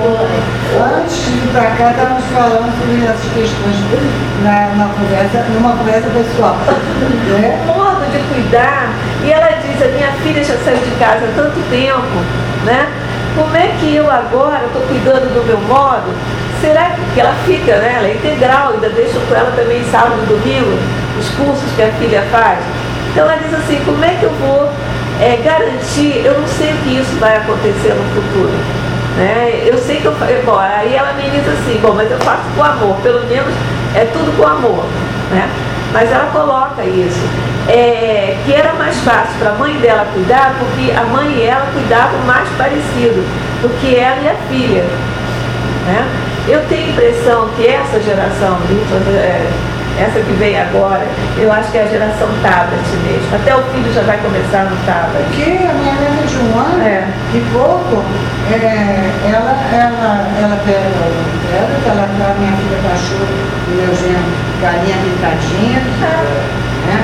Antes de ir para cá, estávamos falando sobre essas questões na, na conversa, numa conversa pessoal. Né? O modo de cuidar, e ela diz, a minha filha já saiu de casa há tanto tempo, né? Como é que eu agora estou cuidando do meu modo? Será que ela fica, né? Ela é integral, ainda deixo com ela também sábado e domingo, os cursos que a filha faz. Então ela diz assim, como é que eu vou é, garantir, eu não sei o que isso vai acontecer no futuro. Né? Eu sei que eu faço, bom, aí ela me diz assim, bom, mas eu faço com amor, pelo menos é tudo com amor. Né? Mas ela coloca isso, é, que era mais fácil para a mãe dela cuidar, porque a mãe e ela cuidavam mais parecido do que ela e a filha. Né? Eu tenho a impressão que essa geração, é, essa que vem agora, eu acho que é a geração tablet mesmo. Até o filho já vai começar no tablet. Porque a minha neta de um ano é. e pouco, é, ela, ela, ela pega o tablet, ela dá a minha filha cachorro, o meu genro, galinha pintadinha. Ah. Né?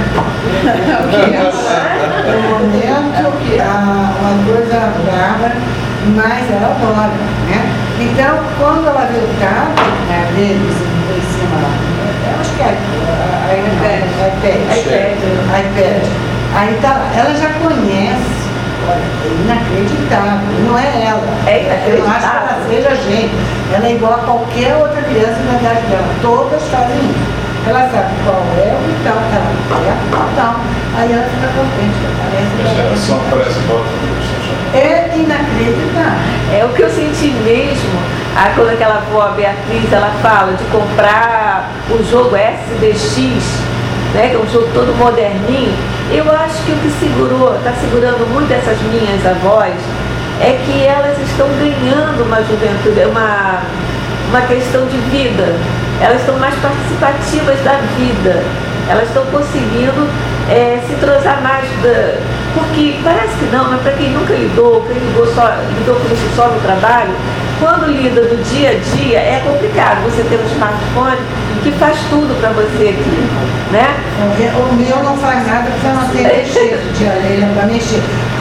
No momento, a, uma coisa brava, mas ela adora. Né? Então, quando ela vê o tablet, né, deles em cima, eu acho que é iPad, iPad, iPad. Aí tá lá, ela já conhece, olha, é inacreditável, não é ela. É inacreditável. Eu não acho que ela seja gente. Ela é igual a qualquer outra criança na idade dela. Todas fazem isso. Ela sabe qual é o botão, ela quer o botão. Aí ela fica contente. A geração parece bota. É inacreditável. É o que eu senti mesmo, ah, quando aquela avó Beatriz, ela fala de comprar o jogo S D X, né, que é um jogo todo moderninho. Eu acho que o que segurou, está segurando muito essas minhas avós, é que elas estão ganhando uma juventude, uma, uma questão de vida. Elas estão mais participativas da vida. Elas estão conseguindo é, se entrosar mais, da, porque parece que não, mas para quem nunca lidou, quem lidou, só, lidou com isso só no trabalho, quando lida do dia a dia é complicado você ter um smartphone que faz tudo para você aqui, né? O meu não faz nada porque eu não sei mexer, tia Leila, para mexer.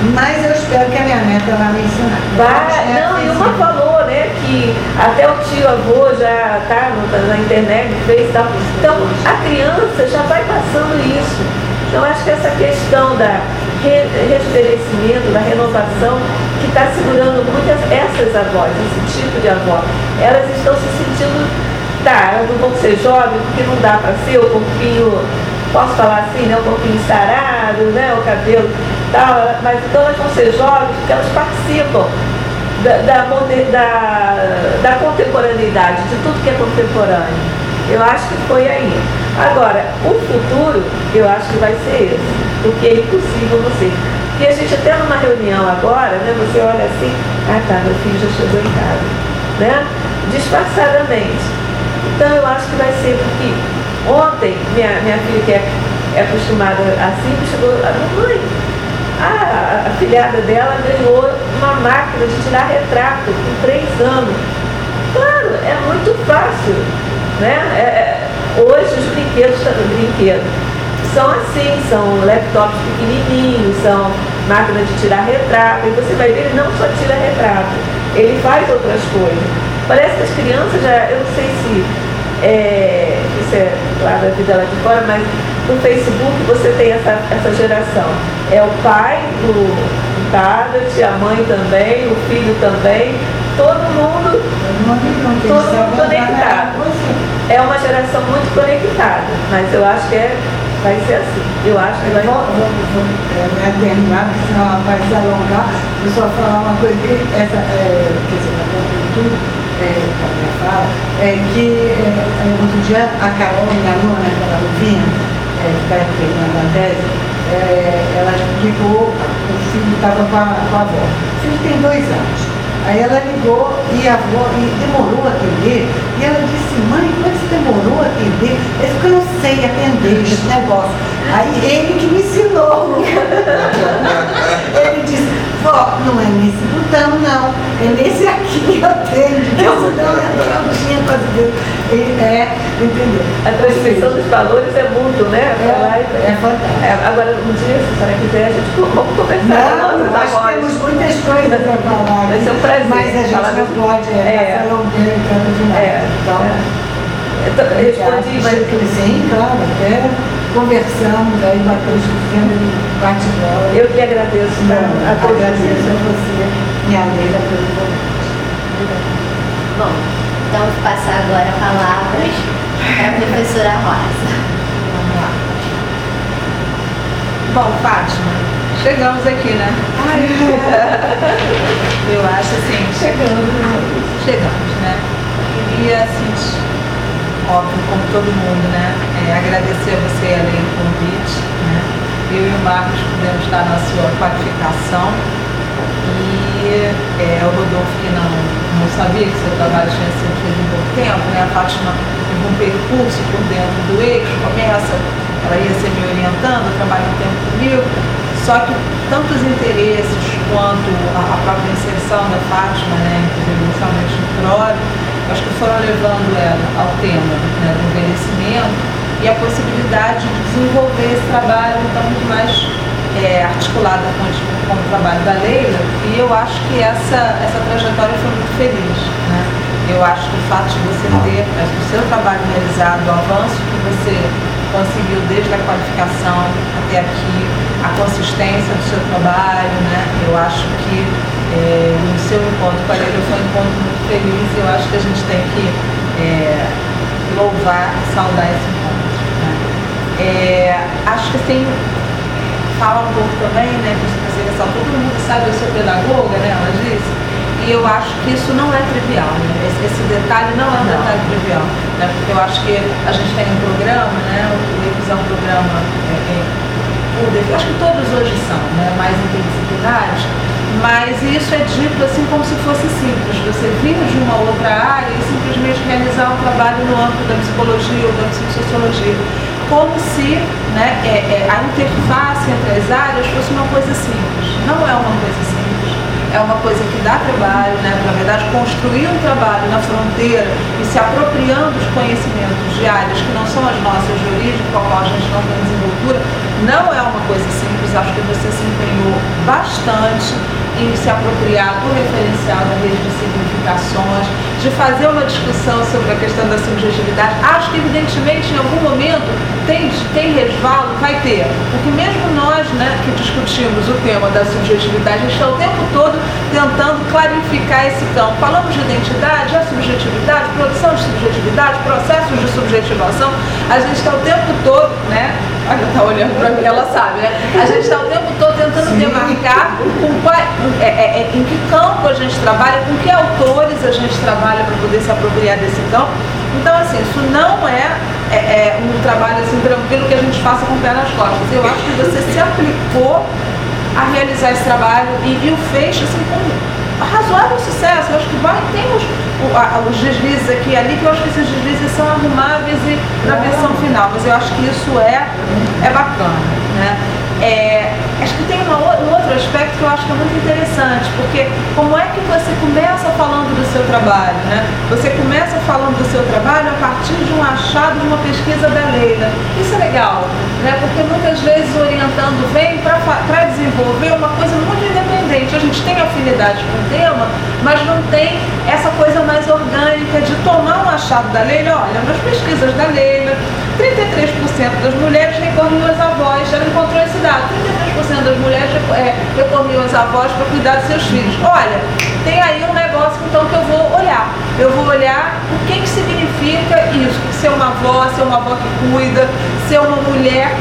Mas eu espero que a minha neta vá me ensinar. Vai, não, e uma falou, né, que até o tio avô já tá no, na internet, fez e tal. Então, a criança já vai passando isso. Então, acho que essa questão da re, rejuvenescimento, da renovação, que está segurando muitas essas avós, esse tipo de avó, elas estão se sentindo, tá, elas não vão ser jovens, porque não dá para ser o corpinho, posso falar assim, né, o corpinho sarado, né, o cabelo tal, mas então elas vão ser jovens porque elas participam da, da, da, da contemporaneidade, de tudo que é contemporâneo. Eu acho que foi aí. Agora, o futuro, eu acho que vai ser esse, porque é impossível você. Porque a gente até numa reunião agora, né, você olha assim, ah tá, meu filho já chegou em casa, né? Disfarçadamente. Então eu acho que vai ser porque ontem, minha, minha filha que é, é acostumada assim, chegou, a mamãe, a, a filhada dela ganhou uma máquina de tirar retrato com três anos. Claro, é muito fácil, né? É, é, hoje os brinquedos, brinquedos são assim, são laptops pequenininhos, são máquinas de tirar retrato, e você vai ver, ele não só tira retrato, ele faz outras coisas. Parece que as crianças já, eu não sei se é, isso é lá da vida lá de fora, mas no Facebook você tem essa, essa geração. É o pai do, do tablet, a mãe também, o filho também, todo mundo, todo mundo conectado. É uma geração muito conectada, mas eu acho que é, vai ser assim. Eu acho que vai... Vou, vou, vou é, terminar, porque senão ela vai se alongar. Eu só falar uma coisa que essa, é, quer dizer, tudo, é, a minha fala, é que é, outro dia a Carol, minha aluna, né, quando ela vinha, é, que está terminando a tese, é, ela ligou, o filho estava com, com a avó. O filho tem dois anos. Aí ela ligou e a avó e demorou a atender. E ela disse, mãe, como é que você demorou a atender? Ele disse que eu não sei atender esse negócio. Aí ele que me ensinou. Ele disse, vó, não é nesse botão não, é nesse aqui que eu atendo. Esse não é não tinha para dizer. É, entendeu? A transmissão dos valores é mútuo, né? É, é fantástico. É, agora, um dia, se a senhora quiser, a gente vamos conversar. Não, nós temos muitas coisas a falar. Vai ser um prazer. Mas a gente falar não do... pode, é, é. não tem tanto demais. É. Então, é. Eu respondi, mas... Sim, claro, até conversamos, aí batemos fazendo bate-bola. Eu que agradeço, tá? Não, a todos. agradeço a você, minha Leila, pelo convite. Bom, então vou passar agora palavras para a professora Rosa. Vamos lá. Bom, Fátima, chegamos aqui, né? Eu acho assim, chegamos, chegamos, né? Queria, assim, óbvio, como todo mundo, né? É, agradecer a você, além do convite, né? Eu e o Marcos pudemos estar na sua qualificação e é, o Rodolfo, que não, não sabia que seu trabalho tinha sido feito em pouco tempo, né? A Fátima teve um percurso por dentro do eixo, começa, ela ia ser me orientando, trabalha um tempo comigo, só que tantos interesses quanto a, a própria inserção da Fátima, né? Inclusive inicialmente no PROD, acho que foram levando ela ao tema, né, do envelhecimento e a possibilidade de desenvolver esse trabalho então muito mais é, articulado com, com o trabalho da Leila, e eu acho que essa, essa trajetória foi muito feliz, né? Eu acho que o fato de você ter o seu trabalho realizado, o avanço que você conseguiu desde a qualificação até aqui, a consistência do seu trabalho, né? Eu acho que é, o seu encontro com a Leila foi um encontro muito feliz, e eu acho que a gente tem que é, louvar e saudar esse encontro, né? É, acho que assim, fala um pouco também, né, que você ressaltou, todo mundo sabe, eu sou pedagoga, né, ela disse, e eu acho que isso não é trivial, né, esse, esse detalhe não é um não. detalhe trivial, né, porque eu acho que a gente tem um programa, né, o I F S é um programa, é, é, eu acho que todos hoje são, né, mais interdisciplinares, mas isso é dito assim como se fosse simples, você vir de uma outra área e simplesmente realizar um trabalho no âmbito da psicologia ou da psicossociologia, como se, né, é, é, a interface entre as áreas fosse uma coisa simples. Não é uma coisa simples, é uma coisa que dá trabalho, né, na verdade construir um trabalho na fronteira e se apropriando de conhecimentos de áreas que não são as nossas de origem, com a qual a gente não tem desenvoltura, Não é uma coisa simples, acho que você se empenhou bastante em se apropriar do referencial da rede de significações, de fazer uma discussão sobre a questão da subjetividade. Acho que, evidentemente, em algum momento tem, tem resvalo, vai ter, porque mesmo nós, né, que discutimos o tema da subjetividade, a gente está o tempo todo tentando clarificar esse campo. Falamos de identidade, a subjetividade, produção de subjetividade, processos de subjetivação, a gente está o tempo todo, né? Ela está olhando para mim, ela sabe, né? A gente está o tempo todo tentando demarcar com qual, é, é, é, em que campo a gente trabalha, com que autores a gente trabalha para poder se apropriar desse campo. Então, assim, isso não é, é, é um trabalho assim, tranquilo que a gente faça com o pé nas costas. Eu acho que você se aplicou a realizar esse trabalho e, e o fez assim, com razoável sucesso. Eu acho que vai, tem os, o, a, os deslizes aqui e ali, que eu acho que esses deslizes são arrumáveis e na versão final, mas eu acho que isso é, é bacana, né? É, acho que tem uma, um outro aspecto que eu acho que é muito interessante, porque como é que você começa falando do seu trabalho, né? Você começa falando do seu trabalho a partir de um achado de uma pesquisa da Leila. Isso é legal, né? Porque muitas vezes o orientando vem para desenvolver uma coisa muito independente. A gente tem afinidade com o tema, mas não tem essa coisa mais orgânica de tomar um achado da Leila. Olha, nas pesquisas da Leila, trinta e três por cento das mulheres recorriam às avós. Ela encontrou esse dado. trinta e três por cento das mulheres é, recorriam às avós para cuidar dos seus filhos. Olha, tem aí um negócio então que eu vou olhar. Eu vou olhar o que, que significa isso. Ser uma avó, ser uma avó que cuida, ser uma mulher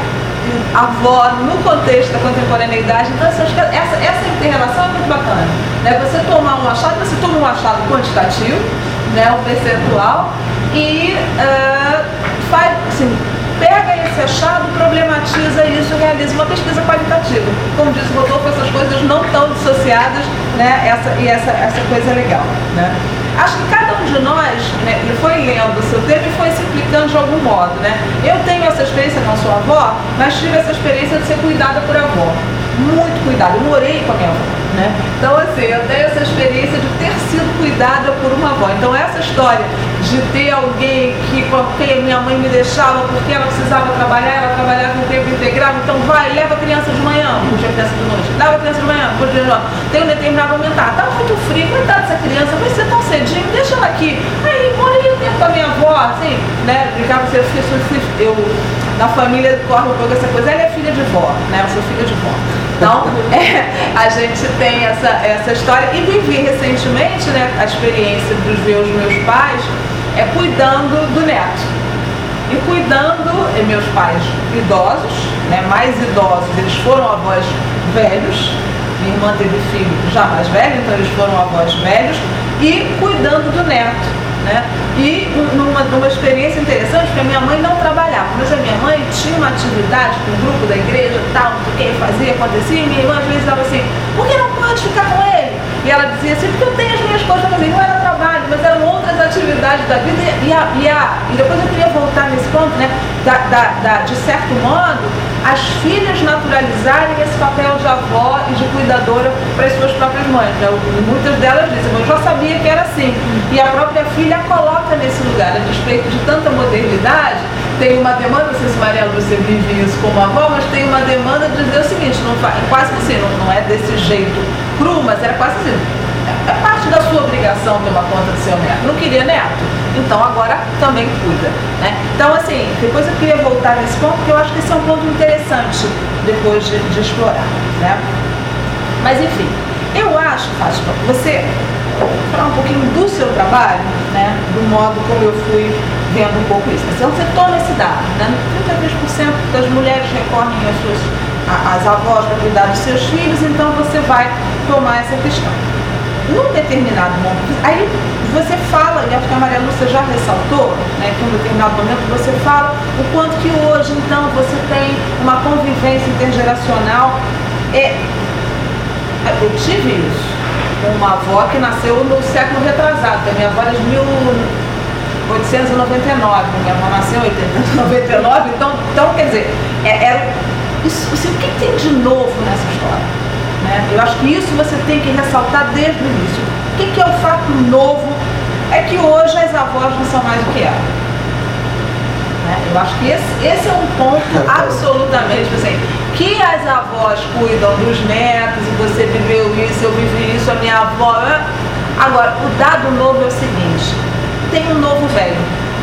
avó no contexto da contemporaneidade. Então, assim, acho que essa, essa inter-relação é muito bacana, né? Você tomar um achado, você toma um achado quantitativo, né, um percentual, e uh, faz, assim, pega esse achado, problematiza isso, realiza uma pesquisa qualitativa. Como disse o Rodolfo, essas coisas não estão dissociadas, né? Essa, e essa, essa coisa é legal, né? Acho que cada um de nós, né, ele foi lendo o seu tema e foi se implicando de algum modo, né? Eu tenho essa experiência, não sou avó, mas tive essa experiência de ser cuidada por avó. Muito cuidada, eu morei com a minha avó, né? Então, assim, eu tenho essa experiência de ter sido cuidada por uma avó. Então, essa história de ter alguém que, com quem minha mãe me deixava porque ela precisava trabalhar, ela trabalhava em tempo integral, então vai, leva a criança de manhã, podia criança de noite, leva a criança de manhã, podia de noite. Tem um determinado momento, ah, tá muito frio, coitada dessa criança, vai ser tão cedinho, deixa ela aqui. Aí, morei o tempo com a minha avó, assim, né? Brincava, eu fui, fui, eu, na família corre um pouco essa coisa, ela é filha de vó, né? Eu sou filha de vó. Então, é, a gente tem essa, essa história e vivi recentemente, né, a experiência de ver os meus pais é, cuidando do neto. E cuidando, e meus pais idosos, né, mais idosos, eles foram avós velhos, minha irmã teve filho já mais velho, então eles foram avós velhos, e cuidando do neto. Né? E numa, numa experiência interessante, porque a minha mãe não trabalhava, mas a minha mãe tinha uma atividade com o grupo da igreja, tal, o que fazia, acontecia, e minha irmã às vezes estava assim, por que não pode ficar com ele? E ela dizia assim, porque eu tenho as minhas coisas para fazer, não era trabalho, mas eram outras atividades da vida, e, a, e, a, e depois eu queria voltar nesse ponto, né, da, da, da, de certo modo, as filhas naturalizarem esse papel de avó e de cuidadora para as suas próprias mães. Né? Muitas delas dizem, mas eu já sabia que era assim. E a própria filha a coloca nesse lugar, a despeito de tanta modernidade, tem uma demanda, não sei se Maria Lúcia vive isso como avó, mas tem uma demanda de dizer o seguinte, não faz, quase que assim, não, não é desse jeito cru, mas era quase assim, é parte da sua obrigação tomar conta do seu neto. Não queria neto, então agora também cuida, né? Então, assim, depois eu queria voltar nesse ponto, porque eu acho que esse é um ponto interessante depois de, de explorar, né? Mas, enfim, eu acho, Fátima, você falar um pouquinho do seu trabalho, né? Do modo como eu fui vendo um pouco isso. Então, você toma esse dado, né? trinta e três por cento das mulheres recorrem às suas as avós para cuidar dos seus filhos, então você vai tomar essa questão. Num determinado momento, aí você fala, e acho que a Maria Lúcia já ressaltou, né, que em um determinado momento você fala o quanto que hoje, então, você tem uma convivência intergeracional. É, eu tive isso com uma avó que nasceu no século retrasado, a minha avó é de mil oitocentos e noventa e nove, minha avó nasceu em oitocentos e noventa e nove, então, então quer dizer, é, era, isso, assim, o que tem de novo nessa história? Né? Eu acho que isso você tem que ressaltar desde o início. O que, que é o fato novo? É que hoje as avós não são mais o que eram. Né? Eu acho que esse, esse é um ponto absolutamente assim, que as avós cuidam dos netos, e você viveu isso, eu vivi isso, a minha avó. Agora, o dado novo é o seguinte, tem um novo velho.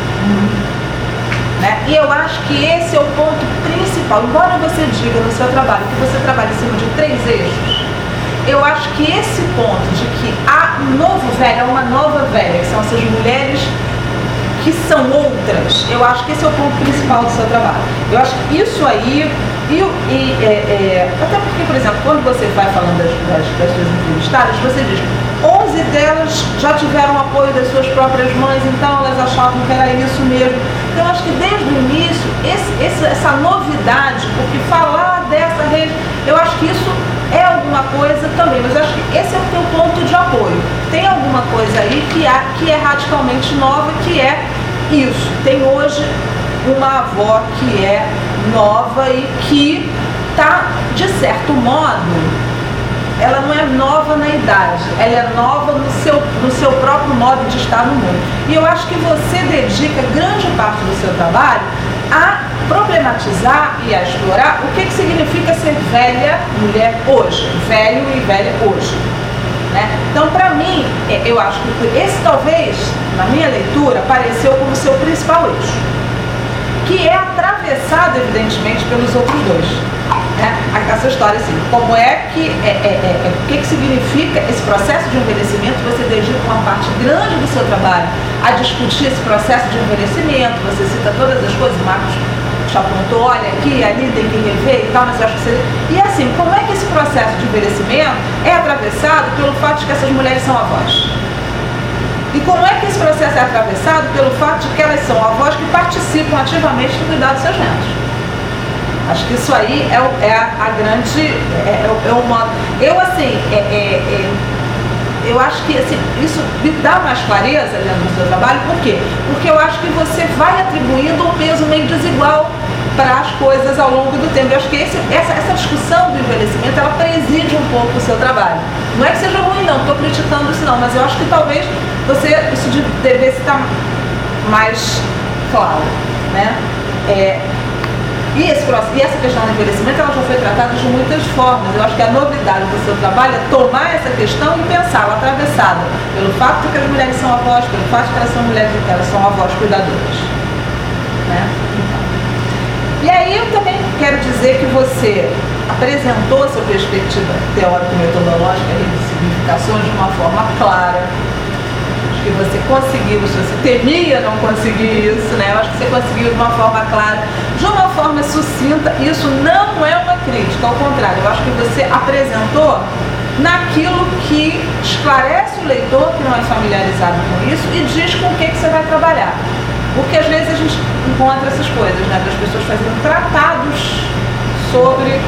Né? E eu acho que esse é o ponto principal. Embora você diga no seu trabalho que você trabalha em cima de três eixos, eu acho que esse ponto de que há um novo velho, há uma nova velha, que são essas mulheres que são outras, eu acho que esse é o ponto principal do seu trabalho. Eu acho que isso aí, e, e é, é, até porque, por exemplo, quando você vai falando das, das, das suas entrevistadas, você diz, onze delas já tiveram apoio das suas próprias mães, então elas achavam que era isso mesmo. Então eu acho que desde o início, esse, esse, essa novidade, porque falar dessa rede, eu acho que isso é alguma coisa também, mas eu acho que esse é o teu ponto de apoio. Tem alguma coisa aí que, há, que é radicalmente nova, que é isso. Tem hoje uma avó que é nova e que está, de certo modo, ela não é nova na idade, ela é nova no seu, no seu próprio modo de estar no mundo. E eu acho que você dedica grande parte do seu trabalho a problematizar e a explorar o que, que significa ser velha mulher hoje, velho e velha hoje. Né? Então, para mim, eu acho que esse talvez, na minha leitura, apareceu como seu principal eixo, que é atravessado, evidentemente, pelos outros dois. Né? Essa história assim, como é que, é, é, é, o que, que significa esse processo de envelhecimento, você dedica uma parte grande do seu trabalho a discutir esse processo de envelhecimento, você cita todas as coisas, Marcos te apontou, olha aqui, ali tem que rever e tal, mas eu acho que você... E assim, como é que esse processo de envelhecimento é atravessado pelo fato de que essas mulheres são avós? E como é que esse processo é atravessado pelo fato de que elas são avós que participam ativamente do cuidado dos seus netos? Acho que isso aí é, o, é a, a grande... É, é, é uma, eu, assim, é, é, é, eu acho que assim, isso me dá mais clareza dentro do seu trabalho. Por quê? Porque eu acho que você vai atribuindo um peso meio desigual para as coisas ao longo do tempo. Eu acho que esse, essa, essa discussão do envelhecimento, ela preside um pouco o seu trabalho. Não é que seja ruim, não, estou criticando isso não, mas eu acho que talvez você, isso de, devesse estar mais claro, né? É, e, esse, e essa questão do envelhecimento, ela já foi tratada de muitas formas. Eu acho que a novidade do seu trabalho é tomar essa questão e pensá-la atravessada pelo fato de que as mulheres são avós, pelo fato de que elas são mulheres e que elas são avós cuidadoras, né? E aí eu também quero dizer que você apresentou sua perspectiva teórico-metodológica e de significações de uma forma clara. Acho que você conseguiu, se você temia não conseguir isso, né? Eu acho que você conseguiu de uma forma clara, de uma forma sucinta. Isso não é uma crítica, ao contrário, eu acho que você apresentou naquilo que esclarece o leitor que não é familiarizado com isso e diz com o que, que você vai trabalhar. Porque às vezes a gente encontra essas coisas, né? Das pessoas fazendo tratados sobre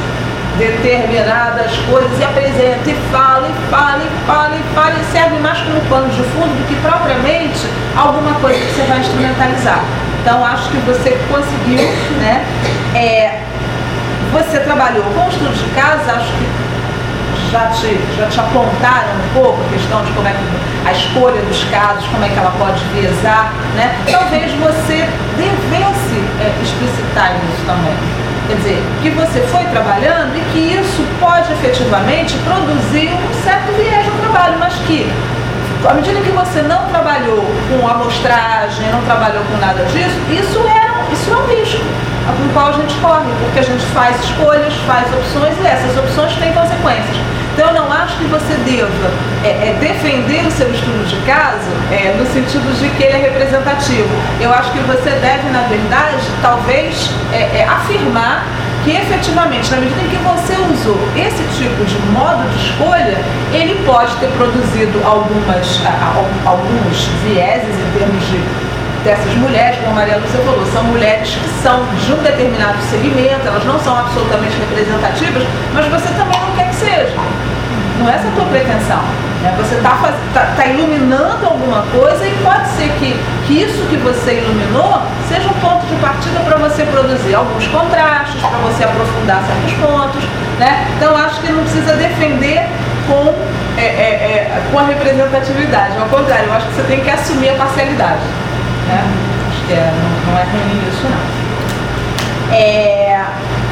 determinadas coisas e apresenta e fala, e fala, e fala, e fala, e serve mais como pano de fundo do que propriamente alguma coisa que você vai instrumentalizar. Então acho que você conseguiu, né? É, você trabalhou com estudos de caso, acho que Já te, já te apontaram um pouco a questão de como é que a escolha dos casos, como é que ela pode viesar, né? Talvez você devesse é, explicitar isso também. Quer dizer, que você foi trabalhando e que isso pode efetivamente produzir um certo viés no trabalho, mas que, à medida que você não trabalhou com amostragem, não trabalhou com nada disso, isso é, isso é um risco com o qual a gente corre, porque a gente faz escolhas, faz opções e essas opções têm consequências. Então eu não acho que você deva é, é, defender o seu estudo de caso é, no sentido de que ele é representativo. Eu acho que você deve, na verdade, talvez é, é, afirmar que efetivamente, na medida em que você usou esse tipo de modo de escolha, ele pode ter produzido algumas, alguns vieses em termos de dessas mulheres, como a Maria Lúcia falou, são mulheres que são de um determinado segmento, elas não são absolutamente representativas, mas você também não quer que seja. Não é essa a tua pretensão. Né? Você está tá, tá iluminando alguma coisa e pode ser que, que isso que você iluminou seja um ponto de partida para você produzir alguns contrastes, para você aprofundar certos pontos. Né? Então, acho que não precisa defender com, é, é, é, com a representatividade. Ao contrário, eu acho que você tem que assumir a parcialidade. Né? Acho que é, não, não é ruim isso não. É,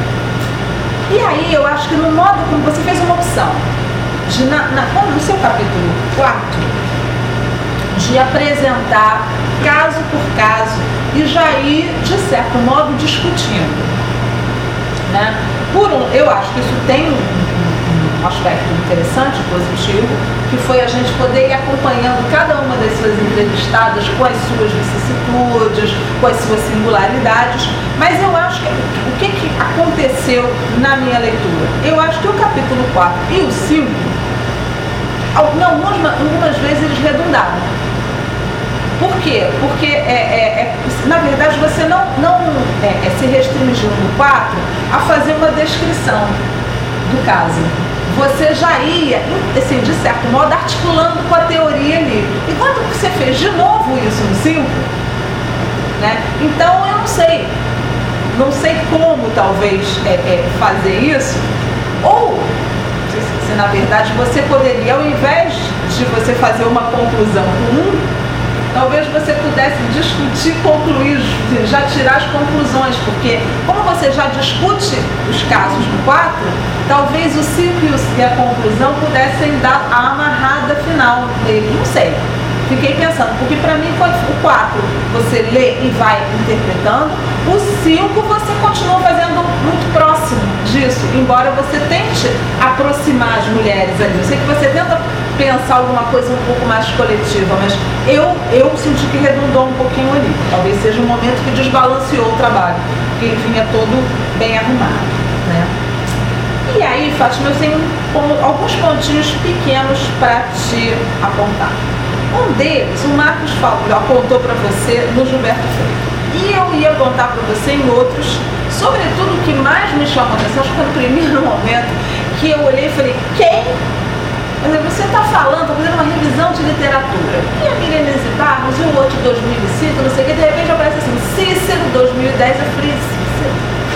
e aí eu acho que no modo como você fez uma opção, de na, na, no seu capítulo quatro, de apresentar caso por caso e já ir, de certo modo, discutindo. Né? Por um, eu acho que isso tem um, um aspecto interessante, positivo, que foi a gente poder ir acompanhando cada uma das suas entrevistadas com as suas vicissitudes, com as suas singularidades, mas eu acho que o que, que aconteceu na minha leitura? Eu acho que o capítulo quatro e o cinco, algumas, algumas vezes eles redundaram. Por quê? Porque, é, é, é, na verdade, você não, não é, é, se restringiu no quatro a fazer uma descrição do caso. Você já ia, assim, de certo modo, articulando com a teoria ali. E quando você fez de novo isso no cinco, né? Então, eu não sei. Não sei como, talvez, é, é, fazer isso. Ou, se, se na verdade você poderia, ao invés de você fazer uma conclusão com um, talvez você pudesse discutir, concluir, já tirar as conclusões, porque como você já discute os casos do quatro, talvez o cinco e a conclusão pudessem dar a amarrada final dele, não sei. Fiquei pensando, porque para mim o quatro você lê e vai interpretando, o cinco você continua fazendo muito próximo disso, embora você tente aproximar as mulheres ali. Eu sei que você tenta pensar alguma coisa um pouco mais coletiva, mas eu, eu senti que redundou um pouquinho ali. Talvez seja um momento que desbalanceou o trabalho, porque ele vinha todo bem arrumado, né? E aí, Fátima, eu tenho alguns pontinhos pequenos para te apontar. Um deles, o Marcos falou, apontou para você no Gilberto Freire. E eu ia apontar para você em outros, sobretudo o que mais me chamou a atenção, acho que foi no primeiro momento, que eu olhei e falei, quem? Você está falando, está fazendo uma revisão de literatura. E a Milenise Barros, e o outro dois mil e cinco, não sei o que, de repente aparece assim, Cícero dois mil e dez, eu falei, Cícero.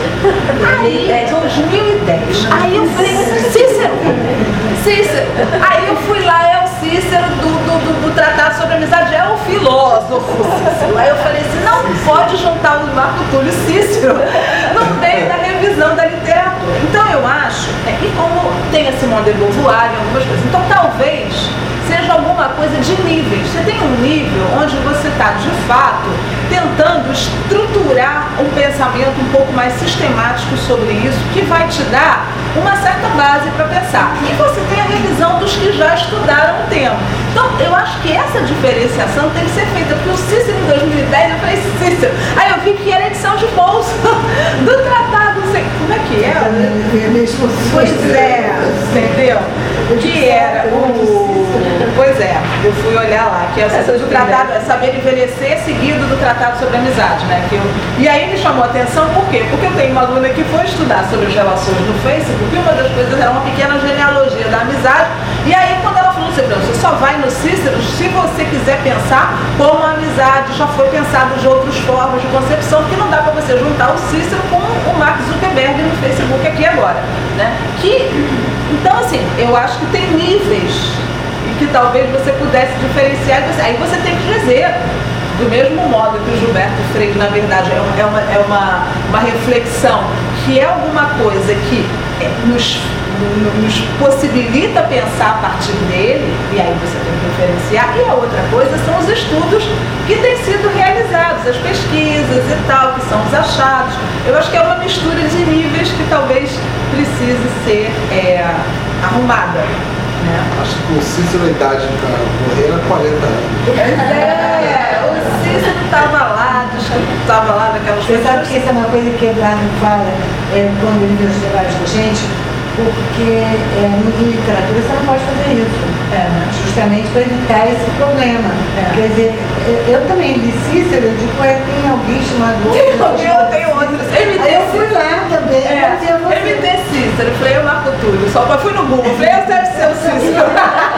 Aí, dois mil e dez. Aí eu falei, Cícero, Cícero. Aí eu fui lá, é o Cícero do, do, do, do Tratado sobre Amizade, é o filósofo Cícero. Aí eu falei assim, não pode juntar o Marco Túlio Cícero no meio da revisão da literatura. Então eu acho, é, e como tem a Simone de Beauvoir e algumas coisas, então talvez seja alguma coisa de níveis. Você tem um nível onde você está, de fato, tentando estruturar um pensamento um pouco mais sistemático sobre isso, que vai te dar uma certa base para pensar. E você tem a revisão dos que já estudaram o tema. Então, eu acho que essa diferenciação tem que ser feita, porque o Cícero em dois mil e dez, eu falei, Cícero, aí eu vi que era edição de bolsa do tratado, não sei, como é que é? Pois é, entendeu? Que era o... Pois é, eu fui olhar lá, que é o tratado, é saber envelhecer seguido do Tratado sobre Amizade, né? Que eu, e aí me chamou a atenção, por quê? Porque eu tenho uma aluna que foi estudar sobre as relações no Facebook, e uma das coisas era uma pequena genealogia da amizade, e aí quando ela falou assim, você só vai no Cícero se você quiser pensar como a amizade já foi pensada de outras formas de concepção, que não dá para você juntar o Cícero com o Mark Zuckerberg no Facebook aqui agora, né? Que, então assim, eu acho que tem níveis que talvez você pudesse diferenciar, aí você tem que dizer, do mesmo modo que o Gilberto Freire, na verdade, é uma, é uma, uma reflexão, que é alguma coisa que nos, nos possibilita pensar a partir dele, e aí você tem que diferenciar, e a outra coisa são os estudos que têm sido realizados, as pesquisas e tal, que são os achados. Eu acho que é uma mistura de níveis que talvez precise ser é, arrumada. É. Acho que o Cícero, a idade do cara morrer era quarenta anos. É, o Cícero estava lá, estava lá naquelas Você coisas. sabe que isso é uma coisa que o Eduardo fala é, quando ele vê os debates da gente, porque é, em literatura você não pode fazer isso. É, né? Justamente para evitar esse problema. É. Quer dizer, eu também li Cícero, eu digo, é, tem alguém chamado outro. Eu tenho outros. Aí eu fui lá também. É, M T Cícero, eu falei, eu Marco Túlio, só fui no Google, falei, eu deve ser o Cícero.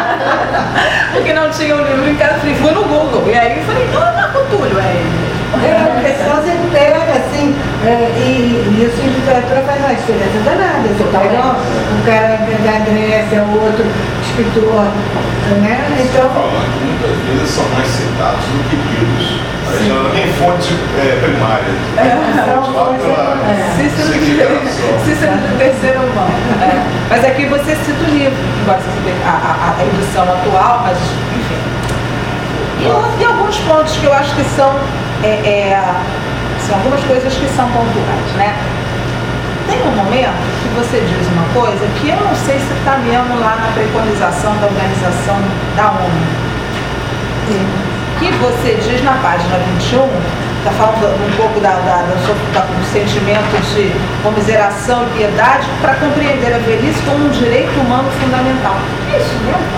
Porque não tinha um livro em casa, falei, fui no Google. E aí eu falei, não, é Marco Túlio, é ele. É, porque senão você pega assim, é, e, e isso em literatura faz uma diferença danada. Você pega um cara da Grécia, o outro escritor Né? Então, falando que muitas vezes são mais citados do que lidos. A gente não tem fonte é, primária. Fonte lá pela Cícero de, significação. Cícero de terceira mão. É. Mas aqui você cita o livro, embora você cite a, a, a edição atual, mas enfim. E, e alguns pontos que eu acho que são, é, é, são algumas coisas que são pontuais, né? Tem um momento que você diz uma coisa que eu não sei se está mesmo lá na preconização da Organização da ONU. Que você diz na página vinte e um, está falando um pouco da, da, da, da, do sentimento de comiseração e piedade para compreender a velhice como um direito humano fundamental. É isso mesmo,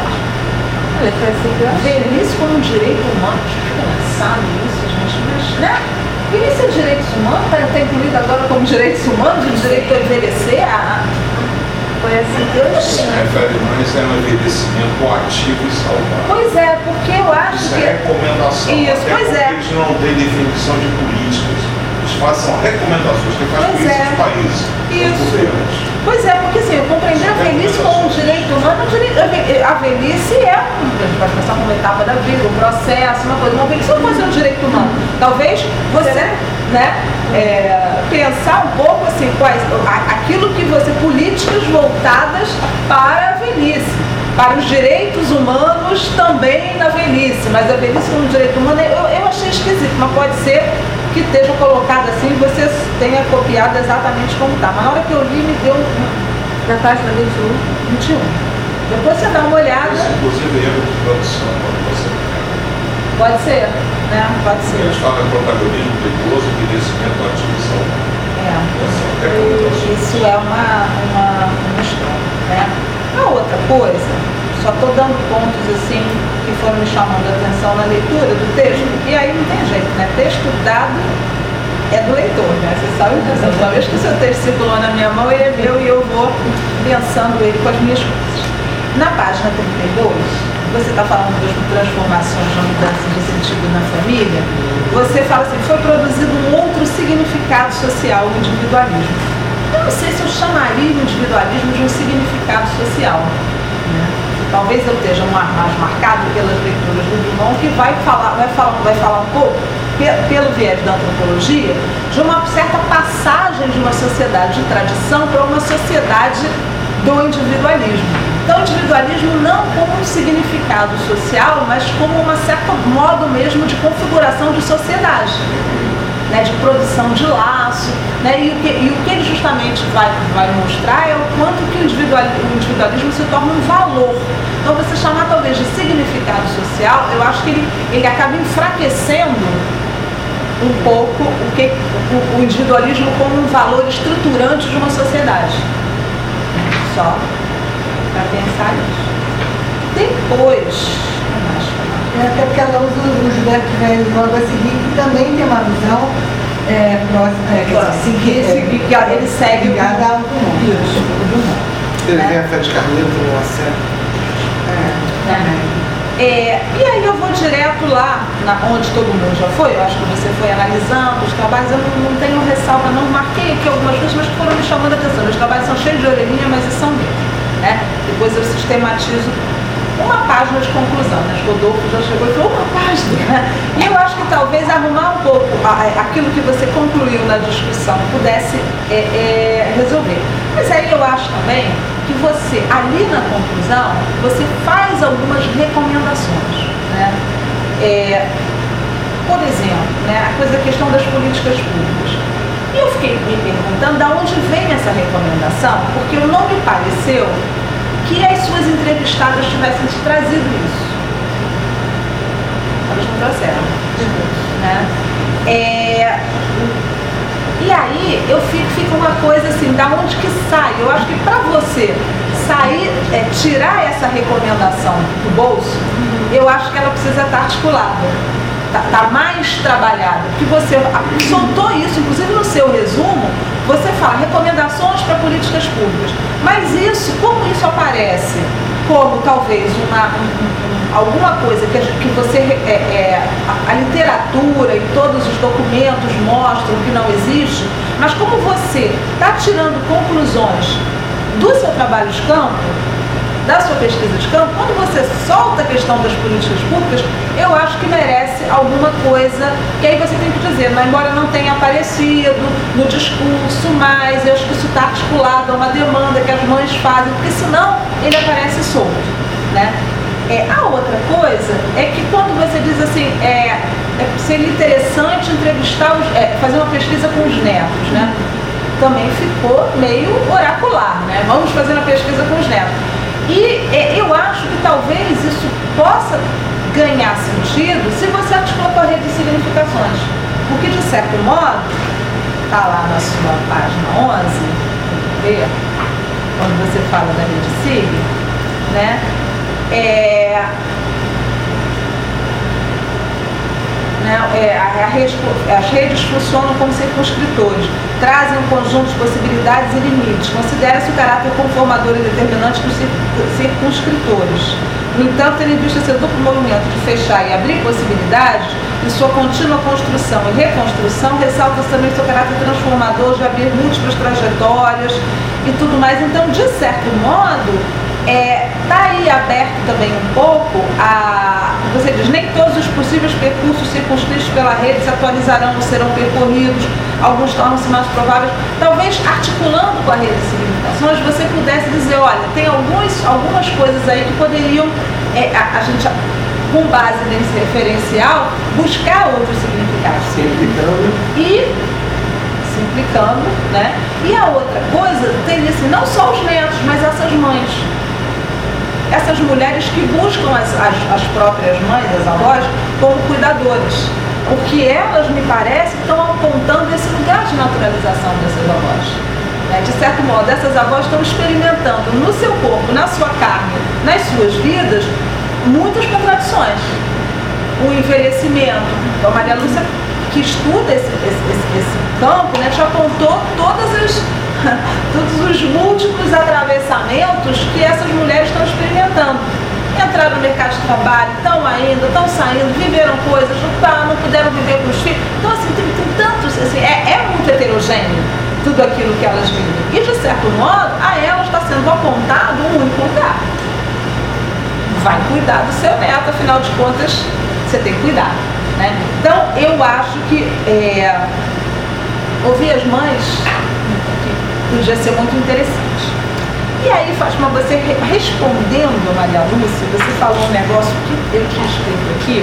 Paty? Velhice como um direito humano. Pensado nisso, gente, mas, né? Velhice é direitos humanos, está incluído agora como direitos humanos, o direito a envelhecer, a... Foi assim que eu Se refere mais a um envelhecimento ativo e saudável. Pois é, porque eu acho Isso que... é recomendação. Isso, até pois porque é. eles não têm definição de políticas. Eles fazem recomendações, que faz Pois políticas é. de países. Isso. Os governos. Pois é, porque assim, eu compreender a velhice como um direito humano, o direito- a ve- a velhice é, um- a gente pode pensar como uma etapa da vida, um processo, uma coisa, uma velhice não pode ser um direito humano. Talvez você, né, é, pensar um pouco assim, quais, a- aquilo que você, políticas voltadas para a velhice, para os direitos humanos também na velhice, mas a velhice como direito humano, eu, eu achei esquisito, mas pode ser que esteja colocado assim e você tenha copiado exatamente como está. Mas na hora que eu li, me deu um- Na página vinte e um. vinte e um. Depois você dá uma olhada, Esse, inclusive, erro de produção, quando você pode ser, né? Pode ser. eles falam protagonismo do idoso, envelhecimento ativo e saudável. É. Essa é a recomendação. Isso é uma, uma, uma história, né? A outra coisa, só estou dando pontos assim que foram me chamando a atenção na leitura do texto, e aí não tem jeito, né? Texto dado é do leitor, né? Você sabe disso. Uma vez que o seu texto circulou na minha mão, ele é meu e eu vou pensando ele com as minhas coisas. Na página trinta e dois, você está falando das transformações, da mudança de sentido na família, você fala assim, foi produzido um outro significado social, o individualismo. Eu não sei se eu chamaria o individualismo de um significado social, né? Talvez eu esteja mais marcado pelas leituras do Drummond, que vai falar, vai falar, vai falar um pouco, pelo viés da antropologia, de uma certa passagem de uma sociedade de tradição para uma sociedade do individualismo. Então, o individualismo não como um significado social, mas como um certo modo mesmo de configuração de sociedade, né, de produção de laço, né, e, o que, e o que ele justamente vai, vai mostrar é o quanto que o individualismo, o individualismo se torna um valor. Então, você chamar talvez de significado social, eu acho que ele, ele acaba enfraquecendo um pouco o, que, o, o individualismo como um valor estruturante de uma sociedade. Só para pensar nisso. Depois, é até porque ela usa o Gilberto que vem logo a seguir, que também tem uma visão é, próxima, é, quer dizer, assim, que, esse, que, que ele segue o ligada ao Drummond. Isso, o Drummond. Ele vem a Fé de Carneiro também uma série. É, e aí eu vou direto lá, na, onde todo mundo já foi, eu acho que você foi analisando os trabalhos, eu não, não tenho ressalva, não marquei aqui algumas coisas, mas que foram me chamando a atenção. Os trabalhos são cheios de orelhinha, mas eles são mesmo, né? Depois eu sistematizo uma página de conclusão, né? Rodolfo já chegou e falou uma página, né? E eu acho que talvez arrumar um pouco a, a, aquilo que você concluiu na discussão pudesse é, é, resolver. Mas aí eu acho também que você, ali na conclusão, você faz algumas recomendações, né? É, por exemplo, né, a coisa, a questão das políticas públicas. E eu fiquei me perguntando de onde vem essa recomendação, porque não me pareceu que as suas entrevistadas tivessem te trazido isso. Elas não trouxeram, né? É, e aí eu fico, fica uma coisa assim, da onde que sai? Eu acho que para você sair, é, tirar essa recomendação do bolso, eu acho que ela precisa estar articulada, tá, tá mais trabalhada, porque você soltou isso, inclusive no seu resumo, você fala recomendações para políticas públicas, mas isso, como isso aparece como talvez uma, um, um, alguma coisa que, a, que você, é, é, a, a literatura e todos os documentos mostram que não existe, mas como você está tirando conclusões do seu trabalho de campo, da sua pesquisa de campo, quando você solta a questão das políticas públicas, eu acho que merece alguma coisa, que aí você tem que dizer, mas embora não tenha aparecido no discurso, mas eu acho que isso está articulado a uma demanda que as mães fazem, porque senão ele aparece solto, né? É, a outra coisa é que quando você diz assim, é, é, seria interessante entrevistar, os, é, fazer uma pesquisa com os netos, né? Também ficou meio oracular, né? Vamos fazer uma pesquisa com os netos. E é, eu acho que talvez isso possa ganhar sentido se você articula com a rede de significações. Porque, de certo modo, está lá na sua página onze, ver, quando você fala da rede sig, né? É, né, é, a, a rede, as redes funcionam como circunscritores, trazem um conjunto de possibilidades e limites. Considera-se o caráter conformador e determinante dos circunscritores. No entanto, tendo em vista seu duplo movimento de fechar e abrir possibilidades, e sua contínua construção e reconstrução, ressalta também seu caráter transformador de abrir múltiplas trajetórias e tudo mais. Então, de certo modo, está é, aí aberto também um pouco a, você diz, nem todos os possíveis percursos circunscritos pela rede se atualizarão ou serão percorridos, alguns tornam-se mais prováveis. Talvez articulando com a rede de significações você pudesse dizer, olha, tem alguns, algumas coisas aí que poderiam, é, a, a gente, com base nesse referencial, buscar outros significados. Simplificando. E simplificando, né? E a outra coisa, teria assim, não só os netos, mas essas mães. Essas mulheres que buscam as, as, as próprias mães, as avós, como cuidadoras. Porque elas, me parece, estão apontando esse lugar de naturalização dessas avós. Né? De certo modo, essas avós estão experimentando no seu corpo, na sua carne, nas suas vidas, muitas contradições. O envelhecimento. A Maria Lúcia, que estuda esse, esse, esse, esse campo, né, já apontou todas as... todos os múltiplos atravessamentos que essas mulheres estão experimentando. Entraram no mercado de trabalho, estão ainda, estão saindo, viveram coisas, não, não puderam viver com os filhos. Então, assim, tem, tem tantos, assim, é, é muito heterogêneo tudo aquilo que elas vivem. E, de certo modo, a elas está sendo apontado um único lugar. Vai cuidar do seu neto, afinal de contas, você tem que cuidar. Né? Então, eu acho que é, ouvir as mães podia ser muito interessante. E aí, Fátima, você respondendo a Maria Lúcia, você falou um negócio que eu tinha escrito aqui,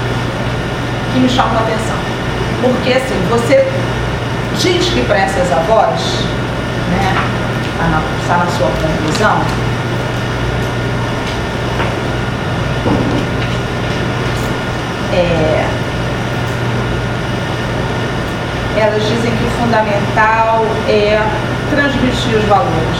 que me chamou a atenção. Porque, assim, você diz que para essas avós, né, está na sua conclusão, é, elas dizem que o fundamental é transmitir os valores,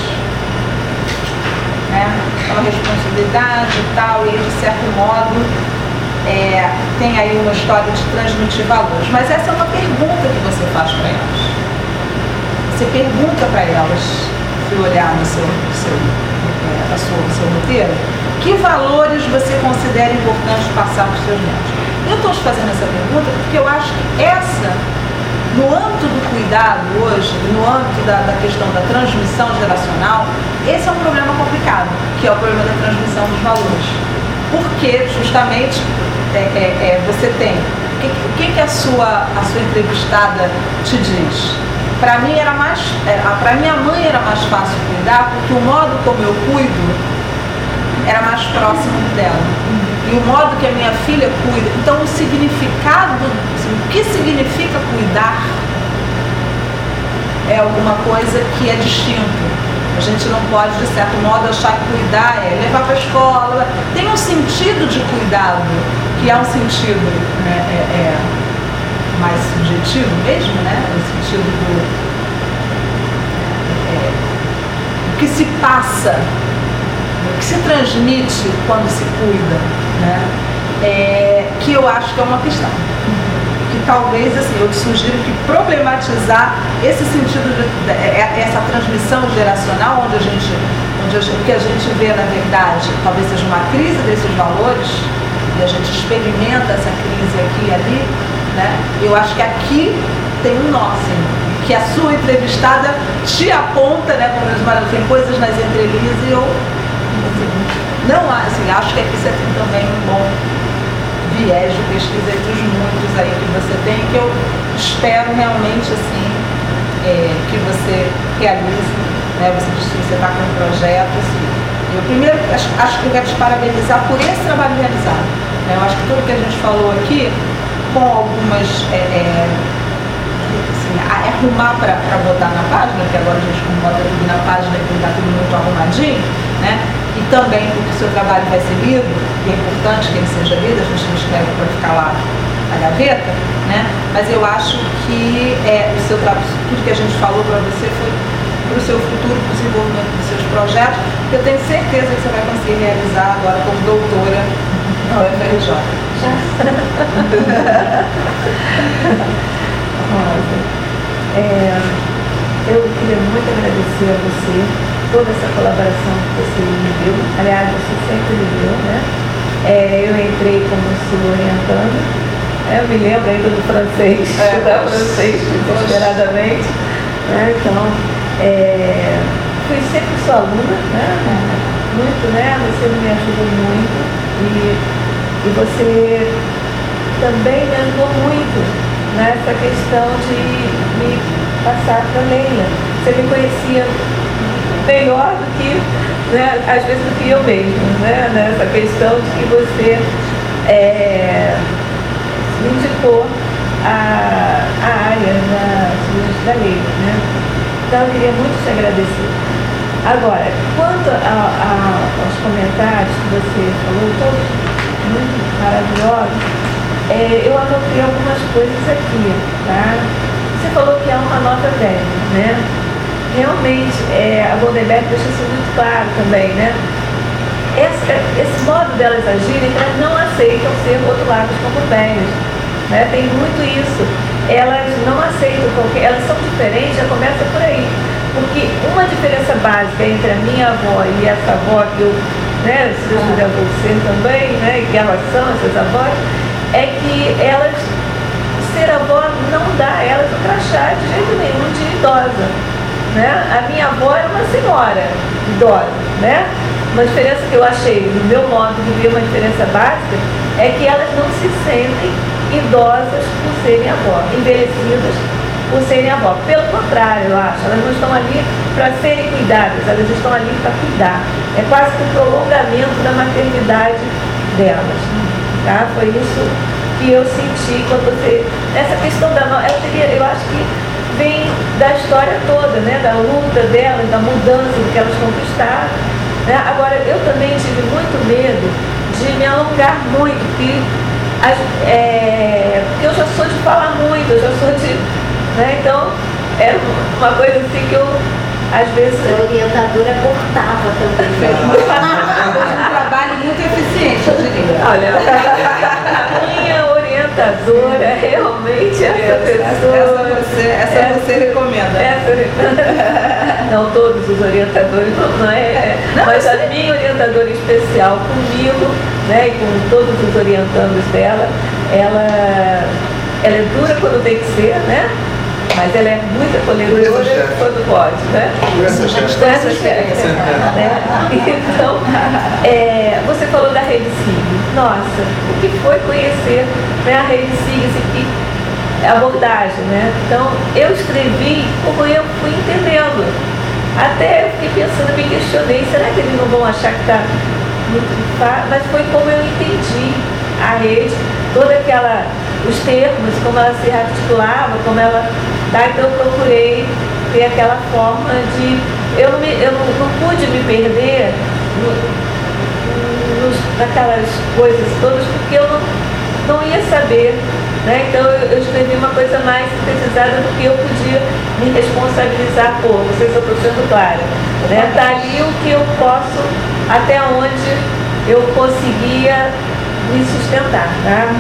né? Então, a responsabilidade e tal, e de certo modo é, tem aí uma história de transmitir valores. Mas essa é uma pergunta que você faz para elas. Você pergunta para elas, se olhar no seu, seu, é, a sua, no seu roteiro, que valores você considera importante passar para os seus netos? Eu estou te fazendo essa pergunta porque eu acho que essa, no âmbito do cuidado hoje, no âmbito da, da questão da transmissão geracional, esse é um problema complicado, que é o problema da transmissão dos valores. Porque, justamente, é, é, é, você tem... O que, que, que a, sua, a sua entrevistada te diz? Para mim, era mais... É, para minha mãe era mais fácil cuidar, porque o modo como eu cuido era mais próximo dela. E o modo que a minha filha cuida. Então, o significado, o que significa cuidar é alguma coisa que é distinto. A gente não pode, de certo modo, achar que cuidar é levar para a escola. Tem um sentido de cuidado, que é um sentido, né, é, é mais subjetivo mesmo, né? O sentido do é, o que se passa, o que se transmite quando se cuida, né? É, que eu acho que é uma questão. Que talvez, assim, eu te sugiro que problematizar esse sentido, de, essa transmissão geracional, onde a gente, onde a gente, o que a gente vê, na verdade, talvez seja uma crise desses valores, e a gente experimenta essa crise aqui e ali, né? Eu acho que aqui tem um nó, assim, que a sua entrevistada te aponta, né? Como diz Maria, tem coisas nas entrelinhas e eu... Assim, não há, assim, acho que aqui você tem também um bom viés de pesquisa entre os muitos aí que você tem, que eu espero realmente, assim, é, que você realize, né? Você disse que você está com um projeto, assim. Eu primeiro acho, acho que eu quero te parabenizar por esse trabalho realizado, né? Eu acho que tudo que a gente falou aqui, com algumas, é, é, assim, é arrumar para botar na página, porque agora a gente não bota tudo na página e está tudo muito arrumadinho, né? E também porque o seu trabalho vai ser lido, e é importante que ele seja lido, a gente não escreve para ficar lá na gaveta, né? Mas eu acho que é, o seu trabalho, tudo que a gente falou para você foi para o seu futuro, para o desenvolvimento dos seus projetos, que eu tenho certeza que você vai conseguir realizar agora como doutora na U F R J. Rosa, é, eu queria muito agradecer a você toda essa colaboração que você me deu. Aliás, você sempre me deu, né? É, eu entrei como sua orientando. É, eu me lembro ainda do francês, é, estudar francês desesperadamente. Né? Então, é, fui sempre sua aluna, né? Muito, né? Você me ajudou muito e, e você também me ajudou muito nessa questão de me passar para a Leila. Você me conhecia melhor do que, né, às vezes do que eu mesma, né? Nessa questão de que você é, me indicou a, a área da, da Leila, né? Então eu queria muito te agradecer. Agora, quanto a, a, aos comentários que você falou, todos muito maravilhosos, é, eu anotei algumas coisas aqui, tá? Você falou que é uma nota dez, né? Realmente, é, a Goldenberg deixa isso muito claro também, né? Esse, esse modo delas agirem, elas não aceitam ser rotuladas como velhas, né? Tem muito isso. Elas não aceitam qualquer... Elas são diferentes, já começa por aí. Porque uma diferença básica entre a minha avó e essa avó que eu, né, se Deus quiser vou ser também, né, e que elas são, essas avós, é que elas, ser avó não dá a elas o crachá de jeito nenhum de idosa. Né? A minha avó era uma senhora idosa, né? Uma diferença que eu achei, no meu modo de ver, uma diferença básica, é que elas não se sentem idosas por serem avó, envelhecidas por serem avó. Pelo contrário, eu acho, elas não estão ali para serem cuidadas, elas estão ali para cuidar. É quase que o prolongamento da maternidade delas. Tá? Foi isso que eu senti quando você... Essa questão da... Ela teria, eu acho que vem da história toda, né? Da luta delas, da mudança do que elas conquistaram. Né? Agora, eu também tive muito medo de me alongar muito, porque, as, é, porque eu já sou de falar muito, eu já sou de... Né? Então, era uma coisa assim que eu, às vezes... A orientadora cortava também. Fez um trabalho muito eficiente, eu diria. Olha, a minha orientadora realmente essa essa, pessoa... Essa você, essa essa, você recomenda. Essa, não todos os orientadores, não, não é... Não, mas a minha orientadora especial comigo, né, e com todos os orientandos dela, ela, ela é dura quando tem que ser, né? Mas ela é muito acolhedora quando pode, né? Essa chefe. Essa chefe. Né? Então, é, você falou da Rede Sig. Nossa, o que foi conhecer, né, a Rede Sig, assim, que, a abordagem, né? Então, eu escrevi como eu fui entendendo. Até eu fiquei pensando, me questionei, será que eles não vão achar que está muito fácil? Mas foi como eu entendi a rede, toda aquela, os termos, como ela se articulava, como ela... Tá? Então eu procurei ter aquela forma de... Eu não, me, eu não, não pude me perder no, nos, naquelas coisas todas, porque eu não, não ia saber. Né? Então eu, eu escrevi uma coisa mais sintetizada do que eu podia me responsabilizar por. Vocês estão sendo clara. Né? Tá ali o que eu posso, até onde eu conseguia me sustentar. Tá?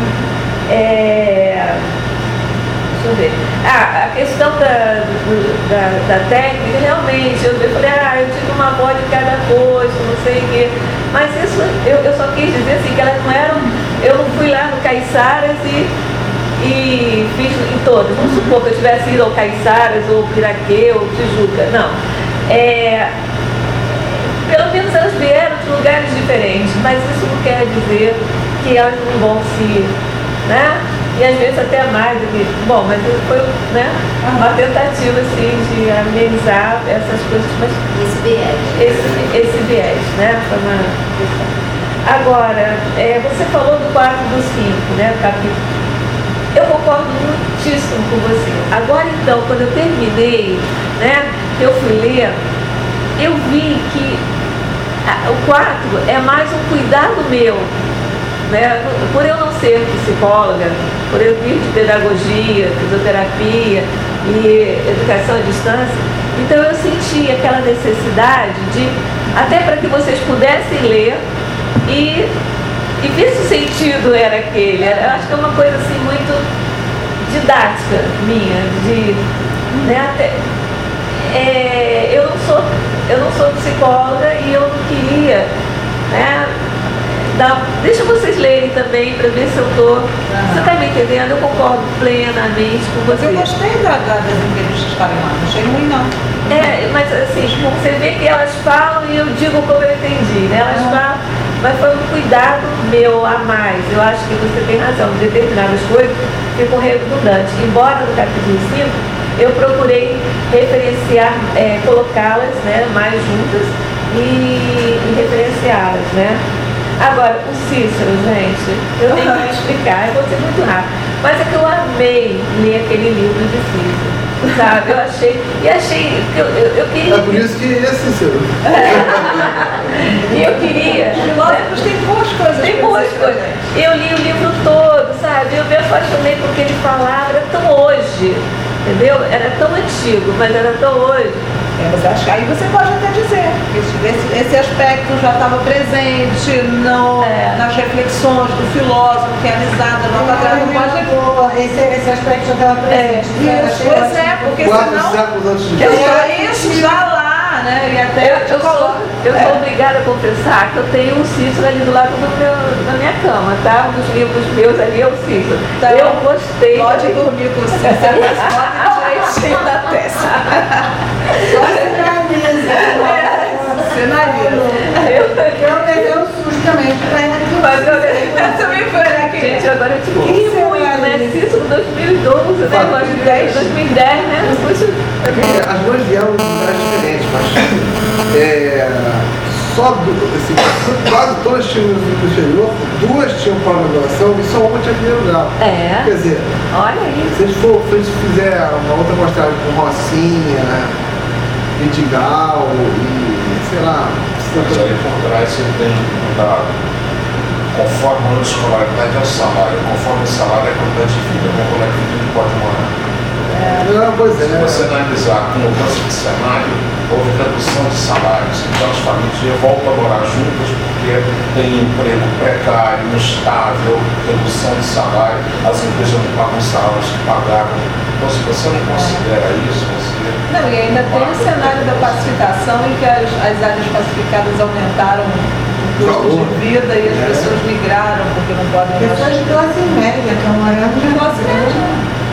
É... Deixa eu ver. Ah, a questão da, do, da, da técnica, realmente, eu, eu falei, ah, eu tive uma avó de cada coisa, não sei o quê. Mas isso, eu, eu só quis dizer assim, que elas não eram, eu não fui lá no Caiçaras e, e fiz em todas. Vamos supor que eu tivesse ido ao Caiçaras, ou Piraquê, ou Tijuca. Não. É, pelo menos elas vieram de lugares diferentes, mas isso não quer dizer que elas não vão se, né? E às vezes até mais do que, bom, mas foi, né, uma tentativa assim de amenizar essas coisas, mas Esse viés. esse, esse viés, né? Foi uma questão. Agora, é, você falou do quatro e do cinco, né? Capítulo. Eu concordo muitíssimo com você. Agora então, quando eu terminei, né, eu fui ler, eu vi que a, o quatro é mais um cuidado meu. Né? Por eu não ser psicóloga, por eu vir de pedagogia, fisioterapia e educação à distância, então eu senti aquela necessidade de, até para que vocês pudessem ler e, e ver se o sentido era aquele. Eu acho que é uma coisa assim muito didática minha, de, né, até, é, eu, não sou, eu não sou psicóloga e eu não queria, né, Dá, deixa vocês lerem também para ver se eu estou. Você está me entendendo? Eu concordo plenamente com você. Eu gostei da, da, das entrevistas que estavam lá, não achei ruim não. É, mas assim, você vê que elas falam e eu digo como eu entendi, né? Elas falam, mas foi um cuidado meu a mais. Eu acho que você tem razão, determinadas coisas ficam redundantes. Embora no capítulo cinco eu procurei referenciar, é, colocá-las, né, mais juntas e, e referenciá-las, né? Agora, o Cícero, gente, eu tenho que explicar, eu vou ser muito rápido, mas é que eu amei ler aquele livro de Cícero, sabe? Eu achei, e achei, eu, eu, eu queria... É por isso que é Cícero. É. E eu queria... Filósofos tem boas coisas. Tem boas coisas. Eu li o livro todo, sabe? Eu me apaixonei porque ele falava, era tão hoje, entendeu? Era tão antigo, mas era tão hoje. É, mas acho que aí você pode até dizer que esse, esse aspecto já estava presente no, É. nas reflexões do filósofo que é analisado no quadrado. Não pode. Esse, esse aspecto já estava presente. É, Isso, Pois é, porque Quatro senão. séculos antes de Eu Cristo. já isso já lá, né? E até Eu, eu, sou, eu sou obrigada a confessar que eu tenho um Cícero ali do lado do meu, da minha cama, tá? Um dos livros meus ali é o Cícero. Tá. Eu gostei. Pode dormir com o Cícero, mas pode direitinho da testa. Só sinaliza. Sinaliza. Eu, Eu levei um susto também. mas eu, Eu também foi, né? que- gente, agora eu te ri muito, né? Cícero dois mil e doze, né? Fala. dois mil e dez, dois mil e dez, né? Puxa, É, as duas vieram de lugares diferentes, mas é, só du- assim, quase todas tinham o nível inferior, duas tinham pós-graduação e só uma tinha primeiro grau. É. Quer dizer, olha isso. se a gente for se a gente fizer uma outra mostragem com Rocinha, Vidigal e sei lá, Mas aí por trás você tem um dado. Conforme o ano de escolaridade é o salário, conforme o salário é a qualidade de vida, como é que ele pode morar. não, pois Se é. você analisar com mudança de cenário, houve redução de salários, então as famílias voltam a morar juntas porque tem emprego precário, instável, redução de salário, as empresas não pagam salários que pagaram. Então se você não considera isso, você... Não, e ainda tem o cenário da pacificação em que as, as áreas pacificadas aumentaram o custo Valor. de vida e as É. pessoas migraram porque não podem mais. Pessoas de classe média estão morando de Classe média.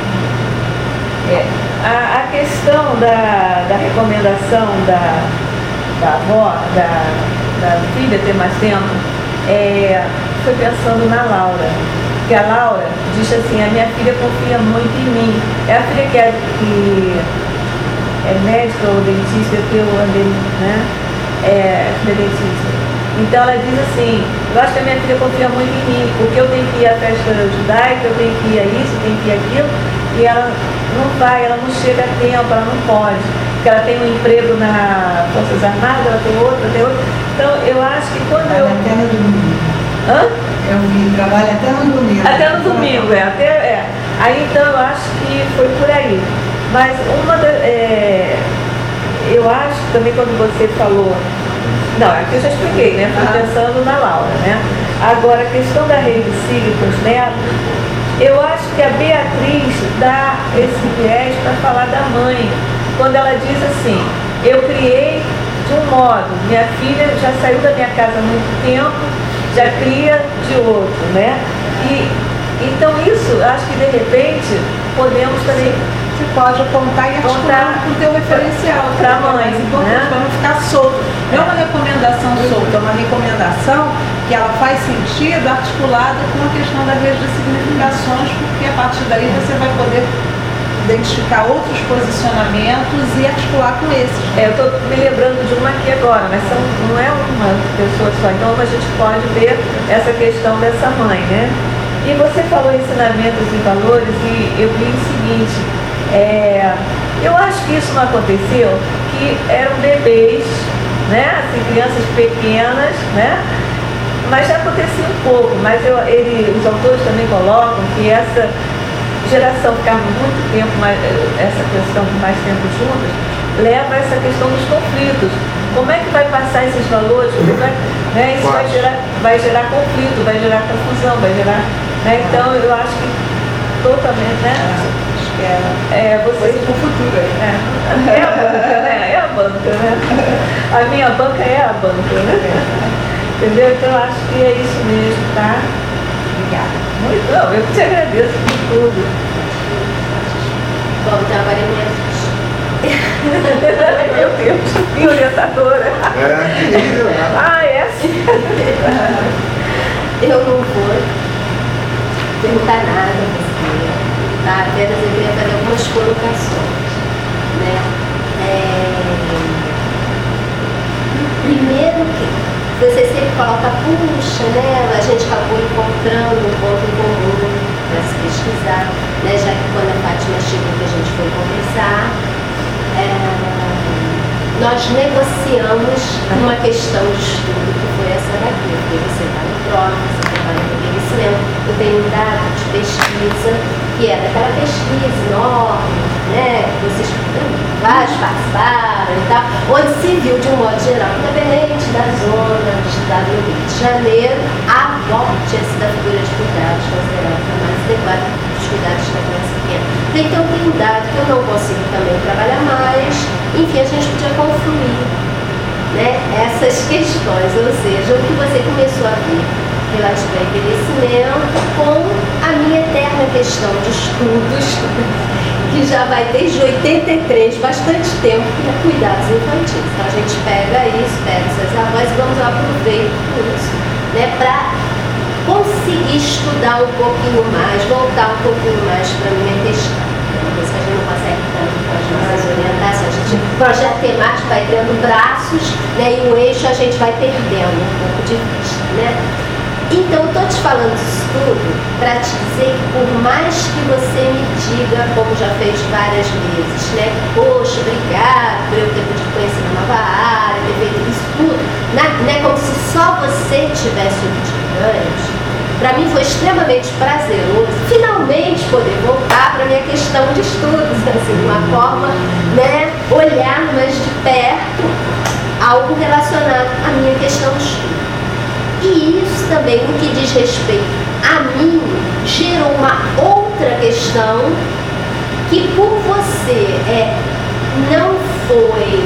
É, a, a questão da, da recomendação da, da avó, da, da filha ter mais tempo, é, foi pensando na Laura. Porque a Laura diz assim, a minha filha confia muito em mim. É a filha que é, que é médica ou dentista, que eu andei, né? É, filha dentista. Então ela diz assim, eu acho que a minha filha confia muito em mim, porque eu tenho que ir à festa judaica, eu tenho que ir a isso, eu tenho que ir aquilo, e ela não vai, ela não chega a tempo, ela não pode. Porque ela tem um emprego na Forças Armadas, ela tem outro, ela tem outro. Então eu acho que quando eu. Até no domingo. Hã? Eu vi, trabalho até no domingo. Até no domingo, é. Até, é. Aí então eu acho que foi por aí. Mas uma da, é, eu acho que também quando você falou. Não, aqui eu já expliquei, né? Fui pensando na Laura, né? Agora, a questão da rede Siga com os netos, eu acho que a Beatriz dá esse viés para falar da mãe. Quando ela diz assim, eu criei de um modo, minha filha já saiu da minha casa há muito tempo, já cria de outro, né? E então isso, acho que de repente podemos também você pode apontar e articular com o teu referencial para a mãe, né? Para não ficar solto. Não é uma recomendação solta, é uma recomendação que ela faz sentido articulada com a questão da rede de significações, porque a partir daí você vai poder identificar outros posicionamentos e articular com esses. É, eu estou me lembrando de uma aqui agora, mas são, não é uma pessoa só, então a gente pode ver essa questão dessa mãe, né? E você falou ensinamentos e valores e eu vi o seguinte, é, eu acho que isso não aconteceu, que eram bebês, né? Assim, crianças pequenas, né? Mas já acontecia um pouco, mas eu, ele, os autores também colocam que essa geração ficar muito tempo, mais, essa questão de mais tempo juntas, leva a essa questão dos conflitos. Como é que vai passar esses valores? Como é, né, isso vai gerar, vai gerar conflito, vai gerar confusão, vai gerar... Né, então, eu acho que totalmente, né? Acho que é, é vocês no futuro. É, é a banca, né? É a banca, né? A minha banca é a banca, né? Entendeu? Então, eu acho que é isso mesmo, tá? Obrigada. Muito, não, eu te agradeço por tudo. Bom, então agora é minha vez. Meu Deus, minha orientadora. É, querida, né? Ah, é assim. Eu não vou perguntar nada a você, tá? Apenas eu queria fazer algumas colocações, né? É... Primeiro que você sempre coloca, puxa, né? A gente acabou encontrando um ponto em comum para se pesquisar, né? Já que quando a Fátima chegou que a gente foi conversar, é... nós negociamos uma questão de estudo que foi essa daqui, porque você está no prova, você trabalha com envelhecimento, eu tenho um dado de pesquisa, que é daquela pesquisa enorme, né? Vocês vários participaram e tal, onde se viu de um modo geral, independente da zona do estado do Rio de Janeiro, a volta tinha sido a figura de cuidados considerada a mais adequada dos cuidados da criança pequena. Então tem um dado que eu não consigo também trabalhar mais, enfim, a gente podia confluir, né, essas questões, ou seja, o que você começou a ver relativo ao envelhecimento com a minha eterna questão de estudos, que já vai desde oitenta e três, bastante tempo, que é cuidados infantis. Então a gente pega isso, pega essas avós e vamos aproveitar isso, né, para conseguir estudar um pouquinho mais, voltar um pouquinho mais para a minha questão. Uma coisa que a gente não consegue tanto com as nossas orientações. A gente, o projeto temático vai tendo braços, né, e o eixo a gente vai perdendo um pouco de vista, né? Então, eu estou te falando isso tudo para te dizer que por mais que você me diga, como já fez várias vezes, né? Poxa, obrigado por eu ter podido conhecer uma nova área, ter feito isso tudo, né? Né? Como se só você tivesse obtido ganhos. Para mim foi extremamente prazeroso finalmente poder voltar para a minha questão de estudos, assim, de uma forma, né? Olhar mais de perto algo relacionado à minha questão de estudo. E isso também, no que diz respeito a mim, gerou uma outra questão que por você é, não foi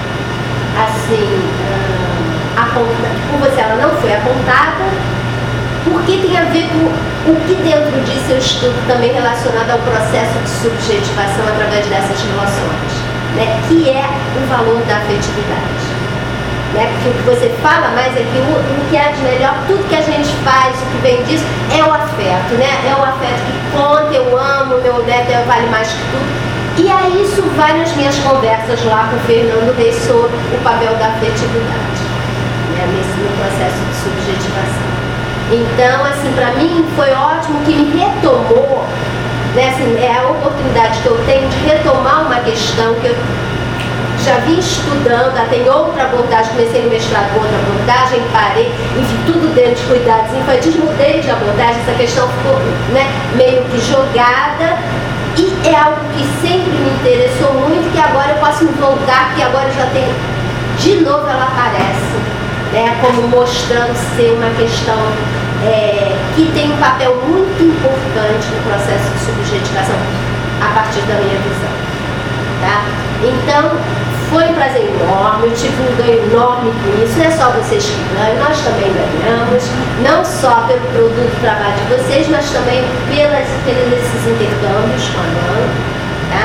assim, uh, apontada, por você ela não foi apontada, porque tem a ver com o que dentro disso eu estudo também relacionado ao processo de subjetivação através dessas relações, né, que é o valor da afetividade. Né? Porque o que você fala mais é que o, o que há de melhor, tudo que a gente faz, o que vem disso, é o afeto, né? É o afeto que conta, eu amo, meu neto vale mais que tudo. E aí isso vai nas minhas conversas lá com o Fernando Reis sobre o papel da afetividade, né? Nesse meu processo de subjetivação. Então, assim, para mim foi ótimo que me retomou, né? Assim, é a oportunidade que eu tenho de retomar uma questão que eu já vim estudando, até em outra abordagem, comecei no mestrado com outra abordagem, parei, enfim, tudo dentro de cuidados infantis, mudei de abordagem, essa questão ficou, né, meio que jogada, e é algo que sempre me interessou muito, que agora eu posso me voltar, que agora já tem, de novo ela aparece, né, como mostrando ser uma questão é, que tem um papel muito importante no processo de subjetivação, a partir da minha visão, tá? Então, foi um prazer enorme, eu tive um ganho enorme com isso, não é só vocês que ganham, nós também ganhamos, não só pelo produto do trabalho de vocês, mas também pelas, pelos esses intercâmbios com a Ana, tá?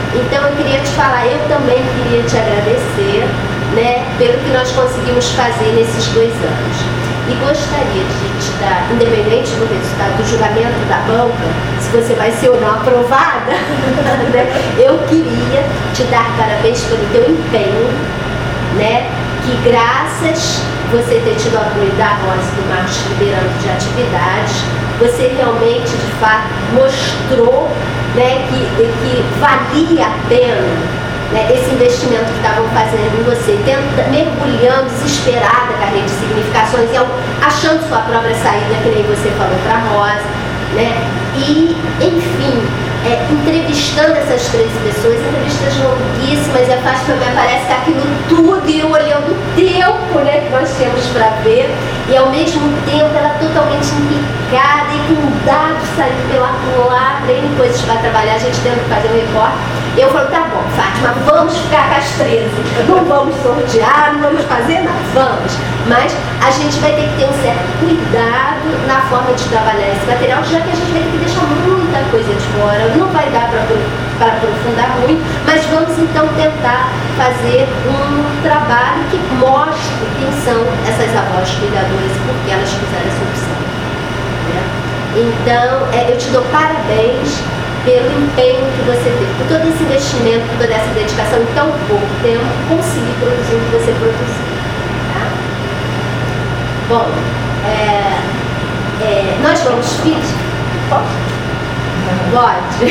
Então eu queria te falar, eu também queria te agradecer, né, pelo que nós conseguimos fazer nesses dois anos. E gostaria de te dar, independente do resultado do julgamento da banca, se você vai ser ou não aprovada, né, eu queria te dar parabéns pelo teu empenho, né, que graças a você ter tido o apoio da Rosa e do Marcos liderando de atividades, você realmente, de fato, mostrou, né, que, que valia a pena, né, esse investimento que estavam fazendo em você, tenta, mergulhando, desesperada, carreira de significações, e achando sua própria saída, que nem você falou para a Rosa, né, e, enfim, é, entrevistando essas três pessoas, entrevistas longuíssimas, e a Fátima me aparece com aquilo tudo, e eu olhando o tempo, né, que nós temos para ver, e ao mesmo tempo ela totalmente implicada e com dados saindo pela culatra, e coisas para trabalhar, a gente tendo que fazer um recorte. Eu falo, tá bom, Fátima, vamos ficar com as treze, não vamos sortear, não vamos fazer nada, vamos. Mas a gente vai ter que ter um certo cuidado na forma de trabalhar esse material, já que a gente vai ter que deixar muita coisa de fora, não vai dar para aprofundar muito, mas vamos então tentar fazer um trabalho que mostre quem são essas avós cuidadoras e por que elas fizeram essa opção. Né? Então, é, eu te dou parabéns pelo empenho que você teve, por todo esse investimento, por toda essa dedicação em tão pouco tempo, conseguir produzir o que você produziu. Tá? Bom, é, é, nós vamos pedir. Pode? Pode.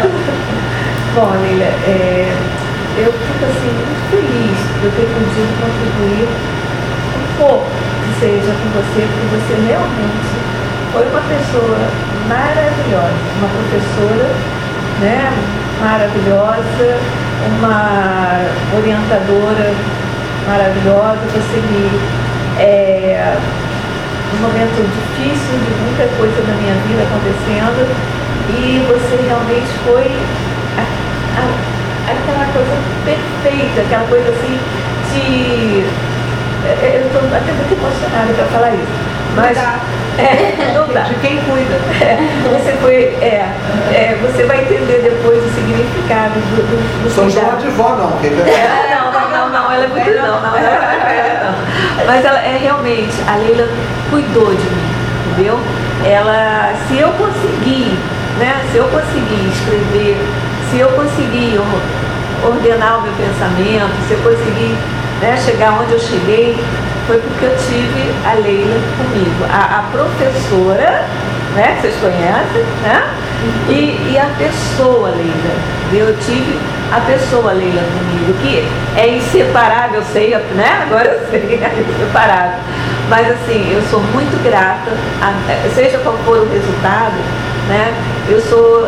Bom, Leila, é, eu fico assim muito feliz de eu ter podido contribuir um pouco que seja com você, porque você realmente foi uma pessoa maravilhosa, uma professora, né, maravilhosa, uma orientadora maravilhosa. Você me, é, um momento difícil de muita coisa na minha vida acontecendo, e você realmente foi a, a, aquela coisa perfeita, aquela coisa assim de... Eu estou até muito emocionada para falar isso. Mas é, não dá. De quem cuida. É, você foi, é, é, você vai entender depois o significado do, do, do São João de vó, não. É, não, não, não, não, ela é muito não, não, ela é, não. Mas ela é realmente, a Leila cuidou de mim, entendeu? Ela, se eu conseguir, né, se eu conseguir escrever, se eu conseguir ordenar o meu pensamento, se eu conseguir, né, chegar onde eu cheguei, foi porque eu tive a Leila comigo, a, a professora, né, que vocês conhecem, né, e, e a pessoa Leila. Eu tive a pessoa Leila comigo, que é inseparável, eu sei, né, agora eu sei, é inseparável. Mas assim, eu sou muito grata, a, seja qual for o resultado, né, eu sou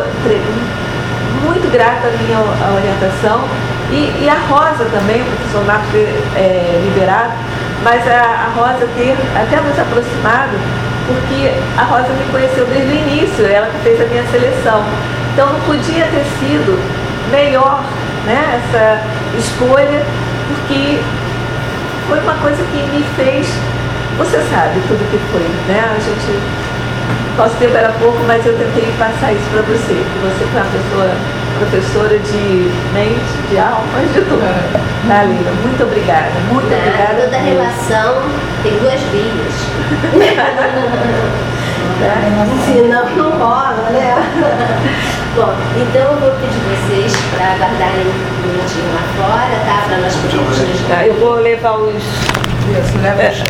muito grata à minha orientação, e, e a Rosa também, o professor Marcos ter é, liberado, mas a, a Rosa ter até nos aproximado, porque a Rosa me conheceu desde o início, ela que fez a minha seleção. Então não podia ter sido melhor, né, essa escolha, porque foi uma coisa que me fez, você sabe tudo que foi, né? A gente, nosso tempo era pouco, mas eu tentei passar isso para você, que você foi uma pessoa, professora de mente, de alma, de tudo. Tá, Leila? Muito obrigada, muito Nada, obrigada. toda relação tem duas vias. Se não, não rola, né? Bom, então eu vou pedir vocês para aguardarem um minutinho lá fora, tá? Para nós podermos nos... Tá, eu vou levar os... Isso, leva os